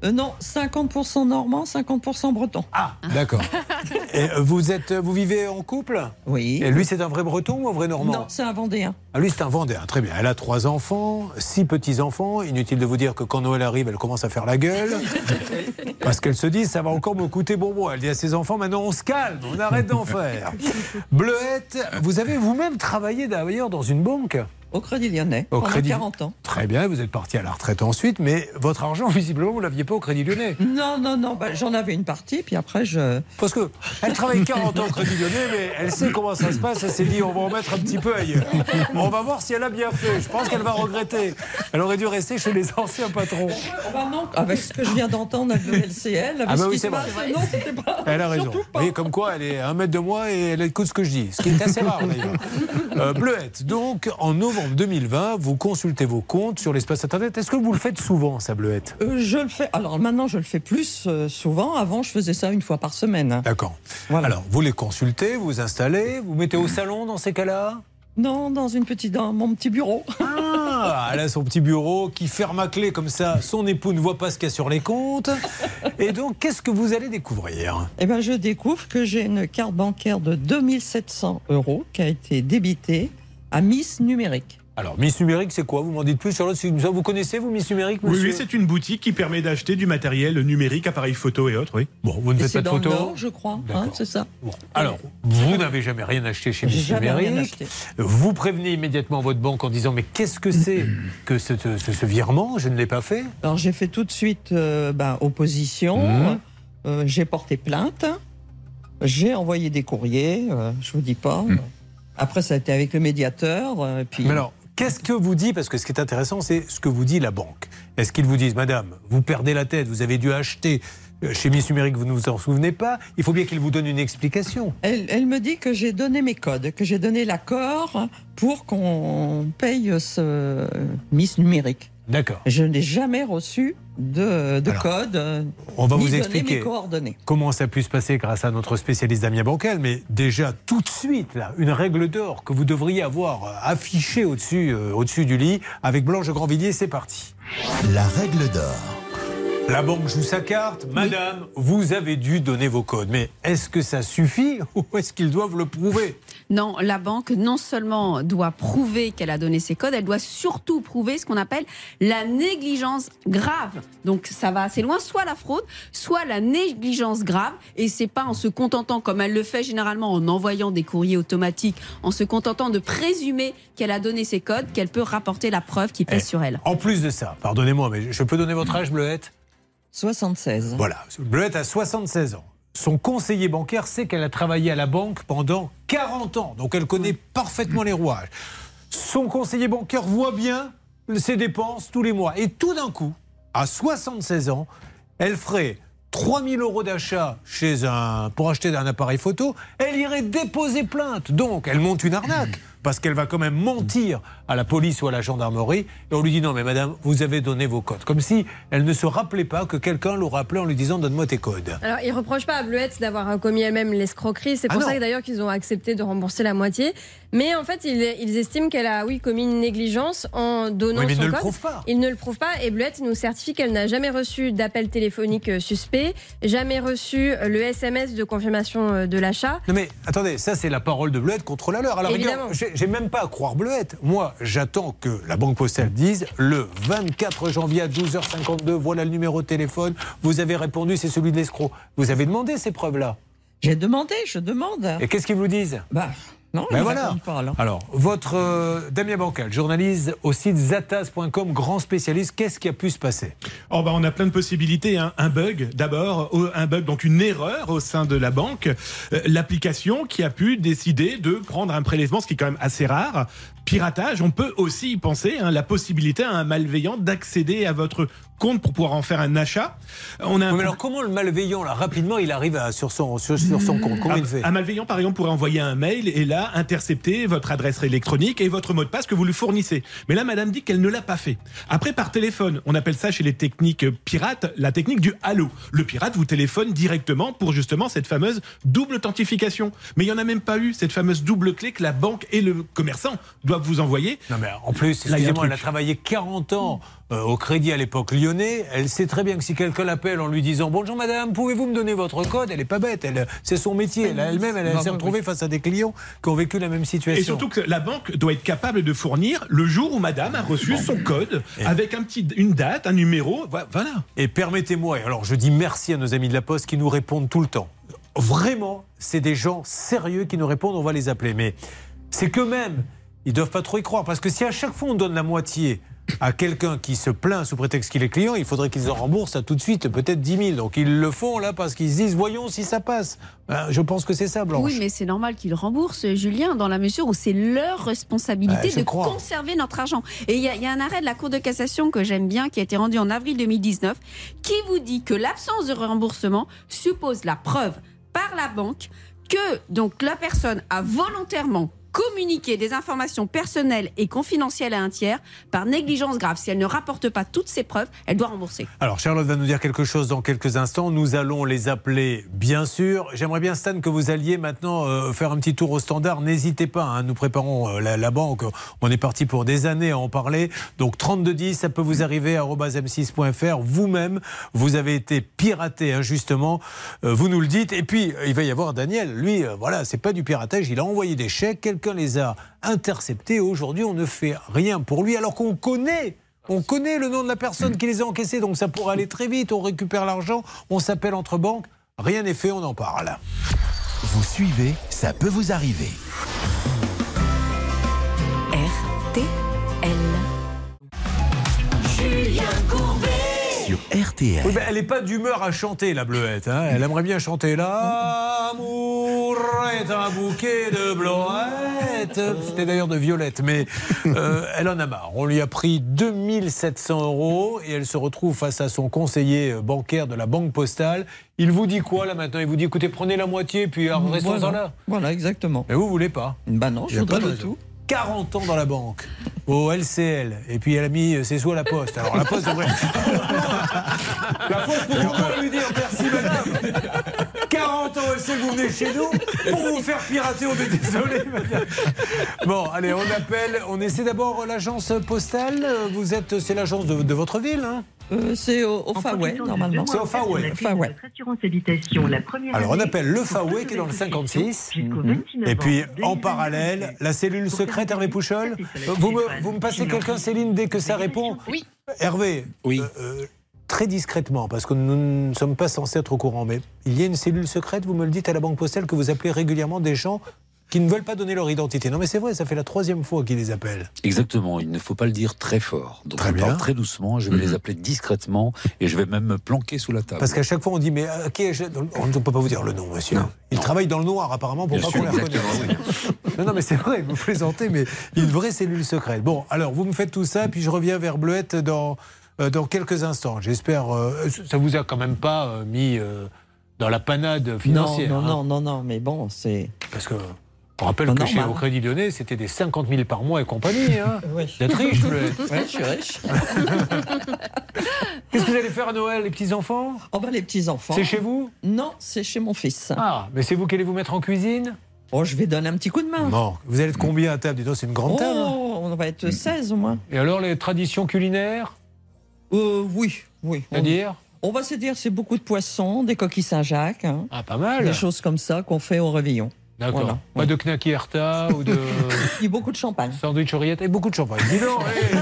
Euh, non, cinquante pour cent normand, cinquante pour cent breton. Ah, d'accord. Et vous, êtes, vous vivez en couple? Oui. Et lui, c'est un vrai breton ou un vrai normand? Non, c'est un vendéen. Ah, lui, c'est un vendéen, très bien. Elle a trois enfants, six petits-enfants. Inutile de vous dire que quand Noël arrive, elle commence à faire la gueule. Parce qu'elle se dit, ça va encore me coûter bonbon. Elle dit à ses enfants, maintenant on se calme, on arrête d'en faire. Bleuette, vous avez vous-même travaillé d'ailleurs dans une banque? Au Crédit Lyonnais, au pendant Crédit... quarante ans. Très bien, vous êtes parti à la retraite ensuite, mais votre argent, visiblement, vous ne l'aviez pas au Crédit Lyonnais. Non, non, non, bah, j'en avais une partie, puis après je... Parce qu'elle travaille quarante ans au Crédit Lyonnais, mais elle sait comment ça se passe, elle s'est dit, on va en mettre un petit peu ailleurs. On va voir si elle a bien fait, je pense qu'elle va regretter. Elle aurait dû rester chez les anciens patrons. Oh bah non, avec ce que je viens d'entendre avec le L C L, avec ah bah ce oui, qui c'est se vrai. passe, non, c'était pas... Elle a raison. Vous voyez, comme quoi, elle est à un mètre de moi et elle écoute ce que je dis, ce qui est assez rare d'ailleurs. Euh, Bleuette, donc, en novembre deux mille vingt, vous consultez vos comptes sur l'espace Internet. Est-ce que vous le faites souvent, ça, Bleuette? euh, Je le fais. Alors maintenant, je le fais plus euh, souvent. Avant, je faisais ça une fois par semaine. D'accord. Voilà. Alors, vous les consultez, vous installez, vous mettez au salon dans ces cas-là? Non, dans une petite, dans mon petit bureau. Ah, elle a son petit bureau qui ferme à clé comme ça. Son époux ne voit pas ce qu'il y a sur les comptes. Et donc, qu'est-ce que vous allez découvrir? Eh bien, je découvre que j'ai une carte bancaire de deux mille sept cents euros qui a été débitée à Miss Numérique. Alors, Miss Numérique, c'est quoi? Vous m'en dites plus sur l'autre. Vous connaissez, vous, Miss Numérique, monsieur? Oui, oui, c'est une boutique qui permet d'acheter du matériel numérique, appareils photo et autres, oui. Bon, vous ne faites pas de photos? C'est dans le Nord, je crois, hein, c'est ça. Bon. Alors, vous n'avez jamais rien acheté chez Miss jamais Numérique. rien acheté. Vous prévenez immédiatement votre banque en disant, mais qu'est-ce que c'est que ce, ce, ce virement? Je ne l'ai pas fait. Alors, j'ai fait tout de suite euh, ben, opposition. Mmh. Euh, j'ai porté plainte. J'ai envoyé des courriers, euh, je vous dis pas. Mmh. Après, ça a été avec le médiateur. Euh, puis... Mais alors, qu'est-ce que vous dit? Parce que ce qui est intéressant, c'est ce que vous dit la banque. Est-ce qu'ils vous disent, madame, vous perdez la tête, vous avez dû acheter chez Miss Numérique, vous ne vous en souvenez pas? Il faut bien qu'ils vous donnent une explication. Elle, elle me dit que j'ai donné mes codes, que j'ai donné l'accord pour qu'on paye ce Miss Numérique. D'accord. Je n'ai jamais reçu de, de Alors, code. On va ni vous expliquer mes coordonnées. Comment ça a pu se passer grâce à notre spécialiste Damien Bancal. Mais déjà, tout de suite, là, une règle d'or que vous devriez avoir affichée au-dessus, euh, au-dessus du lit avec Blanche Grandvilliers. C'est parti. La règle d'or. La banque joue sa carte. Madame, oui. Vous avez dû donner vos codes. Mais est-ce que ça suffit ou est-ce qu'ils doivent le prouver? Non, la banque non seulement doit prouver qu'elle a donné ses codes, elle doit surtout prouver ce qu'on appelle la négligence grave. Donc ça va assez loin, soit la fraude, soit la négligence grave. Et c'est pas en se contentant, comme elle le fait généralement en envoyant des courriers automatiques, en se contentant de présumer qu'elle a donné ses codes, qu'elle peut rapporter la preuve qui pèse eh, sur elle. En plus de ça, pardonnez-moi, mais je peux donner votre âge, Bleuette? soixante-seize. Voilà, Bleuette a soixante-seize ans. Son conseiller bancaire sait qu'elle a travaillé à la banque pendant quarante ans, donc elle connaît parfaitement les rouages. Son conseiller bancaire voit bien ses dépenses tous les mois. Et tout d'un coup, à soixante-seize ans, elle ferait trois mille euros d'achat chez un, pour acheter un appareil photo, elle irait déposer plainte. Donc, elle monte une arnaque. Parce qu'elle va quand même mentir à la police ou à la gendarmerie. Et on lui dit non, mais madame, vous avez donné vos codes. Comme si elle ne se rappelait pas que quelqu'un l'aurait appelé en lui disant donne-moi tes codes. Alors, ils ne reprochent pas à Bleuette d'avoir commis elle-même l'escroquerie. C'est pour ah ça que, d'ailleurs qu'ils ont accepté de rembourser la moitié. Mais en fait, ils, ils estiment qu'elle a, oui, commis une négligence en donnant oui, mais son ils ne code. le prouvent pas. Ils ne le prouvent pas. Et Bleuette nous certifie qu'elle n'a jamais reçu d'appel téléphonique suspect, jamais reçu le S M S de confirmation de l'achat. Non mais attendez, ça c'est la parole de Bleuette contre la leur. Alors, évidemment. Regarde, j'ai même pas à croire Bleuette. Moi, j'attends que la Banque Postale dise le vingt-quatre janvier à douze heures cinquante-deux, voilà le numéro de téléphone, vous avez répondu, c'est celui de l'escroc. Vous avez demandé ces preuves-là? J'ai demandé, je demande. Et qu'est-ce qu'ils vous disent? Bah, non, ben ils voilà. pas, alors. alors, votre euh, Damien Bancal, journaliste au site zataz point com, grand spécialiste, qu'est-ce qui a pu se passer? Oh bah on a plein de possibilités. Hein. Un bug, d'abord, un bug, donc une erreur au sein de la banque. Euh, l'application qui a pu décider de prendre un prélèvement, ce qui est quand même assez rare. Piratage, on peut aussi y penser, hein, la possibilité à un malveillant d'accéder à votre compte pour pouvoir en faire un achat. On a un... Mais alors comment le malveillant, là, rapidement, il arrive à, sur, son, sur, sur son compte? Comment un, il fait? Un malveillant, par exemple, pourrait envoyer un mail et là, intercepter votre adresse électronique et votre mot de passe que vous lui fournissez. Mais là, madame dit qu'elle ne l'a pas fait. Après, par téléphone, on appelle ça chez les techniques pirates, la technique du halo. Le pirate vous téléphone directement pour justement cette fameuse double authentification. Mais il n'y en a même pas eu, cette fameuse double clé que la banque et le commerçant doivent doivent vous envoyer. Non mais en plus, Là, il y a un excusez-moi, elle a truc. travaillé quarante ans euh, au Crédit à l'époque lyonnais. Elle sait très bien que si quelqu'un l'appelle en lui disant « Bonjour madame, pouvez-vous me donner votre code ?» Elle n'est pas bête, elle, c'est son métier. Elle, elle-même, elle, elle Bah, s'est oui, retrouvée oui. face à des clients qui ont vécu la même situation. Et surtout que la banque doit être capable de fournir le jour où madame a reçu son code avec un petit, une date, un numéro. Voilà. Et permettez-moi, et alors je dis merci à nos amis de la Poste qui nous répondent tout le temps. Vraiment, c'est des gens sérieux qui nous répondent, on va les appeler. Mais c'est qu'eux-mêmes, ils ne doivent pas trop y croire. Parce que si à chaque fois on donne la moitié à quelqu'un qui se plaint sous prétexte qu'il est client, il faudrait qu'ils en remboursent à tout de suite peut-être dix mille. Donc ils le font là parce qu'ils se disent voyons si ça passe. Ben, je pense que c'est ça, Blanche. Oui, mais c'est normal qu'ils remboursent, Julien, dans la mesure où c'est leur responsabilité Ouais, je de crois. conserver notre argent. Et il y, a- il y a un arrêt de la Cour de cassation que j'aime bien, qui a été rendu en avril deux mille dix-neuf, qui vous dit que l'absence de remboursement suppose la preuve par la banque que donc la personne a volontairement communiquer des informations personnelles et confidentielles à un tiers par négligence grave. Si elle ne rapporte pas toutes ces preuves, elle doit rembourser. Alors Charlotte va nous dire quelque chose dans quelques instants. Nous allons les appeler, bien sûr. J'aimerais bien, Stan, que vous alliez maintenant euh, faire un petit tour au standard. N'hésitez pas, hein, nous préparons euh, la, la banque. On est parti pour des années à en parler. Donc trente-deux dix, ça peut vous arriver, arobase m six point f r. Vous-même, vous avez été piraté injustement. Euh, vous nous le dites. Et puis, euh, il va y avoir Daniel. Lui, euh, voilà, c'est pas du piratage. Il a envoyé des chèques. Quelqu'un les a interceptés. Aujourd'hui, on ne fait rien pour lui, alors qu'on connaît On connaît le nom de la personne qui les a encaissés, donc ça pourrait aller très vite. On récupère l'argent, on s'appelle entre banques. Rien n'est fait, on en parle. Vous suivez, ça peut vous arriver. R T L. Julien Courbet. Sur R T L. Oui, ben, elle n'est pas d'humeur à chanter, la Bleuette. Hein. Elle aimerait bien chanter l'amour est un bouquet de bleuettes. C'était d'ailleurs de Violette, mais euh, elle en a marre. On lui a pris deux mille sept cents euros et elle se retrouve face à son conseiller bancaire de la Banque Postale. Il vous dit quoi là maintenant? Il vous dit écoutez, prenez la moitié puis restons-en Voilà. là. Voilà, exactement. Mais vous, vous voulez pas? Ben non, je Il y a voudrais pas de le raison. tout. quarante ans dans la banque, au L C L, et puis elle a mis ses sous à la Poste. Alors la Poste devrait... La Poste peut encore lui dire merci madame. quarante ans, elle sait que vous venez chez nous pour vous faire pirater, on est désolé madame. Bon, allez, on appelle, on essaie d'abord l'agence postale. Vous êtes, c'est l'agence de, de votre ville, hein? Euh, c'est au, au Faway, normalement. C'est au Faway. Faway. Alors on appelle le Faway qui est dans le cinquante-six. Et puis en parallèle, la cellule secrète, Hervé Pouchol. Vous me, vous me passez quelqu'un, Céline, dès que ça répond? Oui. Hervé, oui. euh, euh, très discrètement, parce que nous ne sommes pas censés être au courant, mais il y a une cellule secrète, vous me le dites à la Banque Postale, que vous appelez régulièrement des gens qui ne veulent pas donner leur identité. Non mais c'est vrai, ça fait la troisième fois qu'ils les appellent. Exactement, il ne faut pas le dire très fort. Donc Très je bien. parle très doucement, je vais les appeler discrètement et je vais même me planquer sous la table. Parce qu'à chaque fois on dit, mais euh, qui est... on ne peut pas vous dire le nom, monsieur. Il travaille dans le noir apparemment pour Bien pas sûr, qu'on les reconnaisse. exactement, Non, non, mais c'est vrai, vous plaisantez, mais une vraie cellule secrète. Bon, alors vous me faites tout ça, puis je reviens vers Bleuette dans, euh, dans quelques instants. J'espère, euh, ça vous a quand même pas euh, mis euh, dans la panade financière. Non, non, hein. non, non, non, mais bon, c'est... Parce que on rappelle Non, que chez normal. au Crédit Lyonnais, c'était des cinquante mille par mois et compagnie. Hein. Oui. Vous êtes riche, Bleuette. Oui, je suis riche. Qu'est-ce que vous allez faire à Noël, les petits-enfants? Oh ben les petits-enfants. C'est chez vous? Non, c'est chez mon fils. Ah, mais c'est vous qui allez vous mettre en cuisine? Oh, je vais donner un petit coup de main. Bon, vous allez être combien à table? Dis donc, c'est une grande Oh, table. hein. on va être seize au moins. Et alors, les traditions culinaires? Euh, oui, oui. C'est-à-dire? On va se dire c'est beaucoup de poissons, des coquilles Saint-Jacques. Hein, Ah, pas mal. des choses comme ça qu'on fait au réveillon. D'accord. Voilà. Pas de knacky herta ou de Il y a beaucoup de champagne. sandwich oreillette et beaucoup de champagne. Dis donc, hey.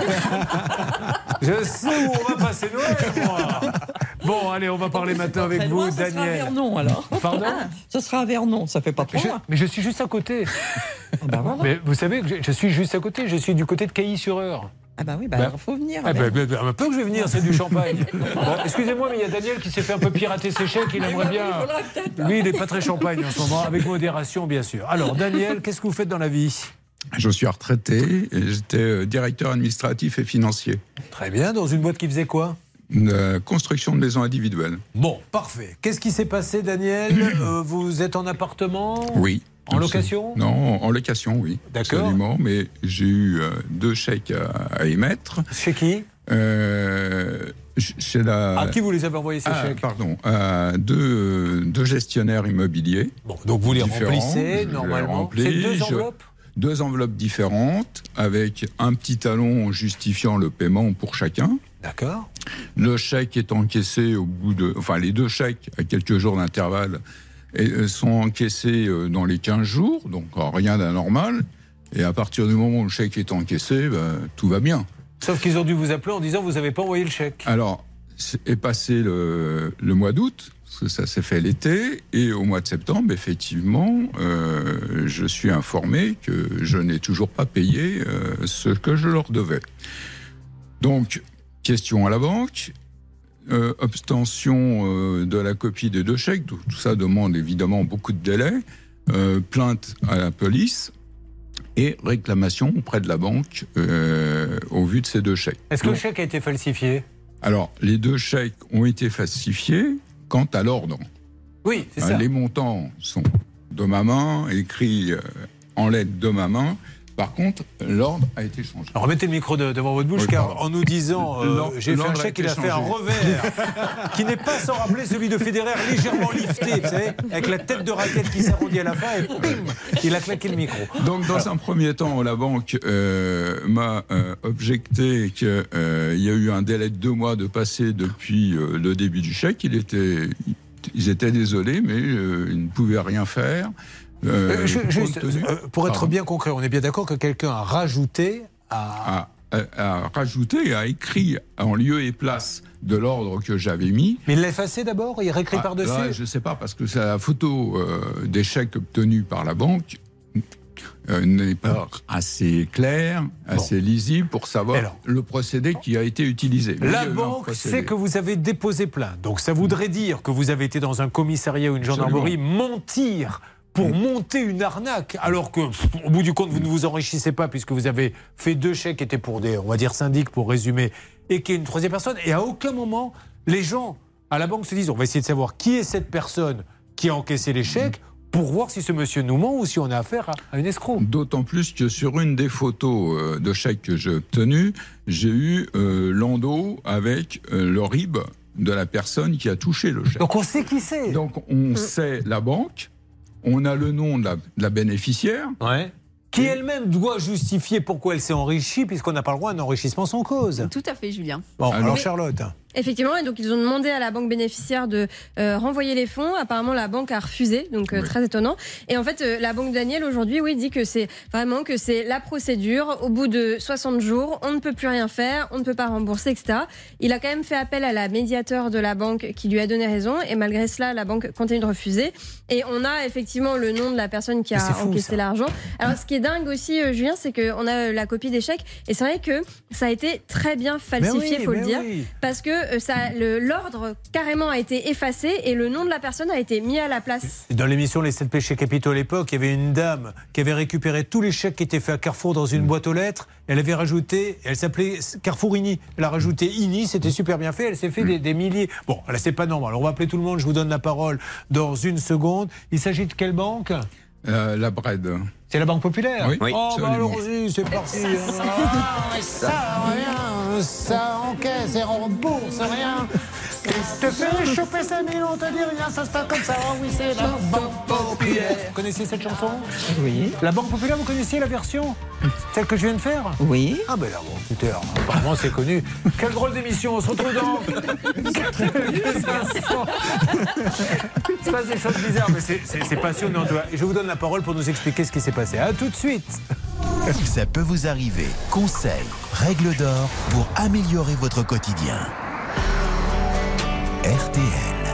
Je sais où on va passer Noël, moi. Bon, allez, on va parler maintenant avec Très vous, loin, ça sera à Daniel. Vernon alors. Pardon? Ça sera à Vernon, ça fait pas trop je, loin. mais je suis juste à côté. Ah bah voilà. Mais vous savez que je, je suis juste à côté. Je suis du côté de Cailly-sur-Eure. Ah bah oui, bah, Bah, alors faut venir. Ah à ben, Vernon. ben, un peu que je vais venir, c'est du champagne. Bon, excusez-moi, mais il y a Daniel qui s'est fait un peu pirater ses chèques. Il aimerait bien. Lui, il n'est pas très champagne en ce moment, avec modération, bien sûr. Alors, Daniel, qu'est-ce que vous faites dans la vie? Je suis retraité et j'étais euh, directeur administratif et financier. Très bien. Dans une boîte qui faisait quoi? Une euh, construction de maisons individuelles. Bon, parfait. Qu'est-ce qui s'est passé, Daniel? euh, Vous êtes en appartement? Oui. En location? Non, en location, oui. D'accord. Absolument, mais j'ai eu euh, deux chèques à, à émettre. Chez qui? euh, ch- Chez la... À qui vous les avez envoyés, ces Ah, chèques? Pardon, à deux, deux gestionnaires immobiliers. Bon, donc vous les différents. remplissez, Je les normalement. remplis, C'est deux je- enveloppes? deux enveloppes différentes avec un petit talon justifiant le paiement pour chacun. D'accord. Le chèque est encaissé au bout de... Enfin, les deux chèques à quelques jours d'intervalle et sont encaissés dans les quinze jours, donc rien d'anormal. Et à partir du moment où le chèque est encaissé, ben, tout va bien. Sauf qu'ils ont dû vous appeler en disant vous n'avez pas envoyé le chèque. Alors, est passé le, le mois d'août, parce que ça s'est fait l'été, et au mois de septembre, effectivement, euh, je suis informé que je n'ai toujours pas payé euh, ce que je leur devais. Donc, question à la banque. Euh, abstention euh, de la copie des deux chèques, tout, tout ça demande évidemment beaucoup de délai, euh, plainte à la police et réclamation auprès de la banque euh, au vu de ces deux chèques. Est-ce que Donc, le chèque a été falsifié ? Alors, les deux chèques ont été falsifiés quant à l'ordre. Oui, c'est euh, ça. Les montants sont de ma main, écrits euh, en lettres de ma main. Par contre, l'ordre a été changé. Alors remettez le micro de, devant votre bouche, oui, car en nous disant euh, j'ai fait un chèque, il a changé. fait un revers qui n'est pas sans rappeler celui de Federer, légèrement lifté, vous savez, avec la tête de raquette qui s'arrondit à la fin et bim, il a claqué le micro. Donc dans un premier temps, la banque euh, m'a euh, objecté qu'il euh, y a eu un délai de deux mois de passé depuis euh, le début du chèque. Il était, ils étaient désolés, mais euh, ils ne pouvaient rien faire. Euh, je, juste, euh, pour être Pardon. bien concret, on est bien d'accord que quelqu'un a rajouté à... A, a, a rajouté, a écrit en lieu et place de l'ordre que j'avais mis. Mais il l'a effacé d'abord, il réécrit ah, par-dessus là, je ne sais pas, parce que c'est la photo euh, des chèques obtenus par la banque euh, n'est pas assez claire, assez bon. lisible pour savoir Alors, le procédé qui a été utilisé. Mais la banque sait que vous avez déposé plainte, donc ça voudrait dire que vous avez été dans un commissariat ou une gendarmerie Absolument. mentir pour monter une arnaque, alors que, au bout du compte, vous ne vous enrichissez pas puisque vous avez fait deux chèques qui étaient pour des, on va dire, syndics, pour résumer, et qui est une troisième personne. Et à aucun moment, les gens à la banque se disent, on va essayer de savoir qui est cette personne qui a encaissé les chèques pour voir si ce monsieur nous ment ou si on a affaire à, à une escroc. D'autant plus que sur une des photos de chèques que j'ai obtenues, j'ai eu euh, l'endos avec euh, le R I B de la personne qui a touché le chèque. Donc on sait qui c'est. Donc on mmh. sait la banque. On a le nom de la, de la bénéficiaire. Ouais. Qui elle-même doit justifier pourquoi elle s'est enrichie, puisqu'on n'a pas le droit à un enrichissement sans cause. Tout à fait, Julien. Bon, alors, alors Charlotte. Effectivement, et donc ils ont demandé à la banque bénéficiaire de euh, renvoyer les fonds. Apparemment, la banque a refusé, donc euh, oui. très étonnant. Et en fait, euh, la banque Daniel aujourd'hui, oui, dit que c'est vraiment que c'est la procédure. Au bout de soixante jours, on ne peut plus rien faire, on ne peut pas rembourser, et cetera. Il a quand même fait appel à la médiateur de la banque qui lui a donné raison, et malgré cela, la banque continue de refuser. Et on a effectivement le nom de la personne qui a fou, encaissé ça. l'argent. Alors, ce qui est dingue aussi, euh, Julien, c'est qu'on a la copie des chèques, et c'est vrai que ça a été très bien falsifié, il oui, faut le dire, oui. parce que Ça, le, l'ordre carrément a été effacé et le nom de la personne a été mis à la place. Dans l'émission Les sept péchés capitaux à l'époque, il y avait une dame qui avait récupéré tous les chèques qui étaient faits à Carrefour dans une mmh. boîte aux lettres. Elle avait rajouté, elle s'appelait Carrefour Ini. Elle a rajouté Ini, c'était super bien fait. Elle s'est fait mmh. des, des milliers. Bon, là c'est pas normal. Alors, on va appeler tout le monde. Je vous donne la parole dans une seconde. Il s'agit de quelle banque ? euh, La Bred. C'est la Banque Populaire ? Oui. oui oh, bah allons-y, c'est parti. Ça, ça, rien, ça encaisse et rembourse rien. Te fais choper cinq mille, on te dit rien, ça se passe comme ça. Oh oui, c'est la Banque Populaire. Vous connaissiez cette chanson ? Oui. La Banque Populaire, vous connaissiez la version ? Celle que je viens de faire ? Oui. Ah ben là, bon, écoutez, alors, apparemment c'est connu. Quelle drôle d'émission, on se retrouve dans quelques instants. Il se passe des choses bizarres, mais c'est, c'est, c'est passionnant. Je vous donne la parole pour nous expliquer ce qui s'est passé. A tout de suite. Ça peut vous arriver. Conseils, règles d'or pour améliorer votre quotidien. R T L.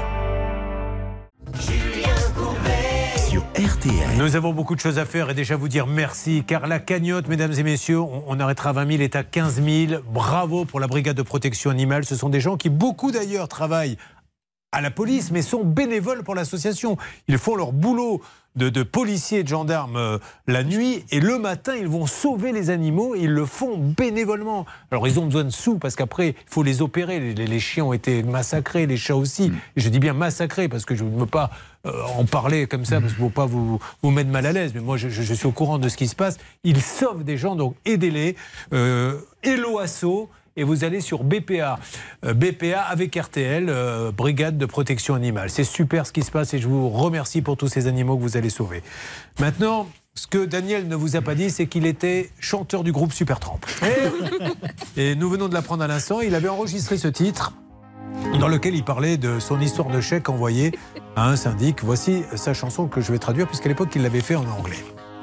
Sur R T L. Nous avons beaucoup de choses à faire et déjà vous dire merci, car la cagnotte, mesdames et messieurs, on, on arrêtera à vingt mille, est à quinze mille. Bravo pour la brigade de protection animale. Ce sont des gens qui, beaucoup d'ailleurs, travaillent à la police, mais sont bénévoles pour l'association. Ils font leur boulot de, de policiers et de gendarmes euh, la nuit, et le matin, ils vont sauver les animaux, et ils le font bénévolement. Alors, ils ont besoin de sous, parce qu'après, il faut les opérer. Les, les, les chiens ont été massacrés, les chats aussi. Et je dis bien massacrés, parce que je ne veux pas euh, en parler comme ça, parce qu'il ne faut pas vous, vous mettre mal à l'aise. Mais moi, je, je, je suis au courant de ce qui se passe. Ils sauvent des gens, donc aidez-les. Euh, Hello Asso. Et vous allez sur B P A. Euh, B P A avec R T L, euh, Brigade de protection animale. C'est super ce qui se passe et je vous remercie pour tous ces animaux que vous allez sauver. Maintenant, Ce que Daniel ne vous a pas dit, c'est qu'il était chanteur du groupe Supertramp. Et nous venons de l'apprendre à l'instant. Il avait enregistré ce titre dans lequel il parlait de son histoire de chèque envoyé à un syndic. Voici sa chanson que je vais traduire, puisqu'à l'époque, il l'avait fait en anglais.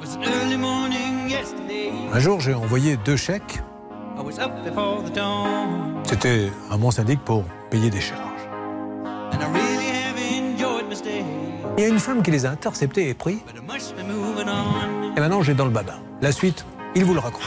Un jour, j'ai envoyé deux chèques. C'était à mon syndic pour payer des charges. Il y a une femme qui les a interceptés et pris. Et maintenant, j'ai dans le baba. La suite, il vous le raconte.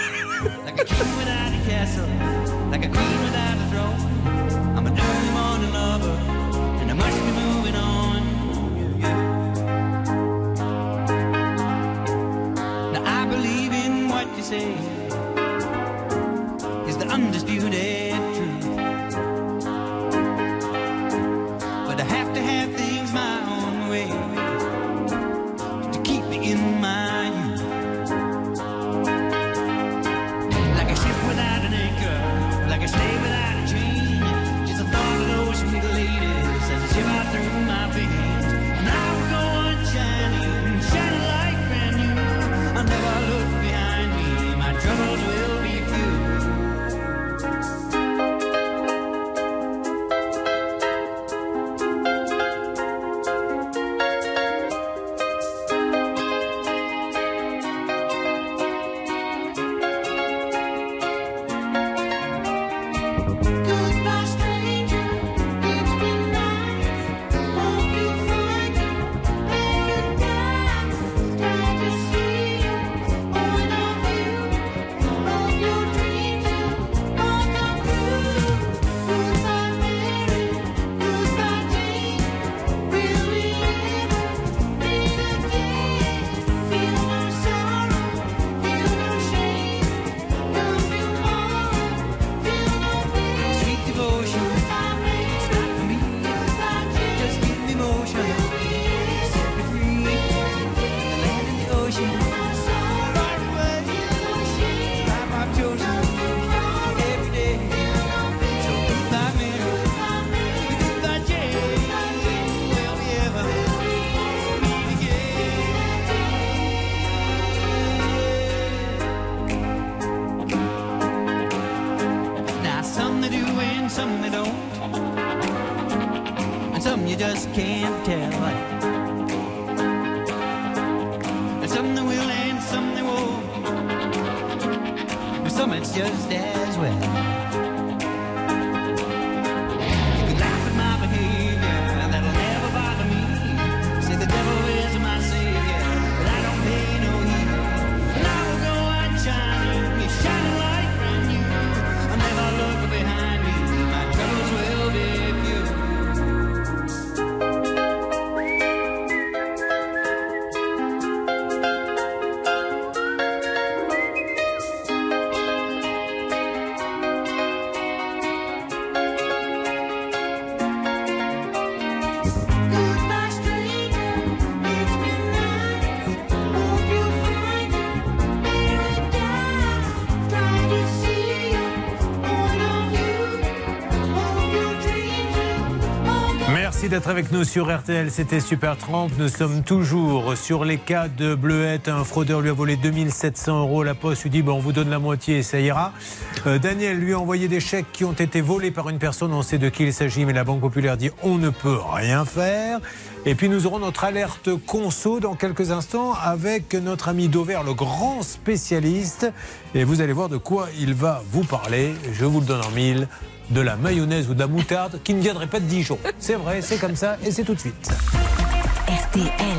Merci d'être avec nous sur R T L, c'était Supertramp. Nous sommes toujours sur les cas de Bleuette. Un fraudeur lui a volé deux mille sept cents euros. La Poste lui dit bon, on vous donne la moitié et ça ira. Euh, Daniel lui a envoyé des chèques qui ont été volés par une personne. On sait de qui il s'agit, mais la Banque Populaire dit on ne peut rien faire. Et puis nous aurons notre alerte conso dans quelques instants avec notre ami Dauvert, le grand spécialiste. Et vous allez voir de quoi il va vous parler. Je vous le donne en mille. De la mayonnaise ou de la moutarde qui ne viendrait pas de Dijon. C'est vrai, c'est comme ça et c'est tout de suite. R T L.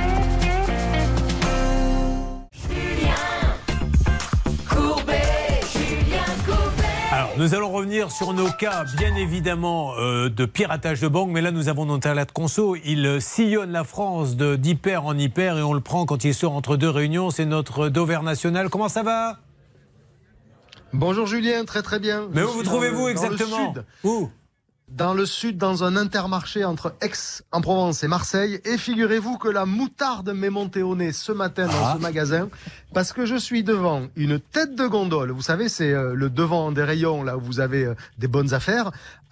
Alors, nous allons revenir sur nos cas, bien évidemment, euh, de piratage de banque. Mais là, nous avons notre alerte conso. Il sillonne la France de, d'hyper en hyper et on le prend quand il sort entre deux réunions. C'est notre Dauvert national. Comment ça va ? Bonjour Julien, très très bien. Mais où vous trouvez-vous exactement ? Où ? Dans le sud, dans un intermarché entre Aix-en-Provence et Marseille. Et figurez-vous que la moutarde m'est montée au nez ce matin dans ah. ce magasin parce que je suis devant une tête de gondole. Vous savez, c'est le devant des rayons là où vous avez des bonnes affaires,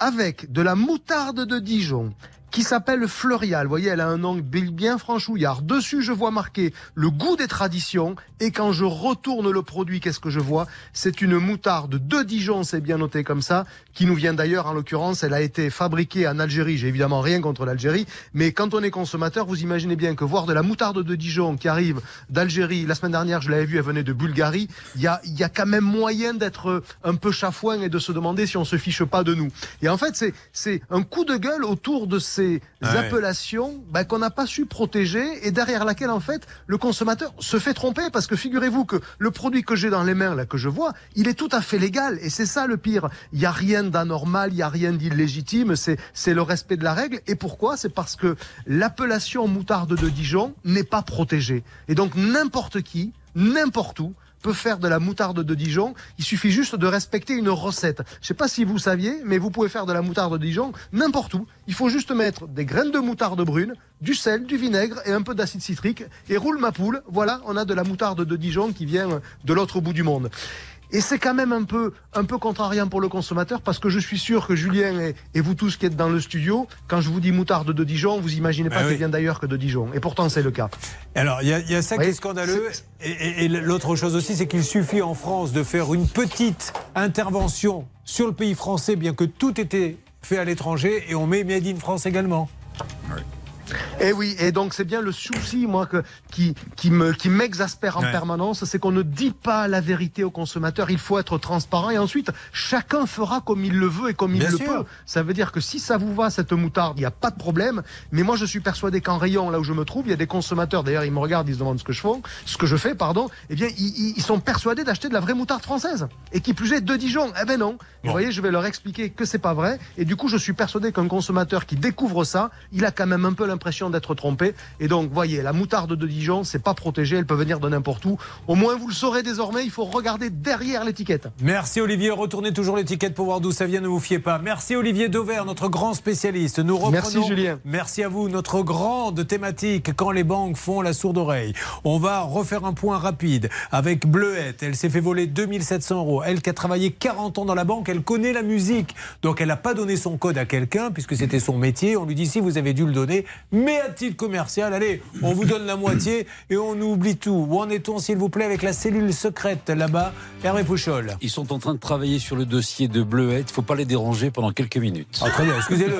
avec de la moutarde de Dijon, qui s'appelle Fleurial. Vous voyez, elle a un nom bien franchouillard. Dessus, je vois marqué le goût des traditions. Et quand je retourne le produit, qu'est-ce que je vois? C'est une moutarde de Dijon, c'est bien noté comme ça, qui nous vient d'ailleurs, en l'occurrence, elle a été fabriquée en Algérie. J'ai évidemment rien contre l'Algérie, mais quand on est consommateur, vous imaginez bien que voir de la moutarde de Dijon qui arrive d'Algérie, la semaine dernière, je l'avais vu, elle venait de Bulgarie, il y a, y a quand même moyen d'être un peu chafouin et de se demander si on se fiche pas de nous. Et en fait, c'est, c'est un coup de gueule autour de ces Ces ouais. appellations bah, qu'on n'a pas su protéger et derrière laquelle en fait le consommateur se fait tromper parce que figurez-vous que le produit que j'ai dans les mains là que je vois, il est tout à fait légal et c'est ça le pire. Il n'y a rien d'anormal, il n'y a rien d'illégitime, c'est c'est le respect de la règle. Et pourquoi? C'est parce que l'appellation moutarde de Dijon n'est pas protégée et donc n'importe qui, n'importe où peut faire de la moutarde de Dijon. Il suffit juste de respecter une recette. Je sais pas si vous saviez, mais vous pouvez faire de la moutarde de Dijon n'importe où. Il faut juste mettre des graines de moutarde brune, du sel, du vinaigre et un peu d'acide citrique. Et roule ma poule, voilà, on a de la moutarde de Dijon qui vient de l'autre bout du monde. Et c'est quand même un peu, un peu contrariant pour le consommateur parce que je suis sûr que Julien et, et vous tous qui êtes dans le studio, quand je vous dis moutarde de Dijon, vous imaginez pas ah qu'elle oui. vient d'ailleurs que de Dijon. Et pourtant, c'est le cas. Alors, il y, y a ça vous qui voyez, est scandaleux. Et, et, et l'autre chose aussi, c'est qu'il suffit en France de faire une petite intervention sur le pays français, bien que tout était fait à l'étranger, et on met Made in France également. Oui. Et oui, et donc c'est bien le souci, moi, que, qui, qui me, qui m'exaspère en ouais. permanence, c'est qu'on ne dit pas la vérité au consommateur. Il faut être transparent et ensuite chacun fera comme il le veut et comme il bien le sûr. peut. Ça veut dire que si ça vous va cette moutarde, il n'y a pas de problème. Mais moi, je suis persuadé qu'en rayon, là où je me trouve, il y a des consommateurs. D'ailleurs, ils me regardent, ils se demandent ce que je fais, ce que je fais, pardon. Eh bien, ils, ils sont persuadés d'acheter de la vraie moutarde française et qui plus est de Dijon. Eh ben non. Bon. Vous voyez, je vais leur expliquer que c'est pas vrai. Et du coup, je suis persuadé qu'un consommateur qui découvre ça, il a quand même un peu l'impression d'être trompé. Et donc, voyez, la moutarde de Dijon, c'est pas protégé, elle peut venir de n'importe où. Au moins, vous le saurez désormais, il faut regarder derrière l'étiquette. Merci Olivier, retournez toujours l'étiquette pour voir d'où ça vient, ne vous fiez pas. Merci Olivier Dauvert, notre grand spécialiste. Nous reprenons. Merci Julien. Merci à vous, notre grande thématique, quand les banques font la sourde oreille. On va refaire un point rapide avec Bleuette. Elle s'est fait voler deux mille sept cents euros. Elle qui a travaillé quarante ans dans la banque, elle connaît la musique. Donc elle n'a pas donné son code à quelqu'un, puisque c'était son métier. On lui dit si vous avez dû le donner, mais à titre commercial, allez, on vous donne la moitié et on oublie tout. Où en est-on, s'il vous plaît, avec la cellule secrète là-bas, Hervé Pouchol? Ils sont en train de travailler sur le dossier de Bleuette. Il ne faut pas les déranger pendant quelques minutes. Ah, très bien, excusez-le.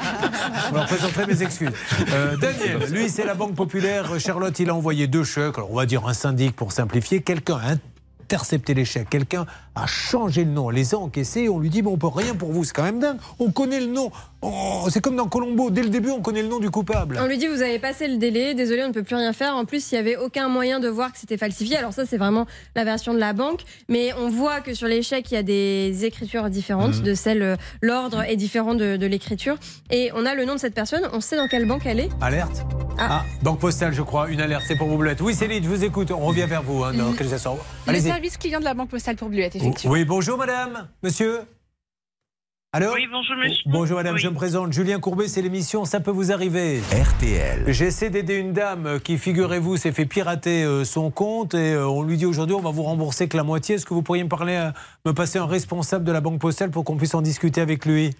Je leur présenterai mes excuses. Euh, Daniel, lui, c'est la Banque Populaire. Charlotte, il a envoyé deux chèques. Alors, on va dire un syndic pour simplifier. Quelqu'un a intercepté les chèques. Quelqu'un a changé le nom, on les a encaissés. On lui dit, bon, on peut rien pour vous. C'est quand même dingue. On connaît le nom. Oh, c'est comme dans Colombo. Dès le début, on connaît le nom du coupable. On lui dit, vous avez passé le délai. Désolé, on ne peut plus rien faire. En plus, il n'y avait aucun moyen de voir que c'était falsifié. Alors ça, c'est vraiment la version de la banque. Mais on voit que sur les chèques, il y a des écritures différentes mmh. de celles. L'ordre est différent de, de l'écriture. Et on a le nom de cette personne. On sait dans quelle banque elle est. Alerte. Ah, ah Banque Postale, je crois. Une alerte. C'est pour vous, Bleuette. Oui, Céline, je vous écoute. On revient vers vous. Hein, dans quelques instants. Le service client de la Banque Postale pour Bleuette, effectivement. Oui, bonjour madame. Monsieur. Allô? Oui, bonjour monsieur. Bonjour madame, oui. Je me présente. Julien Courbet, c'est l'émission Ça peut vous arriver. R T L. J'essaie d'aider une dame qui, figurez-vous, s'est fait pirater euh, son compte et euh, on lui dit aujourd'hui on va vous rembourser que la moitié. Est-ce que vous pourriez me parler, euh, me passer un responsable de la Banque Postale pour qu'on puisse en discuter avec lui?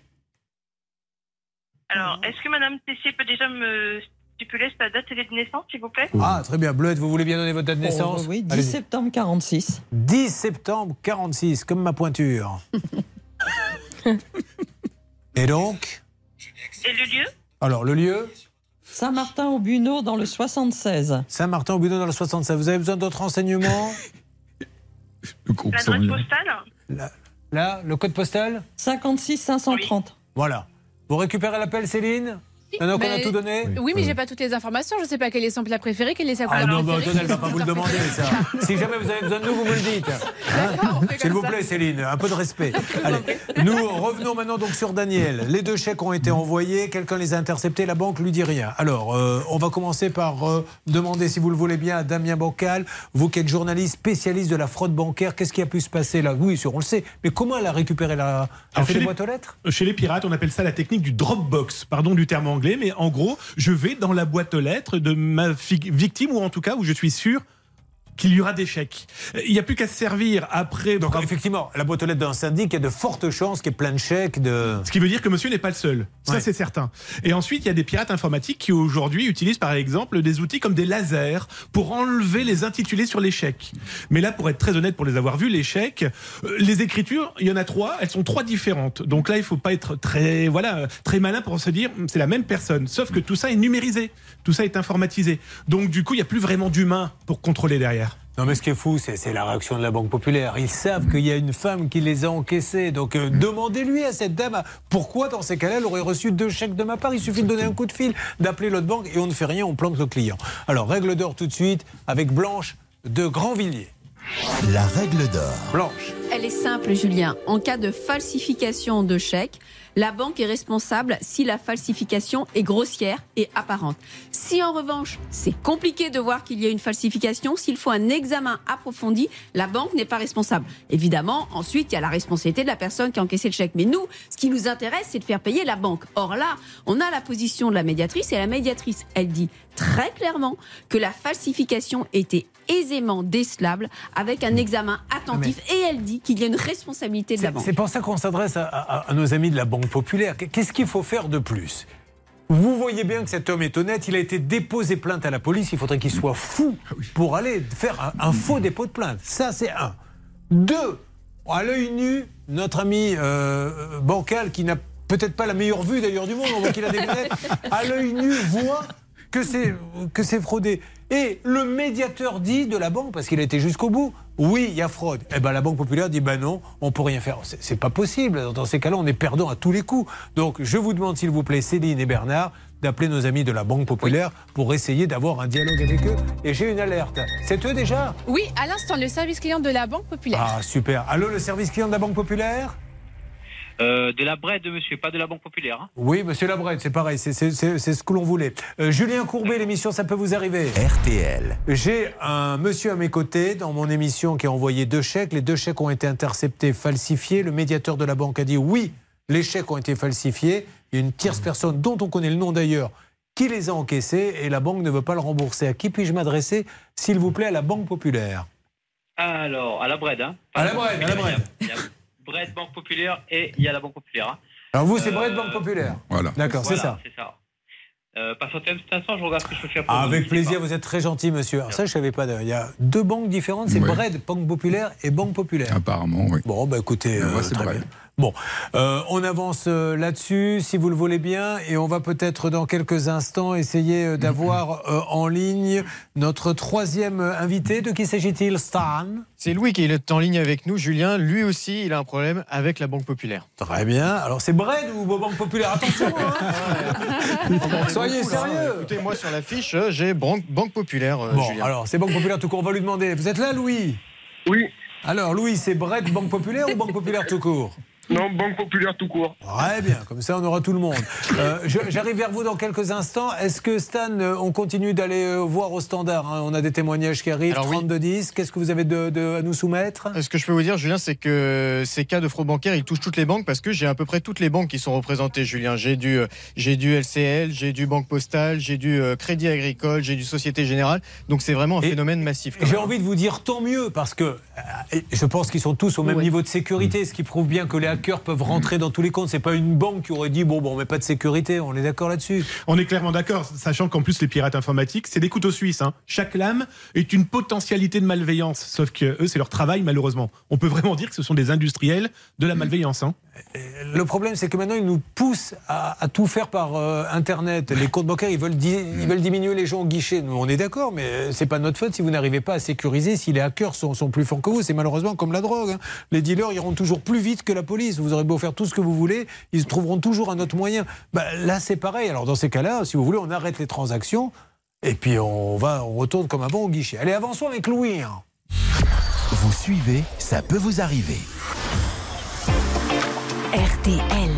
Alors, est-ce que madame Tessier peut déjà me stipuler sa date de naissance, s'il vous plaît? Ah, très bien. Bleuette, vous voulez bien donner votre date de naissance? Oh, oui, dix septembre quarante-six. dix septembre quarante-six, comme ma pointure. Et donc? Et le lieu? Alors, le lieu? Saint-Martin-au-Buneau dans le soixante-seize. Saint-Martin-au-Buneau dans le soixante-seize. Vous avez besoin d'autres renseignements? L'adresse postale? Là, là, le code postal? cinquante-six cinq cent trente. Oui. Voilà. Vous récupérez l'appel, Céline? Maintenant qu'on a tout donné? Oui, oui mais j'ai pas toutes les informations. Je sais pas quel est son plat préféré, quel est sa couleur ah non, préférée. Bah, elle va pas vous le demander, ça. Si jamais vous avez besoin de nous, vous me le dites. Hein? S'il vous plaît, Céline, un peu de respect. Allez, nous revenons maintenant donc sur Daniel. Les deux chèques ont été envoyés, quelqu'un les a interceptés, la banque lui dit rien. Alors, euh, on va commencer par euh, demander, si vous le voulez bien, à Damien Bocal, vous qui êtes journaliste spécialiste de la fraude bancaire, qu'est-ce qui a pu se passer là? Oui, sûr, on le sait, mais comment elle a récupéré la... Elle a fait des boîtes aux lettres? Chez les pirates, on appelle ça la technique du Dropbox, pardon du terme anglais, mais en gros, je vais dans la boîte aux lettres de ma victime, ou en tout cas où je suis sûr qu'il y aura des chèques. Il n'y a plus qu'à se servir après. Donc effectivement, la boîte aux lettres d'un syndic, il y a de fortes chances qu'il y ait plein de chèques. De... Ce qui veut dire que monsieur n'est pas le seul. Ça, Ouais. c'est certain. Et ensuite, il y a des pirates informatiques qui aujourd'hui utilisent par exemple des outils comme des lasers pour enlever les intitulés sur les chèques. Mais là, pour être très honnête, pour les avoir vus, les chèques, euh, les écritures, il y en a trois, elles sont trois différentes. Donc là, il ne faut pas être très, voilà, très malin pour se dire c'est la même personne. Sauf que tout ça est numérisé, tout ça est informatisé. Donc du coup, il n'y a plus vraiment d'humain pour contrôler derrière. Non mais ce qui est fou, c'est, c'est la réaction de la Banque Populaire. Ils savent qu'il y a une femme qui les a encaissés. Donc euh, demandez-lui à cette dame pourquoi dans ces cas-là elle aurait reçu deux chèques de ma part. Il suffit de donner un coup de fil, d'appeler l'autre banque et on ne fait rien, on plante le client. Alors règle d'or tout de suite avec Blanche de Grandvilliers. La règle d'or. Blanche. Elle est simple, Julien. En cas de falsification de chèque, la banque est responsable si la falsification est grossière et apparente. Si en revanche, c'est compliqué de voir qu'il y a une falsification, s'il faut un examen approfondi, la banque n'est pas responsable. Évidemment, ensuite, il y a la responsabilité de la personne qui a encaissé le chèque. Mais nous, ce qui nous intéresse, c'est de faire payer la banque. Or là, on a la position de la médiatrice et la médiatrice, elle dit très clairement que la falsification était aisément décelable avec un examen attentif et elle dit qu'il y a une responsabilité de la banque. C'est pour ça qu'on s'adresse à, à, à nos amis de la Banque Populaire. Qu'est-ce qu'il faut faire de plus ? Vous voyez bien que cet homme est honnête, il a été déposé plainte à la police, il faudrait qu'il soit fou pour aller faire un, un faux dépôt de plainte. Ça, c'est un. Deux, à l'œil nu, notre ami euh, bancal, qui n'a peut-être pas la meilleure vue d'ailleurs du monde, on voit qu'il a des lunettes, à l'œil nu voit que c'est, que c'est fraudé. Et le médiateur dit de la banque, parce qu'il a été jusqu'au bout, oui, il y a fraude. Eh ben la Banque Populaire dit, ben non, on ne peut rien faire. C'est, c'est pas possible. Dans ces cas-là, on est perdant à tous les coups. Donc, je vous demande, s'il vous plaît, Céline et Bernard, d'appeler nos amis de la Banque Populaire pour essayer d'avoir un dialogue avec eux. Et j'ai une alerte. C'est eux déjà ? Oui, à l'instant, le service client de la Banque Populaire. Ah, super. Allô, le service client de la Banque Populaire ? Euh, de la Brette, monsieur, pas de la Banque Populaire. Hein. Oui, monsieur Labrette, c'est pareil, c'est, c'est, c'est, c'est ce que l'on voulait. Euh, Julien Courbet, l'émission Ça peut vous arriver. R T L. J'ai un monsieur à mes côtés dans mon émission qui a envoyé deux chèques. Les deux chèques ont été interceptés, falsifiés. Le médiateur de la banque a dit oui, les chèques ont été falsifiés. Il y a une tierce personne dont on connaît le nom d'ailleurs qui les a encaissés et la banque ne veut pas le rembourser. À qui puis-je m'adresser, s'il vous plaît, à la Banque Populaire ? Alors, à la Brette. Hein. À la Brette, à la Brette. Brette, Banque Populaire et il y a la Banque Populaire. Hein. Alors vous, c'est euh, Brette, Banque Populaire. Voilà. D'accord, voilà, c'est ça. c'est ça. Euh, patientez un petit instant, je regarde ce que je peux faire pour Ah, vous. avec plaisir, vous êtes très gentil, monsieur. Alors ça, je ne savais pas. Il y a deux banques différentes, c'est Oui. Brette, Banque Populaire et Banque Populaire. Apparemment, oui. Bon, bah écoutez, Mais moi, euh, c'est très Brette. bien. Bon, euh, on avance euh, là-dessus, si vous le voulez bien, et on va peut-être dans quelques instants essayer euh, d'avoir euh, en ligne notre troisième euh, invité. De qui s'agit-il, Stan ? C'est Louis qui est en ligne avec nous. Julien, lui aussi, il a un problème avec la Banque Populaire. Très bien. Alors, c'est Brette ou Banque Populaire ? Attention, hein. Soyez sérieux. Écoutez, moi, sur la fiche, euh, j'ai Banque, Banque Populaire, euh, Bon, Julien. alors, c'est Banque Populaire tout court. On va lui demander. Vous êtes là, Louis ? Oui. Alors, Louis, c'est Brette, Banque Populaire ou Banque Populaire tout court ? Non, Banque Populaire tout court. Très bien, comme ça on aura tout le monde. Euh, je- j'arrive vers vous dans quelques instants. Est-ce que Stan, euh, on continue d'aller euh, voir au standard, hein ? On a des témoignages qui arrivent, Alors, oui. trente-deux dix. Qu'est-ce que vous avez de, de- à nous soumettre ? Ce que je peux vous dire, Julien, c'est que ces cas de fraude bancaire, ils touchent toutes les banques parce que j'ai à peu près toutes les banques qui sont représentées, Julien. J'ai du, euh, j'ai du L C L, j'ai du Banque Postale, j'ai du euh, Crédit Agricole, j'ai du Société Générale. Donc c'est vraiment un Et phénomène massif. quand J'ai même. envie de vous dire tant mieux, parce que euh, je pense qu'ils sont tous au même Ouais. niveau de sécurité, ce qui prouve bien que les hackers peuvent rentrer dans tous les comptes. C'est pas une banque qui aurait dit bon, bon on met pas de sécurité, on est d'accord là-dessus. On est clairement d'accord, sachant qu'en plus les pirates informatiques, c'est des couteaux suisses. Hein. Chaque lame est une potentialité de malveillance, sauf que eux, c'est leur travail malheureusement. On peut vraiment dire que ce sont des industriels de la malveillance. Hein. Le problème, c'est que maintenant, ils nous poussent à, à tout faire par euh, Internet. Les comptes bancaires, ils veulent, di- ils veulent diminuer les gens au guichet. Nous, on est d'accord, mais c'est pas notre faute si vous n'arrivez pas à sécuriser, si les hackers sont, sont plus forts que vous. C'est malheureusement comme la drogue. Hein. Les dealers iront toujours plus vite que la police. Vous aurez beau faire tout ce que vous voulez, ils trouveront toujours un autre moyen. Bah, là, c'est pareil. Alors, dans ces cas-là, si vous voulez, on arrête les transactions et puis on, va, on retourne comme avant au guichet. Allez, avançons avec Louis. Hein. Vous suivez, ça peut vous arriver. R T L.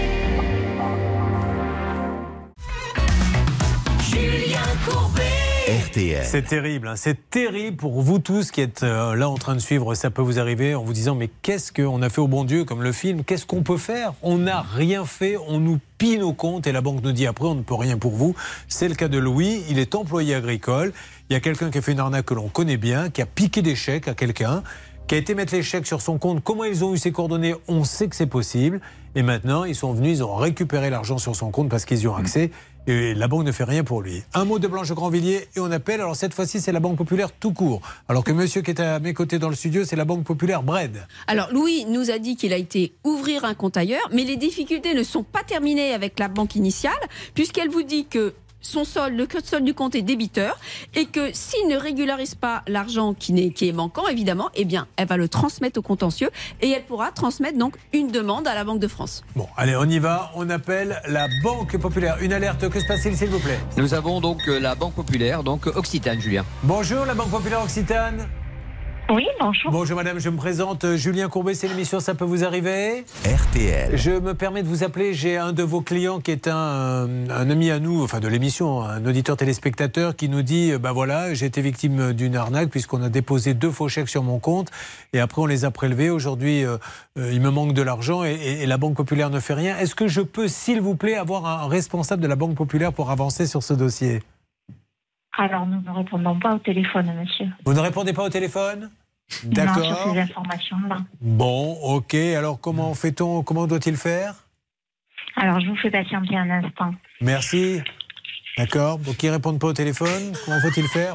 Julien Courbet. R T L. C'est terrible, hein. C'est terrible pour vous tous qui êtes euh, là en train de suivre Ça peut vous arriver en vous disant mais qu'est-ce qu'on a fait au bon Dieu comme le film, qu'est-ce qu'on peut faire? On n'a rien fait, on nous pille nos comptes et la banque nous dit après on ne peut rien pour vous. C'est le cas de Louis, il est employé agricole, il y a quelqu'un qui a fait une arnaque que l'on connaît bien, qui a piqué des chèques à quelqu'un, qui a été mettre les chèques sur son compte. Comment ils ont eu ses coordonnées? On sait que c'est possible. Et maintenant, ils sont venus, ils ont récupéré l'argent sur son compte parce qu'ils y ont accès. Et la banque ne fait rien pour lui. Un mot de Blanche Grandvilliers et on appelle. Alors cette fois-ci, c'est la Banque Populaire tout court. Alors que monsieur qui est à mes côtés dans le studio, c'est la Banque Populaire Bred. Alors Louis nous a dit qu'il a été ouvrir un compte ailleurs, mais les difficultés ne sont pas terminées avec la banque initiale, puisqu'elle vous dit que son solde, le code solde du compte est débiteur et que s'il ne régularise pas l'argent qui, n'est, qui est manquant, évidemment, eh bien, elle va le transmettre au contentieux et elle pourra transmettre donc une demande à la Banque de France. Bon, allez, on y va. On appelle la Banque Populaire. Une alerte, que se passe-t-il, s'il vous plaît? Nous avons donc la Banque Populaire, donc Occitane, Julien. Bonjour, la Banque Populaire Occitane. Oui, bonjour. Bonjour madame, je me présente, Julien Courbet, c'est l'émission Ça peut vous arriver? R T L. Je me permets de vous appeler, j'ai un de vos clients qui est un, un ami à nous, enfin de l'émission, un auditeur téléspectateur qui nous dit, ben voilà, j'ai été victime d'une arnaque puisqu'on a déposé deux faux chèques sur mon compte et après on les a prélevés. Aujourd'hui, euh, il me manque de l'argent et, et, et la Banque Populaire ne fait rien. Est-ce que je peux, s'il vous plaît, avoir un responsable de la Banque Populaire pour avancer sur ce dossier? Alors, nous ne répondons pas au téléphone, monsieur. Vous ne répondez pas au téléphone? D'accord. Non, sur ces informations-là. Bon, ok. Alors, comment fait-on? Comment doit-il faire? Alors, je vous fais patienter un instant. Merci. D'accord. Donc, ils ne répondent pas au téléphone. Comment faut-il faire?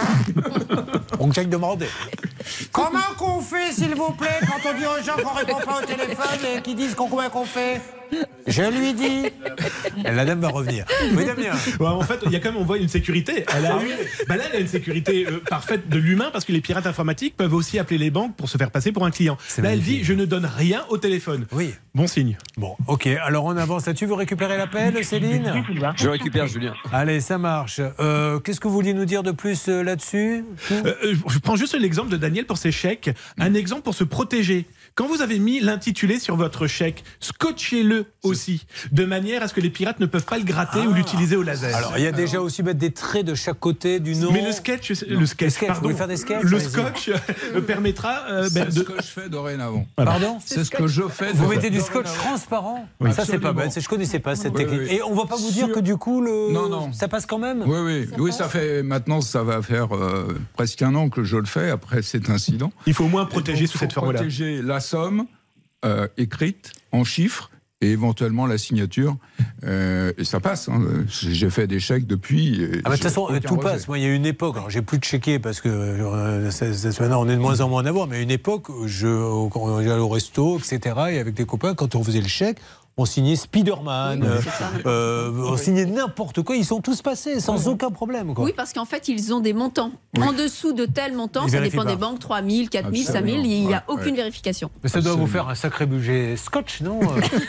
On check demander. Comment qu'on fait, s'il vous plaît, quand on dit aux gens qu'on ne répond pas au téléphone et qu'ils disent qu'on, comment qu'on fait? Je lui dis. La dame va revenir. Oui, Damien. Ouais, en fait, il y a quand même, on voit une sécurité. Elle a eu, bah là, elle a une sécurité euh, parfaite de l'humain parce que les pirates informatiques peuvent aussi appeler les banques pour se faire passer pour un client. C'est là, magnifique. elle dit, je ne donne rien au téléphone. Oui. Bon signe. Bon, ok. Alors, on avance là-dessus. Vous récupérez l'appel, Céline? Je récupère, Julien. Allez, ça marche. Euh, qu'est-ce que vous vouliez nous dire de plus euh, là-dessus? euh, Je prends juste l'exemple de Daniel pour ses chèques. Un exemple pour se protéger. Quand vous avez mis l'intitulé sur votre chèque, scotchez-le aussi, de manière à ce que les pirates ne peuvent pas le gratter ah. ou l'utiliser au laser. Alors, il y a déjà aussi mettre des traits de chaque côté du nom. Mais le sketch, le sketch, sketch pardon, vous voulez faire des sketchs? le scotch permettra. Euh, c'est ben, ce de... que je fais dorénavant. Pardon? C'est ce que je fais. Vous mettez du scotch transparent? Oui. Ça, c'est pas bête. Je connaissais pas cette oui, technique. oui. Et on va pas vous dire que du coup, le... non, non. ça passe quand même? Oui, oui. Ça oui, ça fait maintenant, ça va faire euh, presque un an que je le fais après cet incident. Il faut au moins protéger sous cette forme-là. Protéger la somme euh, écrite en chiffres et éventuellement la signature. Euh, et ça passe. Hein. J'ai fait des chèques depuis. Ah bah, de toute façon, tout rejet. passe. Moi, il y a une époque, alors j'ai plus de chéquier parce que euh, c'est, c'est, maintenant on est de moins en moins en avoir, mais à une époque, je, quand j'allais au resto, et cetera, et avec des copains, quand on faisait le chèque, on signait Spider-Man, oui, euh, on signait n'importe quoi. Ils sont tous passés sans oui. aucun problème. Quoi. Oui, parce qu'en fait, ils ont des montants. Oui. En dessous de tel montant, ils ça dépend pas. des banques, trois mille, quatre mille, cinq mille, il n'y a aucune ouais. vérification. Mais ça doit Absolument. vous faire un sacré budget scotch, non?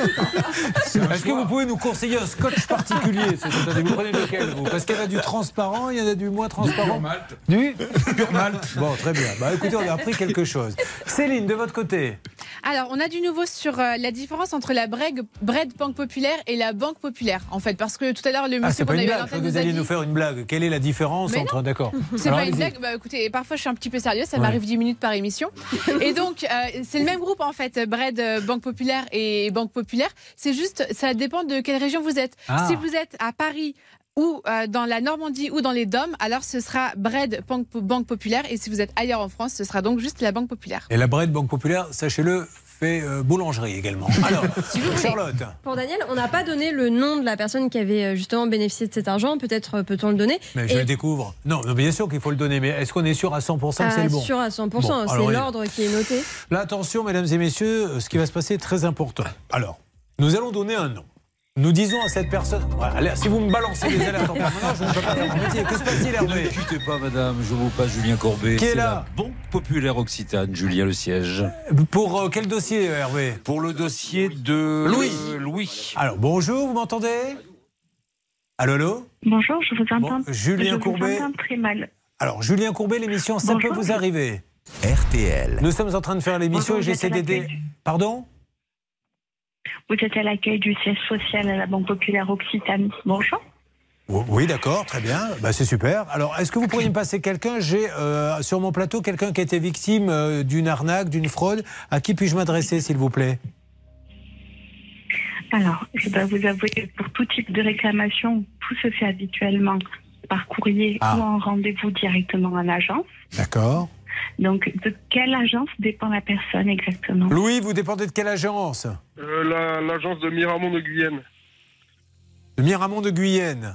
Est-ce que vous pouvez nous conseiller un scotch particulier? Vous prenez lequel, vous? Parce qu'il y en a du transparent, il y en a du moins transparent. Du pur malt. Du pur malt. Bon, très bien. Bah, écoutez, on a appris quelque chose. Céline, de votre côté? Alors, on a du nouveau sur euh, la différence entre la Breg, Bred Banque Populaire et la Banque Populaire, en fait, parce que tout à l'heure, le monsieur ah, qu'on a eu à l'antenne vous alliez dit... nous faire une blague. Quelle est la différence Mais entre... D'accord. C'est Alors, pas une blague. Bah, écoutez, parfois, je suis un petit peu sérieuse. Ça ouais. m'arrive dix minutes par émission. Et donc, euh, c'est le même groupe, en fait, Bred Banque Populaire et Banque Populaire. C'est juste, ça dépend de quelle région vous êtes. Ah. Si vous êtes à Paris ou euh, dans la Normandie ou dans les D O M, alors ce sera Bred Banque Populaire. Et si vous êtes ailleurs en France, ce sera donc juste la Banque Populaire. Et la Bred Banque Populaire, sachez-le, fait euh, boulangerie également. Alors, si vous Charlotte. Pour Daniel, on n'a pas donné le nom de la personne qui avait justement bénéficié de cet argent. Peut-être peut-on le donner. Mais Et... je le découvre. Non, non, bien sûr qu'il faut le donner. Mais est-ce qu'on est sûr à cent pour cent que ah, c'est le bon? Sûr à cent pour cent. Bon, c'est alors, l'ordre qui est noté. Là, attention, mesdames et messieurs, ce qui va se passer est très important. Alors, nous allons donner un nom. Nous disons à cette personne... Ouais, allez, si vous me balancez les alertes en permanence, je ne peux pas faire mon métier. Que se passe-t-il, Hervé? Ne quittez pas, madame. Je vous passe Julien Courbet. Qui est, est là? La Banque Populaire Occitane, Julien, le siège. Pour euh, quel dossier, Hervé? Pour le dossier de... Louis. Euh, Louis. Alors, bonjour, vous m'entendez? Allô, allô? Bonjour, je vous entends. Bon, Julien je Courbet. vous entends très mal. Alors, Julien Courbet, l'émission Ça Bonjour. peut vous arriver. R T L. Nous sommes en train de faire l'émission Bonjour, et j'essaie d'aider... Pardon? Vous êtes à l'accueil du siège social à la Banque Populaire Occitane. Bonjour. Oui, d'accord, très bien. Bah, c'est super. Alors, est-ce que vous pourriez me passer quelqu'un? J'ai euh, sur mon plateau quelqu'un qui a été victime euh, d'une arnaque, d'une fraude. À qui puis-je m'adresser, s'il vous plaît? Alors, je dois vous avouer que pour tout type de réclamation, tout se fait habituellement par courrier ah. ou en rendez-vous directement en agence. D'accord. Donc, de quelle agence dépend la personne exactement? Louis, vous dépendez de quelle agence? euh, la, L'agence de Miramont de Guyenne. De Miramont de Guyenne.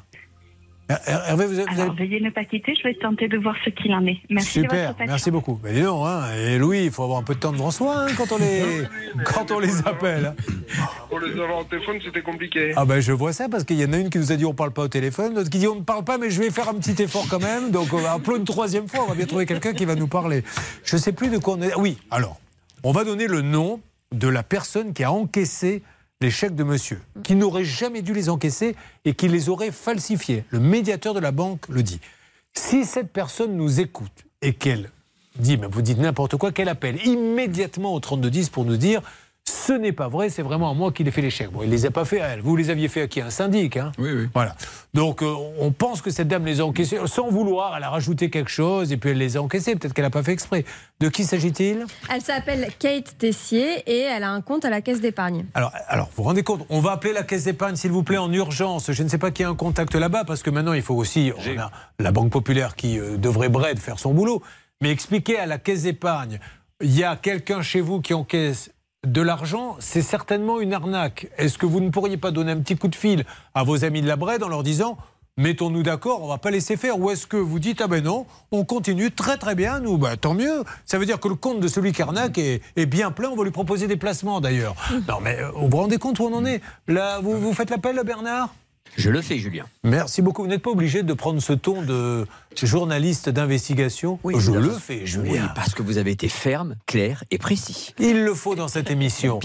Hervé, vous, vous Alors, allez... veuillez ne pas quitter, je vais tenter de voir ce qu'il en est. Merci. Super, merci beaucoup. Mais dis donc, hein, et Louis, il faut avoir un peu de temps devant soi hein, quand on les, quand on les appelle. Pour les avoir au téléphone, c'était compliqué. Ah ben je vois ça, parce qu'il y en a une qui nous a dit on ne parle pas au téléphone, l'autre qui dit on ne parle pas, mais je vais faire un petit effort quand même. Donc on va appeler une troisième fois, on va bien trouver quelqu'un qui va nous parler. Je ne sais plus de quoi on est. Oui, alors, on va donner le nom de la personne qui a encaissé les chèques de monsieur, qui n'aurait jamais dû les encaisser et qui les aurait falsifiés. Le médiateur de la banque le dit. Si cette personne nous écoute et qu'elle dit, mais vous dites n'importe quoi, qu'elle appelle immédiatement au trente-deux dix pour nous dire ce n'est pas vrai, c'est vraiment à moi qui ai fait les chèques. Bon, il ne les a pas fait à elle. Vous les aviez fait à qui? Un syndic, hein? Oui, oui. Voilà. Donc, euh, on pense que cette dame les a encaissés sans vouloir. Elle a rajouté quelque chose et puis elle les a encaissés. Peut-être qu'elle n'a pas fait exprès. De qui s'agit-il? Elle s'appelle Kate Tessier et elle a un compte à la caisse d'épargne. Alors, alors, vous vous rendez compte? On va appeler la caisse d'épargne, s'il vous plaît, en urgence. Je ne sais pas qui a un contact là-bas, parce que maintenant, il faut aussi... On a la Banque Populaire qui euh, devrait, Brad, faire son boulot. Mais expliquer à la caisse d'épargne, il y a quelqu'un chez vous qui encaisse de l'argent, c'est certainement une arnaque. Est-ce que vous ne pourriez pas donner un petit coup de fil à vos amis de la Brède en leur disant mettons-nous d'accord, on ne va pas laisser faire? Ou est-ce que vous dites ah ben non, on continue très très bien, nous, ben, tant mieux. Ça veut dire que le compte de celui qui arnaque est, est bien plein, on va lui proposer des placements d'ailleurs. Non mais vous vous rendez compte où on en est? Là, vous, vous faites l'appel, Bernard? Je le fais, Julien. Merci beaucoup. Vous n'êtes pas obligé de prendre ce ton de journaliste d'investigation. Oui, je le le fais, Julien. Oui, parce que vous avez été ferme, clair et précis. Il le faut dans cette émission.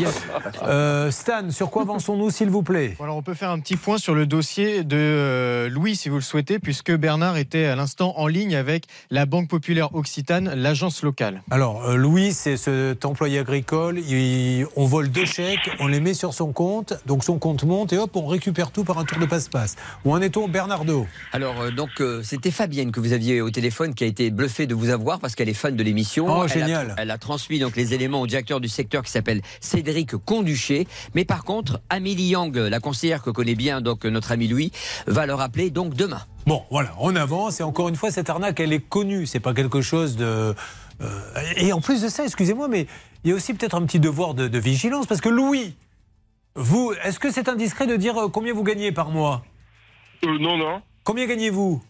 Euh, Stan, sur quoi avançons-nous, s'il vous plaît? Alors, on peut faire un petit point sur le dossier de euh, Louis, si vous le souhaitez, puisque Bernard était à l'instant en ligne avec la Banque Populaire Occitane, l'agence locale. Alors, euh, Louis, c'est cet employé agricole. Il, on vole deux chèques, on les met sur son compte, donc son compte monte et hop, on récupère tout par un tour de passe-passe. Où en est-on, Bernardo? Alors, euh, donc, euh, c'était Fabienne que vous aviez au téléphone qui a été bluffée de vous avoir parce qu'elle est fan de l'émission. Oh, elle génial. A, elle a transmis donc les éléments au directeur du secteur qui s'appelle Cédric Conduché. Mais par contre, Amélie Yang, la conseillère que connaît bien donc notre ami Louis, va le rappeler donc demain. Bon, voilà, on avance. Et encore une fois, cette arnaque, elle est connue. C'est pas quelque chose de... Euh, et en plus de ça, excusez-moi, mais il y a aussi peut-être un petit devoir de, de vigilance. Parce que Louis, vous, est-ce que c'est indiscret de dire combien vous gagnez par mois? euh, Non, non. Combien gagnez-vous?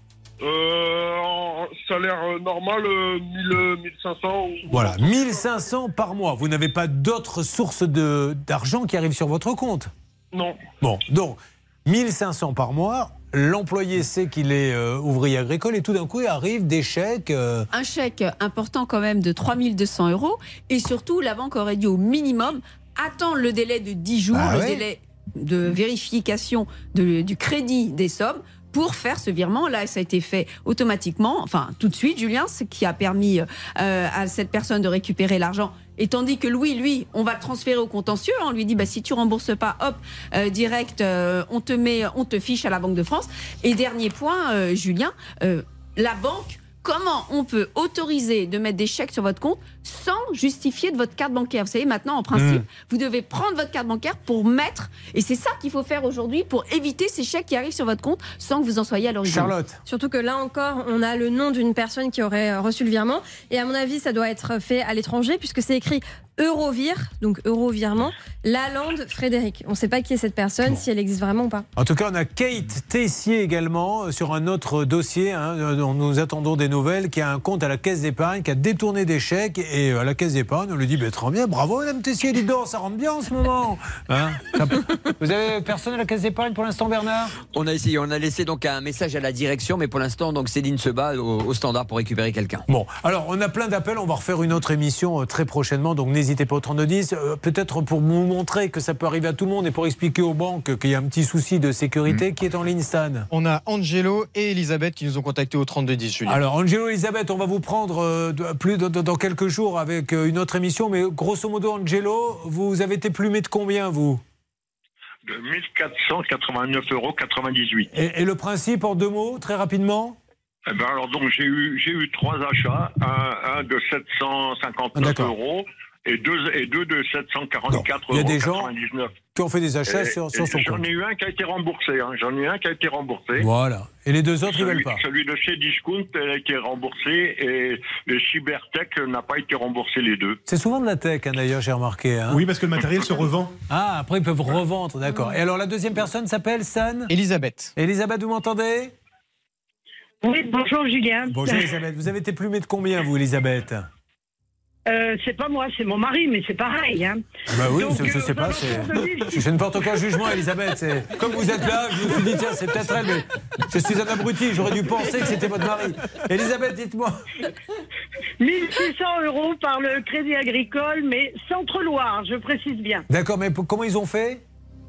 Euh, en salaire normal, euh, mille, mille cinq cents. Ou... Voilà, mille cinq cents par mois. Vous n'avez pas d'autres sources de, d'argent qui arrivent sur votre compte? Non. Bon, donc, mille cinq cents par mois, l'employé sait qu'il est euh, ouvrier agricole et tout d'un coup, il arrive des chèques... Euh... Un chèque important quand même de trois mille deux cents euros et surtout, la banque aurait dû au minimum attendre le délai de dix jours, ah, le ouais. délai de vérification de, du crédit des sommes pour faire ce virement. Là, ça a été fait automatiquement, enfin tout de suite, Julien, ce qui a permis euh, à cette personne de récupérer l'argent. Et tandis que Louis, lui, on va le transférer au contentieux. On lui dit, bah, si tu rembourses pas, hop, euh, direct, euh, on te met, on te fiche à la Banque de France. Et dernier point, euh, Julien, euh, la banque, comment on peut autoriser de mettre des chèques sur votre compte sans justifier de votre carte bancaire? Vous savez, maintenant, en principe, mmh. vous devez prendre votre carte bancaire pour mettre, et c'est ça qu'il faut faire aujourd'hui pour éviter ces chèques qui arrivent sur votre compte sans que vous en soyez à l'origine. Charlotte. Surtout que là encore, on a le nom d'une personne qui aurait reçu le virement, et à mon avis, ça doit être fait à l'étranger puisque c'est écrit Eurovir, donc Eurovirement, Lalande Frédéric. On ne sait pas qui est cette personne, bon. si elle existe vraiment ou pas. En tout cas, on a Kate Tessier également sur un autre dossier. Hein, dont nous attendons des nouvelles, qui a un compte à la caisse d'épargne, qui a détourné des chèques. Et à la caisse d'épargne, on lui dit bah, très bien, bravo Madame Tessier, dis donc, ça rentre bien en ce moment. Hein, ça... Vous avez personne à la caisse d'épargne pour l'instant, Bernard? On a essayé, on a laissé donc un message à la direction, mais pour l'instant, donc Céline se bat au, au standard pour récupérer quelqu'un. Bon, alors on a plein d'appels, on va refaire une autre émission euh, très prochainement, donc n'hésitez N'hésitez pas au trente-deux dix, euh, peut-être pour vous montrer que ça peut arriver à tout le monde et pour expliquer aux banques qu'il y a un petit souci de sécurité. Mmh. Qui est en ligne, Stan? On a Angelo et Elisabeth qui nous ont contactés au trente-deux dix, Julien. Alors Angelo et Elisabeth, on va vous prendre euh, de, plus de, de, dans quelques jours avec euh, une autre émission, mais grosso modo, Angelo, vous avez été plumé de combien, vous? de mille quatre cent quatre-vingt-neuf euros quatre-vingt-dix-huit. Et, et le principe, en deux mots, très rapidement? Eh ben alors, donc, j'ai eu, j'ai eu trois achats. Un, un de sept cent cinquante-neuf ah, euros et deux, et deux de sept cent quarante-quatre euros. Il y a des gens qui ont fait des achats et, sur, sur et son J'en compte. ai eu un qui a été remboursé. Hein. J'en ai eu un qui a été remboursé. Voilà. Et les deux autres, celui, ils veulent pas. Celui de chez Discount a été remboursé et le Cybertech n'a pas été remboursé, les deux. C'est souvent de la tech, hein, d'ailleurs, j'ai remarqué. Hein. Oui, parce que le matériel se revend. Ah, après, ils peuvent revendre, d'accord. Et alors, la deuxième personne s'appelle San Elisabeth. Elisabeth, vous m'entendez? Oui, bonjour Julien. Bonjour Elisabeth. Vous avez été plumée de combien, vous, Elisabeth? Euh, c'est pas moi, c'est mon mari, mais c'est pareil. Hein. Bah oui, Donc, je, je euh, sais pas. C'est... Je ne porte aucun jugement, Elisabeth. C'est... Comme vous êtes là, je me suis dit, tiens, c'est peut-être elle, mais je suis un abruti. J'aurais dû penser que c'était votre mari. Elisabeth, dites-moi. mille six cents euros par le Crédit Agricole, mais Centre-Loire, je précise bien. D'accord, mais p- comment ils ont fait?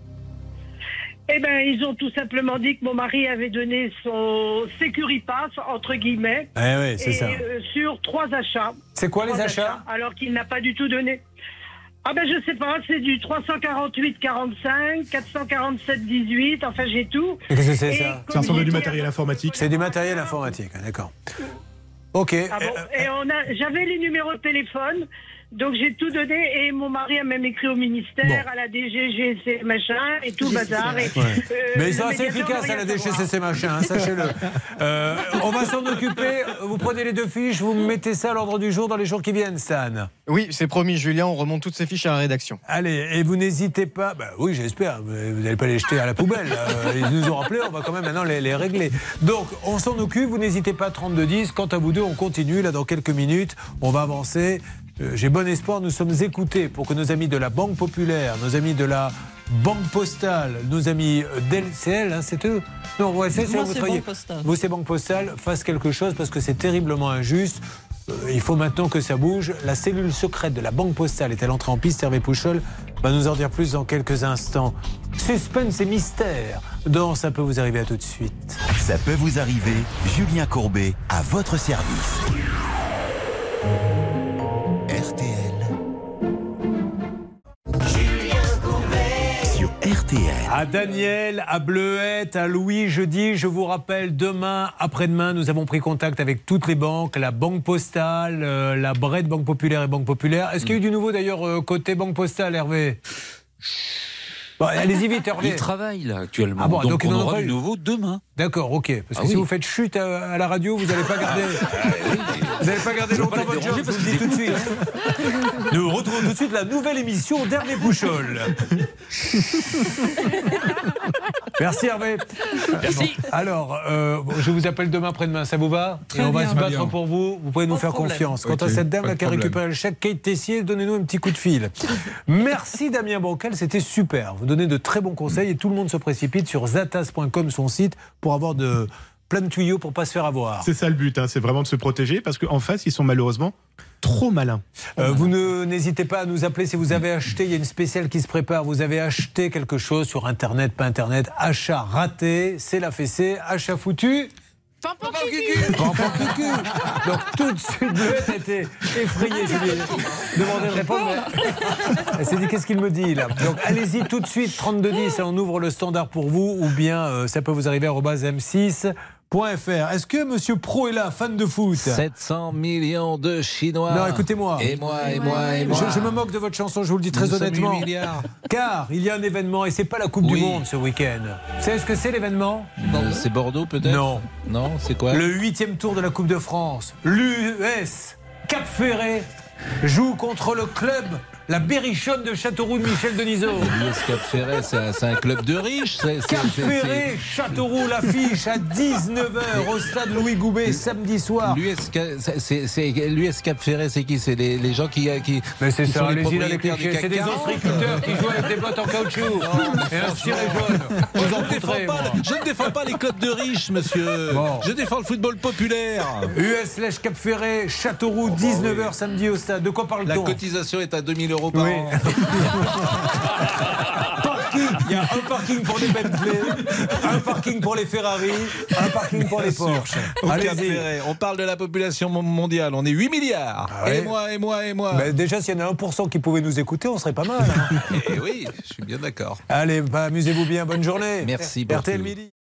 Eh bien, ils ont tout simplement dit que mon mari avait donné son Sécuripass, entre guillemets, Eh oui, c'est et, ça. euh, sur trois achats. C'est quoi les Trois achats Alors qu'il n'a pas du tout donné. Ah ben je sais pas, c'est du trois cent quarante-huit quarante-cinq, quatre cent quarante-sept dix-huit, enfin j'ai tout. Qu'est-ce que c'est Et ça? Ça ressemble à du matériel informatique. C'est du matériel informatique, d'accord. Ok. Ah bon, et on a, j'avais les numéros de téléphone, donc j'ai tout donné et mon mari a même écrit au ministère, Bon. à la D G G C machin et tout bazar. Et, Ouais. euh, Mais ils sont le assez médiateur efficaces n'a à la rien D G C savoir. C machin, hein, sachez-le. Euh, on va s'en occuper. Vous prenez les deux fiches, vous mettez ça à l'ordre du jour dans les jours qui viennent, Stan. Oui, c'est promis, Julien, on remonte toutes ces fiches à la rédaction. Allez, et vous n'hésitez pas. Bah oui, j'espère. mais Vous n'allez pas les jeter à la poubelle. Euh, ils nous ont rappelé, on va quand même maintenant les, les régler. Donc, on s'en occupe. Vous n'hésitez pas. trente-deux dix. Quant à vous deux, on continue. Là, dans quelques minutes, on va avancer. Euh, J'ai bon espoir. Nous sommes écoutés pour que nos amis de la Banque Populaire, nos amis de la Banque Postale, nos amis d'L C L, hein, c'est eux. Non, ouais, c'est, c'est Moi, vous c'est travaillez. Banque Postale. Vous, c'est Banque Postale. Fassent quelque chose parce que c'est terriblement injuste. Euh, Il faut maintenant que ça bouge. La cellule secrète de la Banque Postale est-elle entrée en piste? Hervé Pouchol va nous en dire plus dans quelques instants. Suspense et mystère dans Ça peut vous arriver, à tout de suite. Ça peut vous arriver, Julien Courbet à votre service. R T L. Sur R T L. À Daniel, à Bleuette, à Louis, jeudi, je vous rappelle, demain, après-demain, nous avons pris contact avec toutes les banques, la Banque Postale, euh, la Bred Banque Populaire et Banque Populaire. Est-ce qu'il y a eu du nouveau d'ailleurs euh, côté Banque Postale, Hervé? Bon, allez-y vite, Hervé. Il travaille là actuellement. Ah bon, donc, donc ils on n'en ont aura pas du eu. nouveau demain. D'accord, ok. Parce que Ah si oui. vous faites chute à, à la radio, vous n'allez pas garder. Vous n'allez pas garder Je veux pas longtemps les votre job, déranger je parce vous le dis tout de suite. Nous retrouvons tout de suite la nouvelle émission d'Hervé Pouchol. Merci Hervé. Merci. Bon, alors, euh, bon, je vous appelle demain après-demain, ça vous va? Très Et on va bien. se Très battre bien. pour vous. Vous pouvez nous Pas de faire problème. confiance. Quant Ok, à cette dame pas là de qui a problème. récupéré le chèque, Kate Tessier, donnez-nous un petit coup de fil. Merci Damien Bancal, c'était super. Vous donnez de très bons conseils et tout le monde se précipite sur zatas point com, son site, pour avoir de plein de tuyaux pour pas se faire avoir. C'est ça le but, hein, c'est vraiment de se protéger parce qu'en face, ils sont malheureusement trop malins. Euh, vous ne, n'hésitez pas à nous appeler si vous avez acheté, il y a une spéciale qui se prépare, vous avez acheté quelque chose sur Internet, pas Internet, achat raté, c'est la fessée, achat foutu. Pampan cucu. Pampan cucu. Donc tout de suite, Bleuette était effrayée. Je lui ai demandé de répondre. mais Elle s'est dit, qu'est-ce qu'il me dit là? Donc allez-y tout de suite, trente-deux dix, et on ouvre le standard pour vous, ou bien euh, ça peut vous arriver arobase m six point f r. Est-ce que Monsieur Pro est là, fan de foot? sept cents millions de Chinois. Non, écoutez-moi. Et moi, et moi, et moi. Je, je me moque de votre chanson, je vous le dis très Nous sommes honnêtement. huit milliards. Car il y a un événement, et c'est pas la Coupe Oui. du Monde ce week-end. Vous savez ce que c'est l'événement? Euh, C'est Bordeaux peut-être? Non. Non, c'est quoi? Le huitième tour de la Coupe de France. L'U S Cap Ferré joue contre le club, la Berrichonne de Châteauroux de Michel Denisot. L'U S Cap Ferret, c'est un, c'est un club de riches. c'est- c'est- Cap c'est- Ferré, Châteauroux, l'affiche à dix-neuf heures au stade Louis Goubet samedi soir. L'U S Ca- c'est- c'est- c'est- L'U S Cap Ferret, c'est qui? C'est les, les gens qui, qui, Mais c'est qui ça, sont les allez-y là les propriétaires du clichés. C A C C'est des quarante. ostréiculteurs qui jouent avec des bottes en caoutchouc et un ciré jaune. Vous en Je ne, défends foutrez, pas, moi. je ne défends pas les clubs de riches, monsieur. Bon. Je défends le football populaire. U S Lèche Cap Ferré, Châteauroux, dix-neuf heures samedi au stade. De quoi La parle-t-on? cotisation est à deux mille euros par Oui. an. Par qui? Il y a un parking pour les Bentley, un parking pour les Ferrari, un parking pour les Porsche. Au Cap Allez-y. Ferret, on parle de la population mondiale, on est huit milliards. Ah ouais. Et moi, et moi, et moi. Ben déjà, s'il y en a un pour cent qui pouvait nous écouter, on serait pas mal. Hein. Et oui, je suis bien d'accord. Allez, bah, amusez-vous bien, bonne journée. Merci pour R T L tout. Midi.